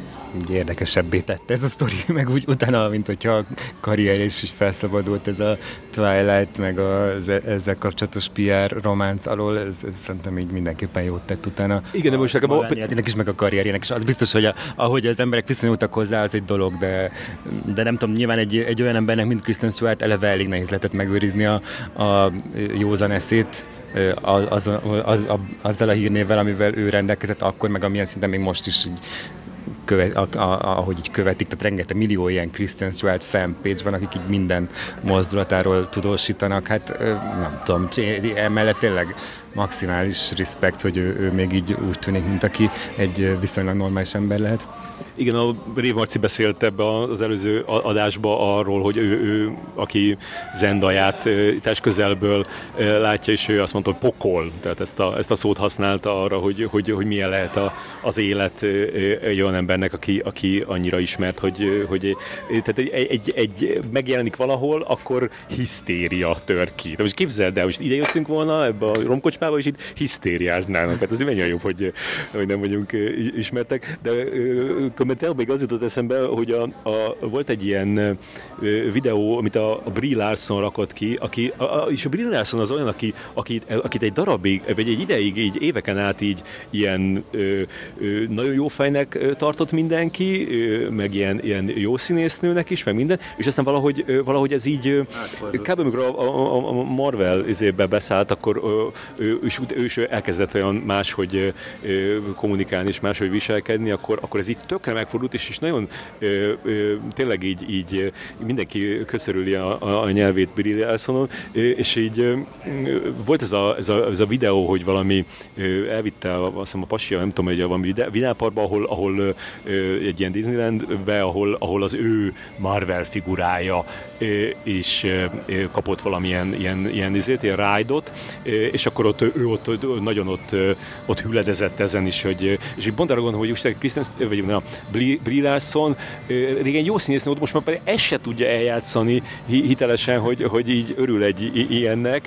S2: érdekesebbé tette ez a sztori, meg úgy utána, mint hogyha a karrier is, is felszabadult ez a Twilight, meg az ezzel kapcsolatos pé er románc alól, ez, ez szerintem így mindenképpen jót tett utána.
S1: Igen, de most nekem
S2: a magánéletének is, meg a karrierjének is. Az biztos, hogy a, ahogy az emberek viszonyultak hozzá, az egy dolog, de, de nem tudom, nyilván egy, egy olyan embernek, mint Kristen Stewart, eleve elég nehéz lehetett megőrizni a, a józan eszét, az, az, az, az, azzal a hírnévvel, amivel ő rendelkezett akkor, meg amilyen szinten még most is így Követ, a, a, ahogy így követik, tehát rengeteg millió ilyen Kristen Stewart fanpage van, akik így minden mozdulatáról tudósítanak, hát nem tudom, emellett tényleg maximális respekt, hogy ő, ő még így úgy tűnik, mint aki egy viszonylag normális ember lehet.
S1: Igen, a Rév Marci beszélt ebbe az előző adásba arról, hogy ő, ő aki Zendayát test közelből látja, és ő azt mondta, hogy pokol, tehát ezt a, ezt a szót használta arra, hogy, hogy, hogy milyen lehet a, az élet egy olyan embernek, aki, aki annyira ismert, hogy, hogy tehát egy, egy, egy megjelenik valahol, akkor hisztéria tör ki. De most képzeld el, hogy ide jöttünk volna ebbe a romkocsmába, és itt hisztériáznának. Hát azért mennyire jobb, hogy, hogy nem vagyunk ismertek, de kommentel még az jutott eszembe, hogy a, a, volt egy ilyen videó, amit a, a Brie Larson rakott ki, aki, a, a, és a Brie Larson az olyan, aki, akit, akit egy darabig, vagy egy ideig, így éveken át így ilyen ö, ö, nagyon jó fejnek tartott mindenki, ö, meg ilyen, ilyen jó színésznőnek is, meg minden, és aztán valahogy, ö, valahogy ez így, kb. Amikor a, a, a Marvel izébe beszállt, akkor ö, ö, és ő is elkezdett olyan máshogy ö, kommunikálni, és máshogy viselkedni, akkor, akkor ez így tökre megfordult, és, és nagyon ö, ö, tényleg így, így mindenki köszörüli a, a, a nyelvét Brie Larsonon, és így ö, volt ez a, ez, a, ez a videó, hogy valami ö, elvitte a, azt hiszem a pasia, nem tudom, hogy valami vidámparkba, ahol, ahol ö, egy ilyen Disneylandbe, ahol, ahol az ő Marvel figurája ö, és ö, kapott valamilyen ilyen, ilyen, izét, ilyen ride-ot, ö, és akkor ott ő ott, nagyon ott, ott hüledezett ezen is, hogy, és így pont arra gondolom, hogy most Kristen, vagy na, Brie Larson régen jó színésznő volt, most már pedig ezt se tudja eljátszani hitelesen, hogy, hogy így örül egy ilyennek,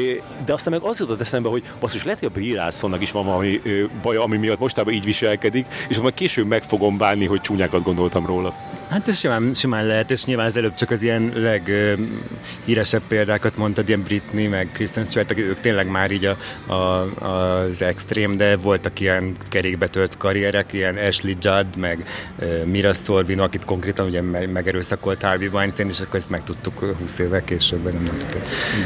S1: de aztán meg az jutott eszembe, hogy basszus, lehet, hogy a Brie Larsonnak is van valami baja, ami miatt mostában így viselkedik, és majd később meg fogom bánni, hogy csúnyákat gondoltam róla.
S2: Hát ez simán, simán lehet, és nyilván az előbb csak az ilyen leghíresebb példákat mondtad, ilyen Britney, meg Kristen Stewart, ők tényleg már így a, a, az extrém, de voltak ilyen kerékbetölt karrierek, ilyen Ashley Judd, meg uh, Mira Sorvino, akit konkrétan ugye megerőszakolt Harvey Weinstein, és akkor ezt megtudtuk húsz évvel később, nem nem tudtuk.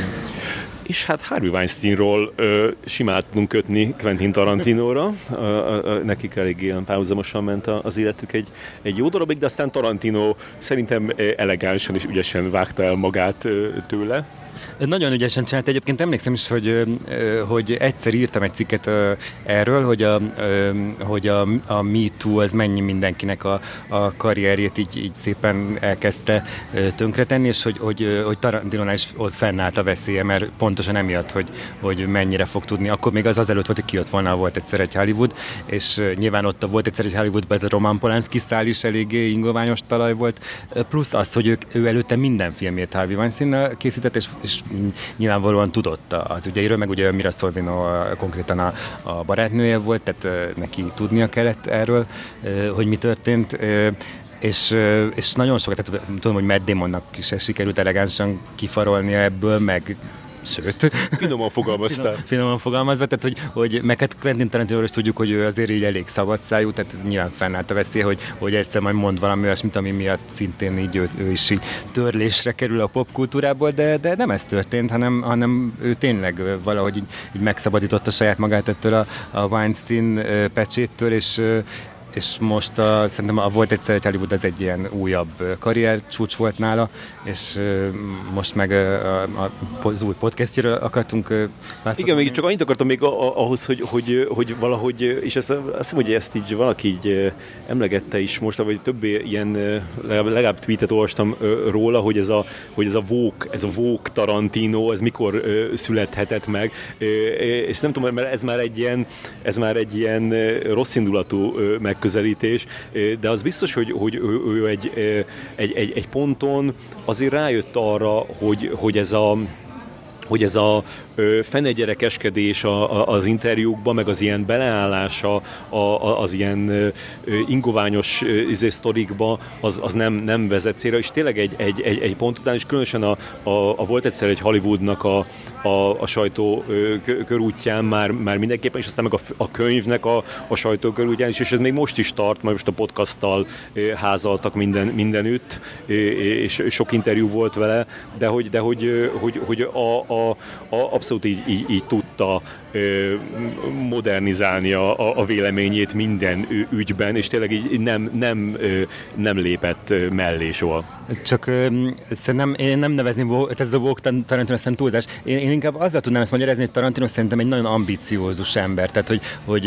S1: És hát Harvey Weinsteinról ö, simán tudunk kötni Quentin Tarantinóra. Ö, ö, nekik elég ilyen párhuzamosan ment az életük egy, egy jó darabig, de aztán Tarantino szerintem elegánsan és ügyesen vágta el magát ö, tőle.
S2: Nagyon ügyesen csinált. Egyébként emlékszem is, hogy, hogy egyszer írtam egy cikket erről, hogy a, hogy a, a Me Too az mennyi mindenkinek a, a karrierjét így, így szépen elkezdte tönkretenni, és hogy, hogy, hogy Tarantinónál is ott fennállt a veszélye, mert pontosan emiatt, hogy, hogy mennyire fog tudni. Akkor még az azelőtt volt, hogy kijött volna, volt egyszer egy Hollywood, és nyilván ott volt egyszer egy Hollywoodban ez a Roman Polanski szál is eléggé ingoványos talaj volt, plusz azt, hogy ők, ő előtte minden filmjét Harvey Weinsteinnel készített, és és nyilvánvalóan tudott az ügyeiről, meg ugye Mira Sorvino konkrétan a, a barátnője volt, tehát neki tudnia kellett erről, hogy mi történt, és, és nagyon sokat, tehát tudom, hogy Matt Damonnak is sikerült elegánsan kifarolnia ebből, meg sőt.
S1: Finoman fogalmaztál.
S2: Finom, finoman fogalmazva, tehát hogy, hogy meg hát Quentin Tarantinóról is tudjuk, hogy ő azért így elég szabadszájú, tehát nyilván fennállt a veszély, hogy, hogy egyszer majd mond valami olyasmit, ami miatt szintén így ő, ő is így törlésre kerül a popkultúrából, de, de nem ez történt, hanem, hanem ő tényleg valahogy így, így megszabadította saját magát ettől a, a Weinstein pecséttől, és és most a, szerintem a Volt egyszer egy Hollywood, ez egy ilyen újabb karriercsúcs volt nála, és most meg a, a, az új podcastjéről akartunk választani.
S1: Igen, még csak annyit akartam még ahhoz, hogy, hogy, hogy valahogy, és ezt, azt hiszem, hogy ezt így valaki így emlegette is most, vagy több ilyen, legalább, legalább tweetet olvastam róla, hogy ez a, hogy ez a woke, ez a woke Tarantino, ez mikor születhetett meg, és nem tudom, mert ez már egy ilyen, ez már egy ilyen rosszindulatú meg közelítés, de az biztos, hogy, hogy ő, ő egy, egy, egy, egy ponton azért rájött arra, hogy, hogy ez a hogy ez a fenegyerekeskedés az interjúkban, meg az ilyen beleállása az ilyen ingoványos izé, sztorikba, az, az nem, nem vezet célra, és tényleg egy, egy, egy, egy pont után, és különösen a, a, a Volt egyszer egy Hollywoodnak a, a, a sajtó körútján már, már mindenképpen, és aztán meg a, a könyvnek a, a sajtó körútján is, és ez még most is tart, majd most a podcasttal házaltak minden, mindenütt, és sok interjú volt vele, de hogy, de hogy, hogy, hogy a, a, a, abszolút így, így, így tudta modernizálni a, a véleményét minden ügyben, és tényleg így nem, nem, nem lépett mellé soha.
S2: Csak szerintem én nem nevezni, tehát ez a woke Tarantino aztán túlzás. Én, én inkább azzal tudnám ezt magyarázni, hogy Tarantino szerintem egy nagyon ambiciózus ember, tehát hogy, hogy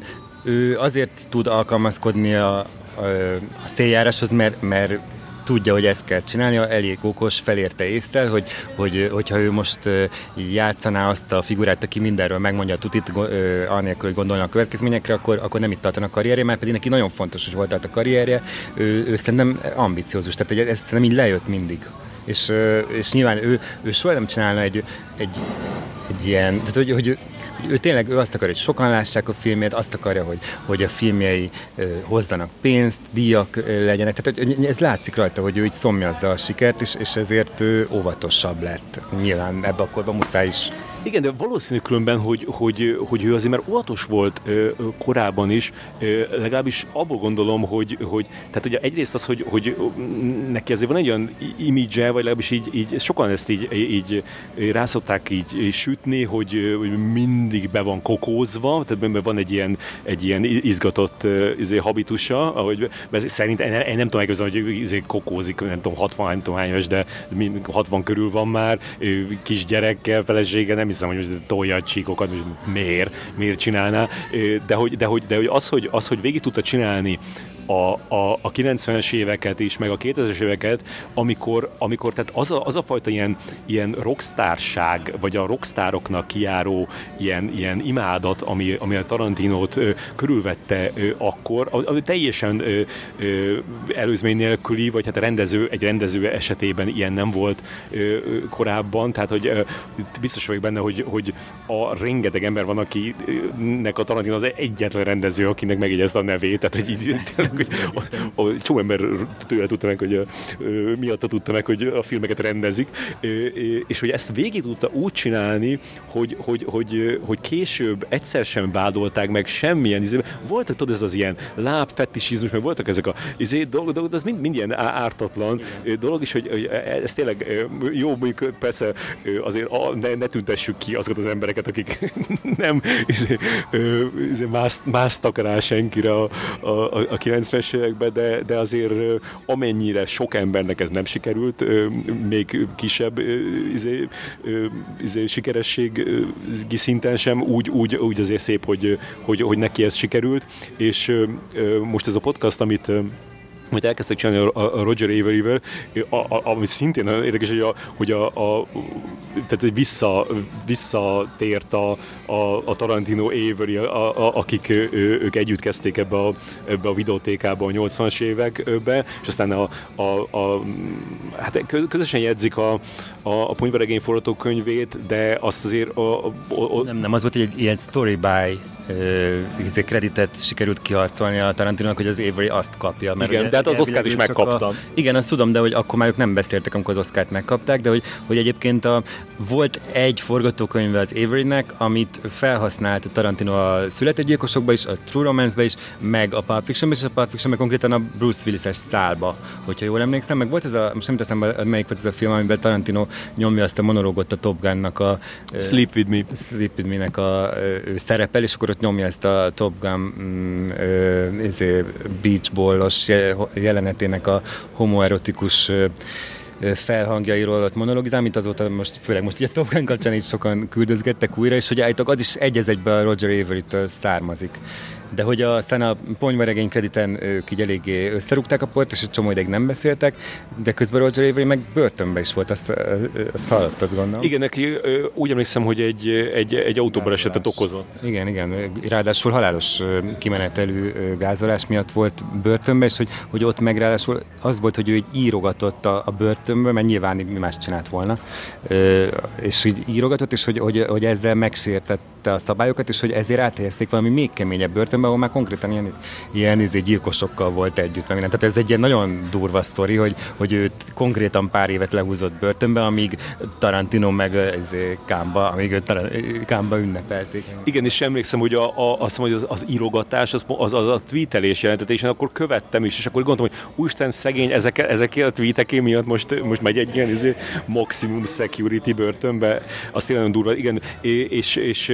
S2: ő azért tud alkalmazkodni a, a, a széljáráshoz, mert, mert tudja, hogy ezt kell csinálnia, elég okos, felérte észre, hogy, hogy, hogyha ő most így játszaná azt a figurát, aki mindenről megmondja a tutit, anélkül, hogy gondolna a következményekre, akkor, akkor nem itt tartana a karrierje, mert pedig neki nagyon fontos, hogy volt a karrierje, ő, ő szerintem ambiciózus, tehát ez szerintem így lejött mindig. És, és nyilván ő, ő soha nem csinálna egy, egy, egy ilyen, tehát hogy, hogy ő tényleg ő azt akarja, hogy sokan lássák a filmjét, azt akarja, hogy, hogy a filmjei ö, hozzanak pénzt, díjak ö, legyenek. Tehát hogy ez látszik rajta, hogy ő így szomjazza a sikert, és, és ezért ő óvatosabb lett. Nyilván ebbe a korban muszáj is.
S1: Igen, de valószínű különben, hogy, hogy, hogy ő azért már óvatos volt ö, korábban is, ö, legalábbis abból gondolom, hogy, hogy tehát ugye egyrészt az, hogy, hogy neki azért van egy olyan image-e, vagy legalábbis így, így sokan ezt így, így rászokták így sütni, hogy, hogy mindig be van kokózva, tehát van egy ilyen, egy ilyen izgatott izé, habitusa, ahogy szerint én, én nem tudom elképzelni, hogy izé, kokózik, nem tudom, hatvan, nem tudom hány éves, de hatvan körül van már, kisgyerekkel, felesége, nem hiszem, hogy most tolja a csíkokat, most miért, miért csinálná, de hogy, de hogy, de hogy az, hogy, az, hogy végig tudta csinálni A, a, a kilencvenes éveket is, meg a kétezres éveket, amikor, amikor tehát az a, az a fajta ilyen, ilyen rockstárság, vagy a rockstároknak kijáró ilyen, ilyen imádat, ami, ami a Tarantinót ö, körülvette ö, akkor, a, a teljesen ö, ö, előzmény nélküli, vagy hát a rendező, egy rendező esetében ilyen nem volt ö, ö, korábban, tehát hogy ö, biztos vagyok benne, hogy, hogy a rengeteg ember van, akinek a Tarantino az egyetlen rendező, akinek megjegyezte a nevét, tehát hogy így hogy a, a, csomó ember tőle tudta meg, hogy a, miatta tudta meg, hogy a filmeket rendezik, és hogy ezt végig tudta úgy csinálni, hogy, hogy, hogy, hogy később egyszer sem vádolták meg semmilyen izé. Voltak, tudod, ez az ilyen lábfetisizmus, meg voltak ezek a izé, dolgok, dolgok, de ez mind, mind ilyen ártatlan igen. dolog is, hogy, hogy ez tényleg jó, mondjuk persze azért ne, ne tüntessük ki azokat az embereket, akik nem izé, izé, mász, másztak rá senkire a, a, a kilencvenes években, de, de azért amennyire sok embernek ez nem sikerült, még kisebb izé, izé, sikerességi szinten sem, úgy, úgy, úgy azért szép, hogy, hogy, hogy neki ez sikerült, és most ez a podcast, amit amit elkezdtek csinálni a Roger Avery-vel, ami szintén érdekes, hogy a, hogy a, a tehát vissza, visszatért a, a, a Tarantino Avery, a, a, akik ő, ők együtt kezdték ebbe a, ebbe a videótékába a nyolcvanas évekbe, és aztán a, a, a, hát közösen jegyzik a, a, a Ponyvaregény forgatókönyvét, de azt azért... A, a, a,
S2: nem, nem, az volt, hogy egy ilyen story by uh, kreditet sikerült kiharcolni a Tarantinónak, hogy az Avery azt kapja. Mert
S1: igen, ugye, de hát az Oscart is megkapta.
S2: A, igen, azt tudom, de hogy akkor már ők nem beszéltek, amikor az Oscart megkapták, de hogy, hogy egyébként a, volt egy forgatókönyve az Averynek, amit felhasznált a Tarantino a Született is, a True Romance-be is, meg a Pulp Fiction-be is, a Pulp Fiction-be konkrétan a Bruce Willis-es Szálba, hogyha jól emlékszem, meg volt ez a, most nem teszem, melyik volt ez a film, amiben Tarantino nyomja azt a monológot a Top Gun-nak a
S1: Sleep With Me.
S2: Sleep With Me-nek a ő szerepel, és akkor ott nyomja ezt a Top Gun mm, ö, Beach Ball-os jelenetének a homoerotikus felhangjairól ott monologizál, mint azóta most, főleg most ugye Top Gun kapcsán is sokan küldözgettek újra, és hogy állítólag az is egy az egyben a Roger Avery-től származik. De hogy aztán a Ponyvaregény krediten ők így eléggé összerúgták a port, és egy csomó ideig nem beszéltek, de közben Roger Avery meg börtönben is volt, azt, azt hallottad, gondolom.
S1: Igen, neki úgy emlékszem, hogy egy, egy, egy autóbalesetet okozott.
S2: Igen, igen, ráadásul halálos kimenetelű gázolás miatt volt börtönben, és hogy, hogy ott meg ráadásul az volt, hogy ő így írogatott a, a börtönből, mert nyilván mi más csinált volna, és így írogatott, és hogy, hogy, hogy ezzel megsértette a szabályokat, és hogy ezért áthelyezték valami még keményebb börtönbe, ahol már konkrétan ilyen, ilyen izé, gyilkosokkal volt együtt. Meg tehát ez egy ilyen nagyon durva sztori, hogy, hogy őt konkrétan pár évet lehúzott börtönbe, amíg Tarantino meg izé, Kámba, amíg őt Kámba ünnepelték.
S1: Igen, és emlékszem, hogy a, a, azt mondom, hogy az, az írogatás, az, az, az a tweetelés jelentetés, és akkor követtem is, és akkor gondoltam, hogy úristen szegény, ezek, ezekért a tweeteké miatt most, most megy egy ilyen izé, maximum security börtönbe, az tényleg nagyon durva. Igen, és, és, és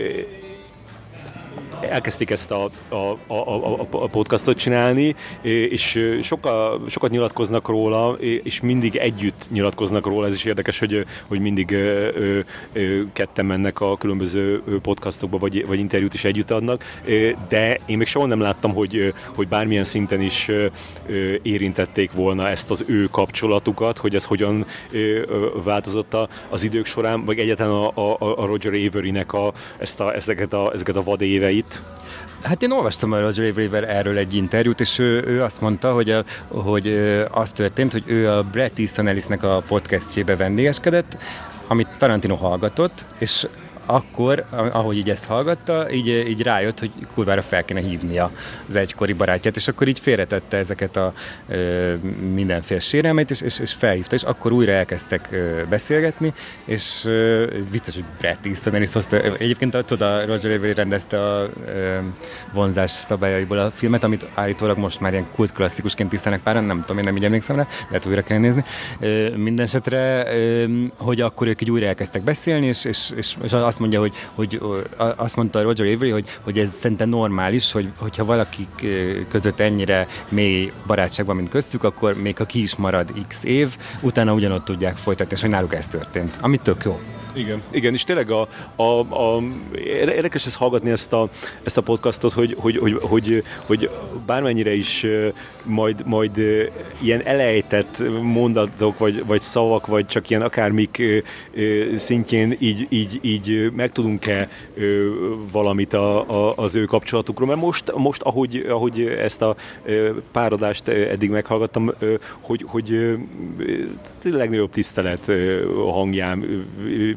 S1: elkezdték ezt a, a, a, a podcastot csinálni, és soka, sokat nyilatkoznak róla, és mindig együtt nyilatkoznak róla. Ez is érdekes, hogy, hogy mindig ö, ö, ketten mennek a különböző podcastokba, vagy, vagy interjút is együtt adnak, de én még soha nem láttam, hogy, hogy bármilyen szinten is érintették volna ezt az ő kapcsolatukat, hogy ez hogyan változott az idők során, vagy egyáltalán a, a, a Roger Avery-nek a, ezt a, ezeket, a, ezeket a vadéveit.
S2: Hát én olvastam a Roger Avery-vel erről egy interjút, és ő, ő azt mondta, hogy, a, hogy az történt, hogy ő a Bret Easton Ellisnek a podcastjébe vendégeskedett, amit Tarantino hallgatott, és akkor, ahogy így ezt hallgatta, így, így rájött, hogy kurvára fel kéne hívnia az egykori barátját, és akkor így félretette ezeket a ö, mindenféle sérelmeit, és, és, és felhívta, és akkor újra elkezdtek ö, beszélgetni, és ö, vicces, hogy Bret Easton Ellis hozta. Egyébként tudod, a Roger Avery rendezte a ö, vonzás szabályaiból a filmet, amit állítólag most már ilyen kultklasszikusként tisztelnek páran, nem tudom, én nem így emlékszem rá, lehet újra kell nézni. Ö, mindenesetre, ö, hogy akkor ők így újra elkezdtek beszélni, és, és, és, és azt azt mondja, hogy, hogy azt mondta Roger Avery, hogy, hogy ez szerintem normális, hogy, hogyha valakik között ennyire mély barátság van, mint köztük, akkor még ha ki is marad x év, utána ugyanott tudják folytatni, és hogy náluk ez történt. Ami tök jó.
S1: Igen, igen, és tényleg a, a, a, érdekes ez hallgatni ezt a, ezt a podcastot, hogy, hogy, hogy, hogy, hogy bármennyire is majd, majd ilyen elejtett mondatok, vagy, vagy szavak, vagy csak ilyen akármik szintjén így, így, így meg tudunk-e valamit a, a, az ő kapcsolatukról, mert most, most ahogy, ahogy ezt a páradást eddig meghallgattam, hogy, hogy legnagyobb tisztelet hangján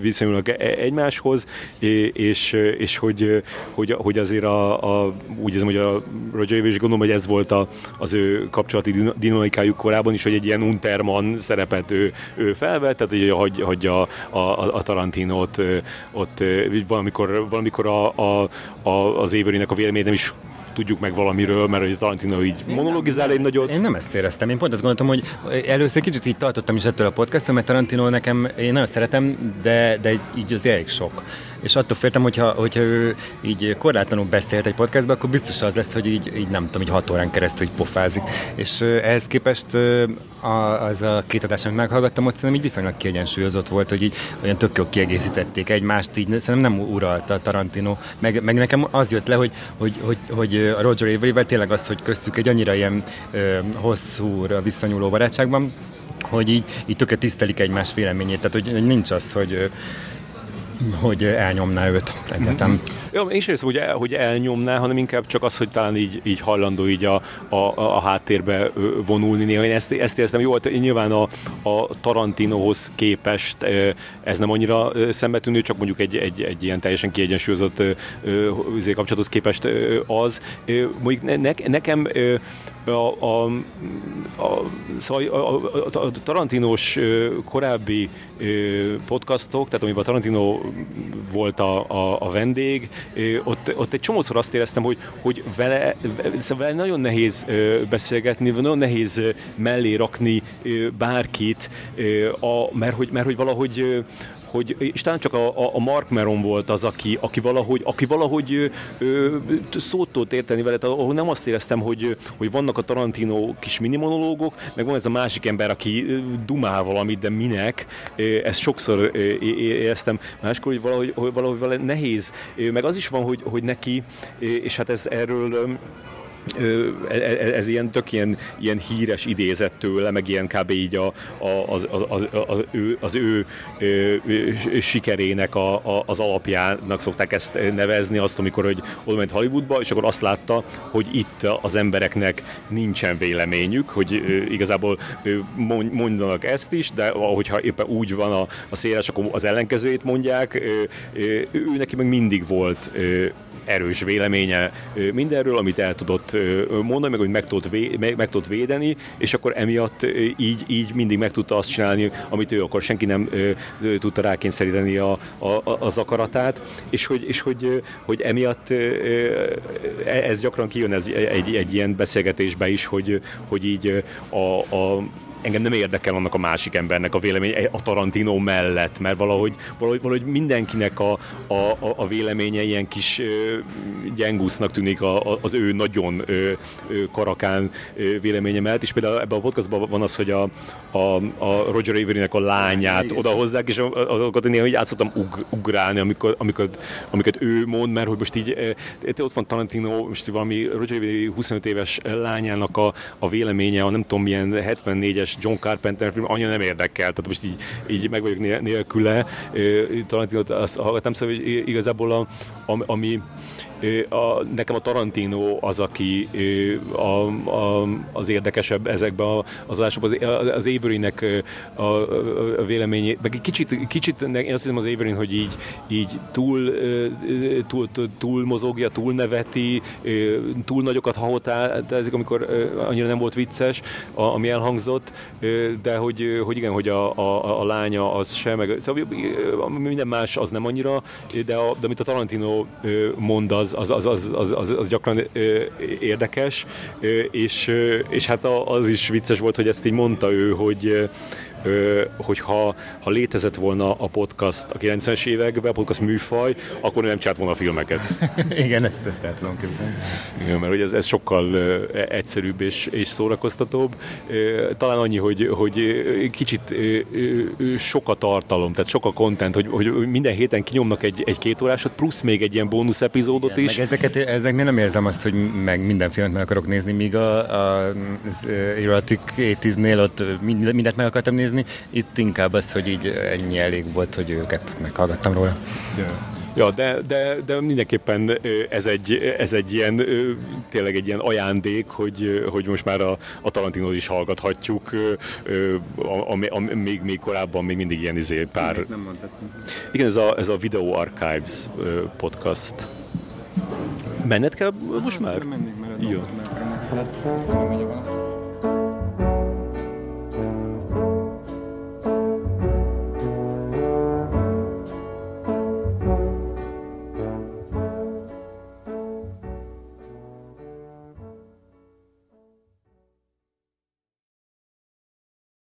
S1: viszonyulnak egymáshoz, és, és hogy, hogy, hogy azért a, a, úgy érzem, hogy a Roger Avary is gondolom, hogy ez volt a, az ő kapcsolati dinamikájuk korábban is, hogy egy ilyen Unterman szerepet ő, ő felvett, tehát hogy hagy, hagyja a, a, a Tarantinót ott valamikor, valamikor a, a, a, az Avarynek a véleményét nem is tudjuk meg valamiről, mert hogy Tarantino így monologizál egy nagyot.
S2: Én nem ezt éreztem. Én pont azt gondoltam, hogy először kicsit így tartottam is ettől a podcasttól, mert Tarantino nekem, én nagyon szeretem, de, de így az elég sok. És attól féltem, hogyha, hogyha ő így korlátlanul beszélt egy podcastban, akkor biztos az lesz, hogy így, így nem tudom, hogy hat órán keresztül így pofázik. És ehhez képest a, az a két adást, amit meghallgattam, ott szerintem így viszonylag kiegyensúlyozott volt, hogy így olyan tök jól kiegészítették egymást, így szerintem nem uralta a Tarantino. Meg, meg nekem az jött le, hogy, hogy, hogy, hogy a Roger Avaryvel tényleg azt, hogy köztük egy annyira ilyen ö, hosszúra visszanyúló barátságban, hogy így, így tökre tisztelik egymás véleményét. Tehát, hogy nincs az, hogy hogy elnyomná őt egyáltalán.
S1: Ja, én is érzem, hogy, el, hogy elnyomná, hanem inkább csak az, hogy talán így, így hajlandó így a, a, a háttérbe vonulni. Néha én ezt, ezt éreztem, jó, nyilván a, a Tarantinohoz képest ez nem annyira szembetűnő, csak mondjuk egy, egy, egy ilyen teljesen kiegyensúlyozott kapcsolathoz képest az. Mondjuk ne, nekem A, a, a, szóval a, a, a Tarantinos korábbi podcastok, tehát amiben Tarantino volt a, a, a vendég, ott, ott egy csomószor azt éreztem, hogy, hogy vele, vele nagyon nehéz beszélgetni, nagyon nehéz mellé rakni bárkit, a, mert, hogy, mert hogy valahogy hogy, és talán csak a, a Mark Maron volt az, aki, aki valahogy, aki valahogy ö, szót tudott érteni vele, ahol nem azt éreztem, hogy, hogy vannak a Tarantino kis minimonológok, meg van ez a másik ember, aki dumál valamit, de minek, ezt sokszor éreztem máskor, hogy valahogy, hogy valahogy valahogy nehéz, meg az is van, hogy, hogy neki, és hát ez erről ez ilyen tök ilyen, ilyen híres idézet tőle, meg ilyen kb. Így a, a, az, az, az, az ő, az ő, ő sikerének a, a, az alapjának szokták ezt nevezni, azt, amikor hogy oda ment Hollywoodba, és akkor azt látta, hogy itt az embereknek nincsen véleményük, hogy igazából mondanak ezt is, de hogyha éppen úgy van a, a széles, akkor az ellenkezőjét mondják. Ő, ő neki meg mindig volt erős véleménye mindenről, amit el tudott mondani, meg hogy meg tudott, vé, meg, meg tudott védeni, és akkor emiatt így, így mindig meg tudta azt csinálni, amit ő akar. Senki nem ö, tudta rákényszeríteni a, a, az akaratát, és hogy, és hogy, hogy emiatt ö, ez gyakran kijön ez egy, egy ilyen beszélgetésbe is, hogy, hogy így a, a engem nem érdekel annak a másik embernek a véleménye a Tarantino mellett, mert valahogy, valahogy, valahogy mindenkinek a, a, a véleménye ilyen kis ö, gyengusznak tűnik a, a, az ő nagyon ö, ö, karakán ö, véleménye mellett, és például ebben a podcastban van az, hogy a, a, a Roger Avarynek a lányát odahozzák, és azokat néha így át szoktam ug, ugrálni, amikor, amikor, amiket ő mond, mert hogy most így e, ott van Tarantino, most valami Roger Avery huszonöt éves lányának a, a véleménye, a nem tudom milyen hetvennégyes John Carpenter film, annyira nem érdekel, tehát most így, így meg vagyok nélküle. Tarantinót azt hallgattam, szóval hogy igazából a, ami A, nekem a Tarantino az, aki a, a, az érdekesebb ezekben az adásokban. Az, az Averynek a, a véleményét, meg kicsit, kicsit én azt hiszem az Avery, hogy így, így túl, túl, túl, túl mozogja, túl neveti, túl nagyokat hahotázik, amikor annyira nem volt vicces, ami elhangzott, de hogy, hogy igen, hogy a, a, a lánya az sem, meg szóval minden más az nem annyira, de, a, de amit a Tarantino mond, az Az, az, az, az, az, az gyakran ö, érdekes, ö, és, ö, és hát az is vicces volt, hogy ezt így mondta ő, hogy Ö, hogyha ha létezett volna a podcast a kilencvenes években, a podcast műfaj, akkor nem csinált volna a filmeket.
S2: Igen, ezt, ezt el tudom képzelni.
S1: Igen, mert hogy ez, ez sokkal ö, egyszerűbb és, és szórakoztatóbb. Ö, talán annyi, hogy, hogy kicsit ö, ö, sok a tartalom, tehát sok a content, hogy, hogy minden héten kinyomnak egy, egy két órásot, plusz még egy ilyen bónusz epizódot
S2: igen,
S1: is.
S2: Meg ezeket, ezeknél nem érzem azt, hogy meg minden filmet meg akarok nézni, míg a, a az Erotic nyolcvannél ott mindent meg akartam nézni. Itt inkább az, hogy így ennyi elég volt, hogy őket meghallgattam róla.
S1: Yeah. Ja, de, de, de mindenképpen ez egy, ez egy ilyen, tényleg egy ilyen ajándék, hogy, hogy most már a, a Tarantinót is hallgathatjuk, a, a, a, még, még korábban még mindig ilyen izé pár...
S2: Nem mondtad.
S1: Igen, ez a, ez a Video Archives podcast. Menned kell most már?
S2: Mennék, mert a
S1: jó.
S2: dolgot meg akarom, ezeket, aztán nem megyek.